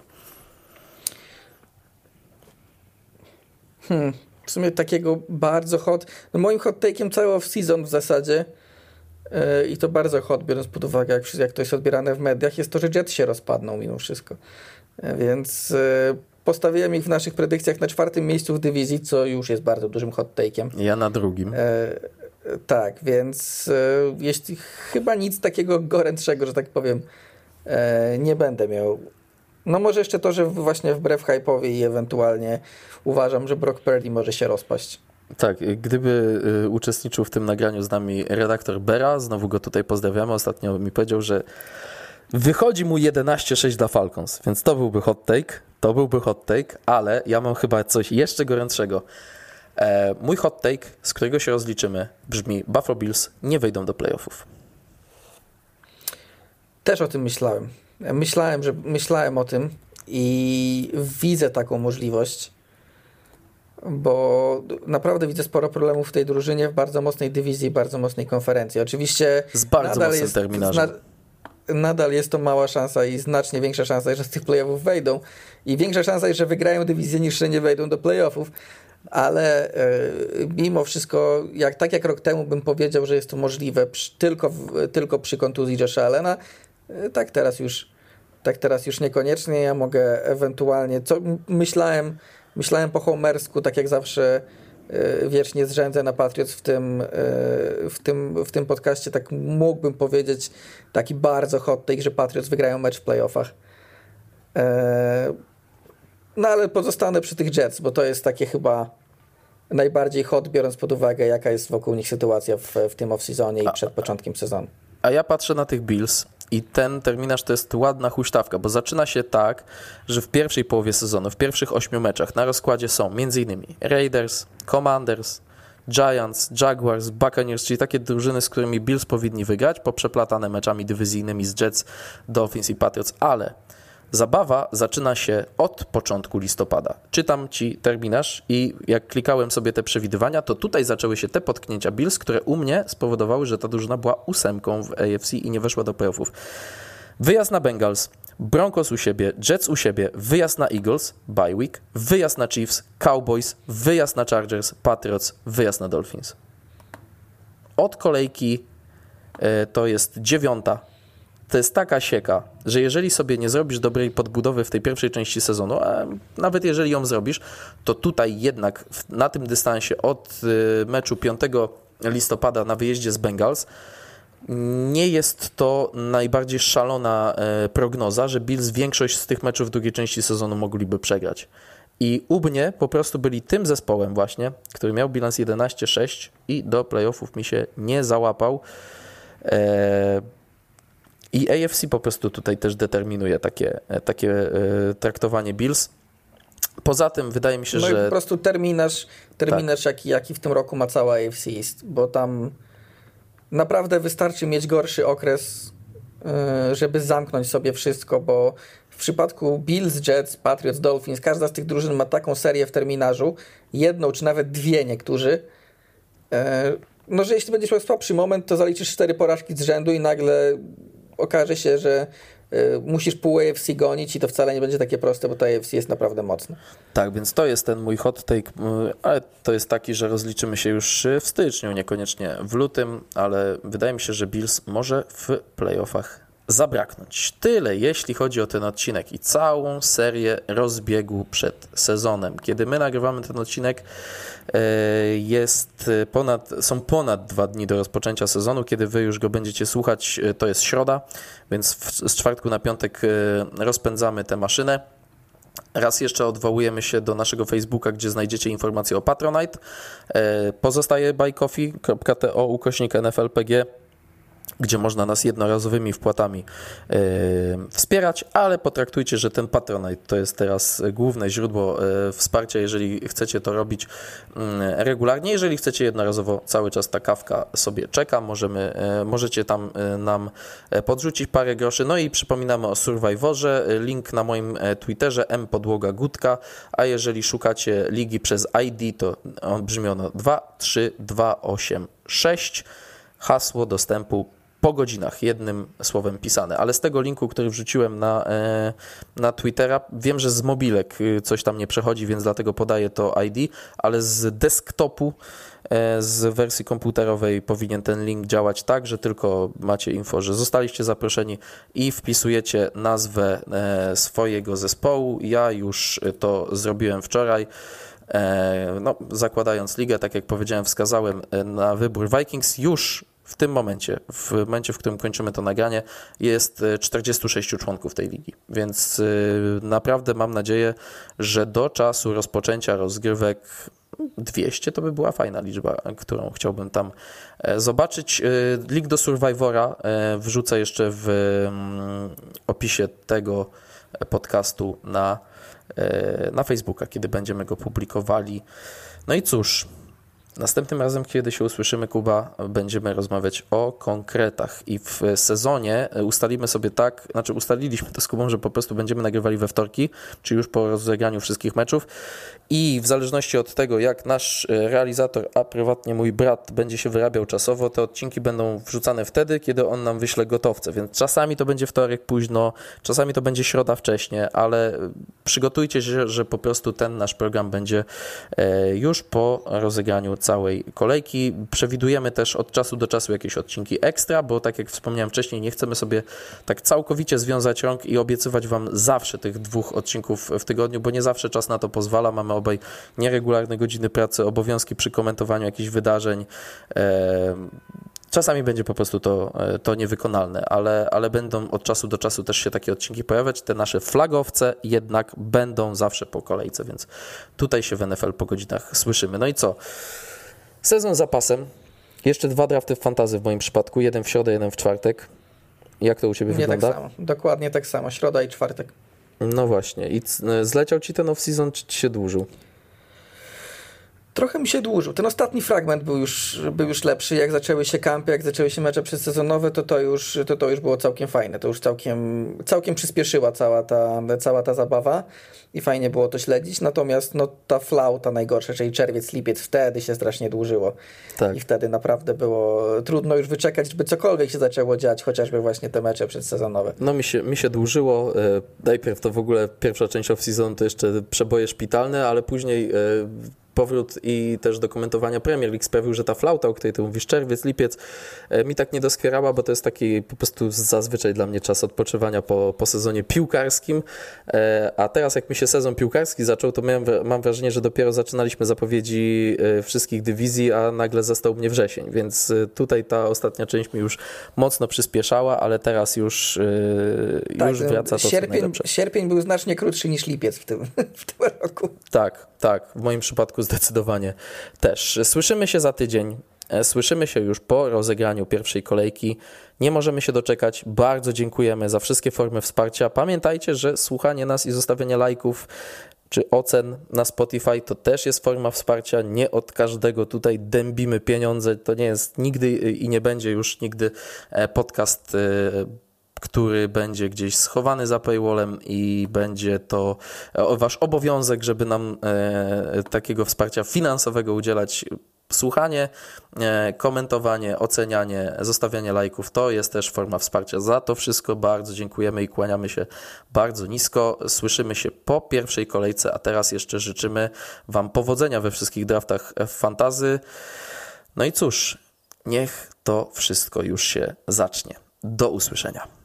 Hmm, w sumie takiego bardzo hot. No moim hot take'iem cały off-season w zasadzie yy, i to bardzo hot, biorąc pod uwagę, jak, jak to jest odbierane w mediach, jest to, że Jets się rozpadną mimo wszystko. Więc yy, postawiłem ich w naszych predykcjach na czwartym miejscu w dywizji, co już jest bardzo dużym hot take'iem. Ja na drugim. Yy, tak, więc yy, jeśli chyba nic takiego gorętszego, że tak powiem, yy, nie będę miał. No może jeszcze to, że właśnie wbrew hype'owi i ewentualnie uważam, że Brock Purdy może się rozpaść. Tak, gdyby y, uczestniczył w tym nagraniu z nami redaktor Bera, znowu go tutaj pozdrawiamy, ostatnio mi powiedział, że wychodzi mu jedenaście sześć dla Falcons, więc to byłby hot take, to byłby hot take, ale ja mam chyba coś jeszcze gorętszego. E, mój hot take, z którego się rozliczymy, brzmi: Buffalo Bills nie wejdą do playoffów. Też o tym myślałem. Myślałem, że myślałem o tym i widzę taką możliwość, bo naprawdę widzę sporo problemów w tej drużynie, w bardzo mocnej dywizji, bardzo mocnej konferencji. Oczywiście z bardzo mocnym jest, terminarzem. Zna, nadal jest to mała szansa i znacznie większa szansa, że z tych playoffów wejdą i większa szansa, że wygrają dywizję, niż że nie wejdą do playoffów, ale yy, mimo wszystko, jak, tak jak rok temu bym powiedział, że jest to możliwe przy, tylko, w, tylko przy kontuzji Josha Allena, yy, tak teraz już tak teraz już niekoniecznie. Ja mogę ewentualnie, co myślałem, myślałem po homersku, tak jak zawsze yy, wiecznie zrzędzę na Patriots w tym, yy, w tym, w tym podcaście, tak mógłbym powiedzieć taki bardzo hot take, że Patriots wygrają mecz w playoffach. Yy, no ale pozostanę przy tych Jets, bo to jest takie chyba najbardziej hot, biorąc pod uwagę, jaka jest wokół nich sytuacja w, w tym off-seasonie i przed początkiem sezonu. A ja patrzę na tych Bills i ten terminarz to jest ładna huśtawka, bo zaczyna się tak, że w pierwszej połowie sezonu, w pierwszych ośmiu meczach na rozkładzie są m.in. Raiders, Commanders, Giants, Jaguars, Buccaneers, czyli takie drużyny, z którymi Bills powinni wygrać, poprzeplatane meczami dywizyjnymi z Jets, Dolphins i Patriots, ale zabawa zaczyna się od początku listopada. Czytam ci terminarz i jak klikałem sobie te przewidywania, to tutaj zaczęły się te potknięcia Bills, które u mnie spowodowały, że ta drużyna była ósemką w A F C i nie weszła do playoffów. Wyjazd na Bengals, Broncos u siebie, Jets u siebie, wyjazd na Eagles, bye week, wyjazd na Chiefs, Cowboys, wyjazd na Chargers, Patriots, wyjazd na Dolphins. Od kolejki y, to jest dziewiąta. To jest taka sieka, że jeżeli sobie nie zrobisz dobrej podbudowy w tej pierwszej części sezonu, a nawet jeżeli ją zrobisz, to tutaj jednak na tym dystansie od meczu piątego listopada na wyjeździe z Bengals nie jest to najbardziej szalona prognoza, że Bills większość z tych meczów w drugiej części sezonu mogliby przegrać. I u mnie po prostu byli tym zespołem właśnie, który miał bilans jedenaście sześć i do playoffów mi się nie załapał. Eee, I A F C po prostu tutaj też determinuje takie, takie e, traktowanie Bills. Poza tym wydaje mi się, no że... No po prostu terminarz, terminarz tak. jaki, jaki w tym roku ma cała A F C East, bo tam naprawdę wystarczy mieć gorszy okres, yy, żeby zamknąć sobie wszystko, bo w przypadku Bills, Jets, Patriots, Dolphins, każda z tych drużyn ma taką serię w terminarzu, jedną czy nawet dwie niektórzy, yy, no że jeśli będziesz miał słabszy moment, to zaliczysz cztery porażki z rzędu i nagle okaże się, że y, musisz pół A F C gonić i to wcale nie będzie takie proste, bo ta A F C jest naprawdę mocna. Tak, więc to jest ten mój hot take, ale to jest taki, że rozliczymy się już w styczniu, niekoniecznie w lutym, ale wydaje mi się, że Bills może w playoffach zabraknąć. Tyle, jeśli chodzi o ten odcinek i całą serię rozbiegu przed sezonem. Kiedy my nagrywamy ten odcinek, jest ponad, są ponad dwa dni do rozpoczęcia sezonu. Kiedy wy już go będziecie słuchać, to jest środa, więc w, z czwartku na piątek rozpędzamy tę maszynę. Raz jeszcze odwołujemy się do naszego Facebooka, gdzie znajdziecie informacje o Patronite. Pozostaje buy coffee kropka to ukośnik N F L P G. gdzie można nas jednorazowymi wpłatami yy, wspierać, ale potraktujcie, że ten Patronite to jest teraz główne źródło yy, wsparcia, jeżeli chcecie to robić yy, regularnie. Jeżeli chcecie jednorazowo, cały czas ta kawka sobie czeka, możemy, yy, możecie tam yy, nam podrzucić parę groszy. No i przypominamy o Survivorze, link na moim Twitterze m podłoga gutka, a jeżeli szukacie ligi przez I D, to on brzmi ono dwa trzy dwa osiem sześć, hasło dostępu po godzinach, jednym słowem pisane, ale z tego linku, który wrzuciłem na, na Twittera, wiem, że z mobilek coś tam nie przechodzi, więc dlatego podaję to I D, ale z desktopu, z wersji komputerowej powinien ten link działać tak, że tylko macie info, że zostaliście zaproszeni i wpisujecie nazwę swojego zespołu. Ja już to zrobiłem wczoraj. No, zakładając ligę, tak jak powiedziałem, wskazałem na wybór Vikings. Już w tym momencie, w momencie, w którym kończymy to nagranie, jest czterdziestu sześciu członków tej ligi, więc naprawdę mam nadzieję, że do czasu rozpoczęcia rozgrywek dwieście to by była fajna liczba, którą chciałbym tam zobaczyć. Link do Survivora wrzucę jeszcze w opisie tego podcastu na, na Facebooka, kiedy będziemy go publikowali. No i cóż, następnym razem, kiedy się usłyszymy, Kuba, będziemy rozmawiać o konkretach i w sezonie ustalimy sobie tak, znaczy ustaliliśmy to z Kubą, że po prostu będziemy nagrywali we wtorki, czyli już po rozegraniu wszystkich meczów i w zależności od tego, jak nasz realizator, a prywatnie mój brat, będzie się wyrabiał czasowo, te odcinki będą wrzucane wtedy, kiedy on nam wyśle gotowce, więc czasami to będzie wtorek późno, czasami to będzie środa wcześnie, ale przygotujcie się, że po prostu ten nasz program będzie już po rozegraniu całej kolejki. Przewidujemy też od czasu do czasu jakieś odcinki ekstra, bo tak jak wspomniałem wcześniej, nie chcemy sobie tak całkowicie związać rąk i obiecywać Wam zawsze tych dwóch odcinków w tygodniu, bo nie zawsze czas na to pozwala. Mamy obaj nieregularne godziny pracy, obowiązki przy komentowaniu jakichś wydarzeń. Czasami będzie po prostu to, to niewykonalne, ale, ale będą od czasu do czasu też się takie odcinki pojawiać. Te nasze flagowce jednak będą zawsze po kolejce, więc tutaj się w N F L po godzinach słyszymy. No i co? Sezon za pasem. Jeszcze dwa drafty w fantasy w moim przypadku. Jeden w środę, jeden w czwartek. Jak to u Ciebie Nie wygląda? Tak samo. Dokładnie tak samo. Środa i czwartek. No właśnie. I zleciał Ci ten off-season, czy Ci się dłużył? Trochę mi się dłużył. Ten ostatni fragment był już, był już lepszy. Jak zaczęły się kampy, jak zaczęły się mecze przedsezonowe, to to już, to to już było całkiem fajne. To już całkiem, całkiem przyspieszyła cała ta, cała ta zabawa i fajnie było to śledzić. Natomiast no, ta flauta najgorsza, czyli czerwiec, lipiec, wtedy się strasznie dłużyło. Tak. I wtedy naprawdę było trudno już wyczekać, żeby cokolwiek się zaczęło dziać, chociażby właśnie te mecze przedsezonowe. No mi się, mi się dłużyło. Najpierw to w ogóle pierwsza część off-season to jeszcze przeboje szpitalne, ale później powrót i też dokumentowania Premier League sprawił, że ta flauta, o której ty mówisz, czerwiec, lipiec, mi tak nie doskwierała, bo to jest taki po prostu zazwyczaj dla mnie czas odpoczywania po, po sezonie piłkarskim, a teraz jak mi się sezon piłkarski zaczął, to miałem, mam wrażenie, że dopiero zaczynaliśmy zapowiedzi wszystkich dywizji, a nagle zastał mnie wrzesień, więc tutaj ta ostatnia część mi już mocno przyspieszała, ale teraz już, tak, już wraca to, sierpień, co najlepsze. Sierpień był znacznie krótszy niż lipiec w tym, w tym roku. Tak, tak, w moim przypadku zdecydowanie też. Słyszymy się za tydzień, słyszymy się już po rozegraniu pierwszej kolejki. Nie możemy się doczekać. Bardzo dziękujemy za wszystkie formy wsparcia. Pamiętajcie, że słuchanie nas i zostawianie lajków czy ocen na Spotify to też jest forma wsparcia. Nie od każdego tutaj dębimy pieniądze. To nie jest nigdy i nie będzie już nigdy podcast, który będzie gdzieś schowany za paywallem i będzie to wasz obowiązek, żeby nam e, takiego wsparcia finansowego udzielać. Słuchanie, e, komentowanie, ocenianie, zostawianie lajków to jest też forma wsparcia. Za to wszystko bardzo dziękujemy i kłaniamy się bardzo nisko. Słyszymy się po pierwszej kolejce, a teraz jeszcze życzymy Wam powodzenia we wszystkich draftach w fantasy. No i cóż, niech to wszystko już się zacznie. Do usłyszenia.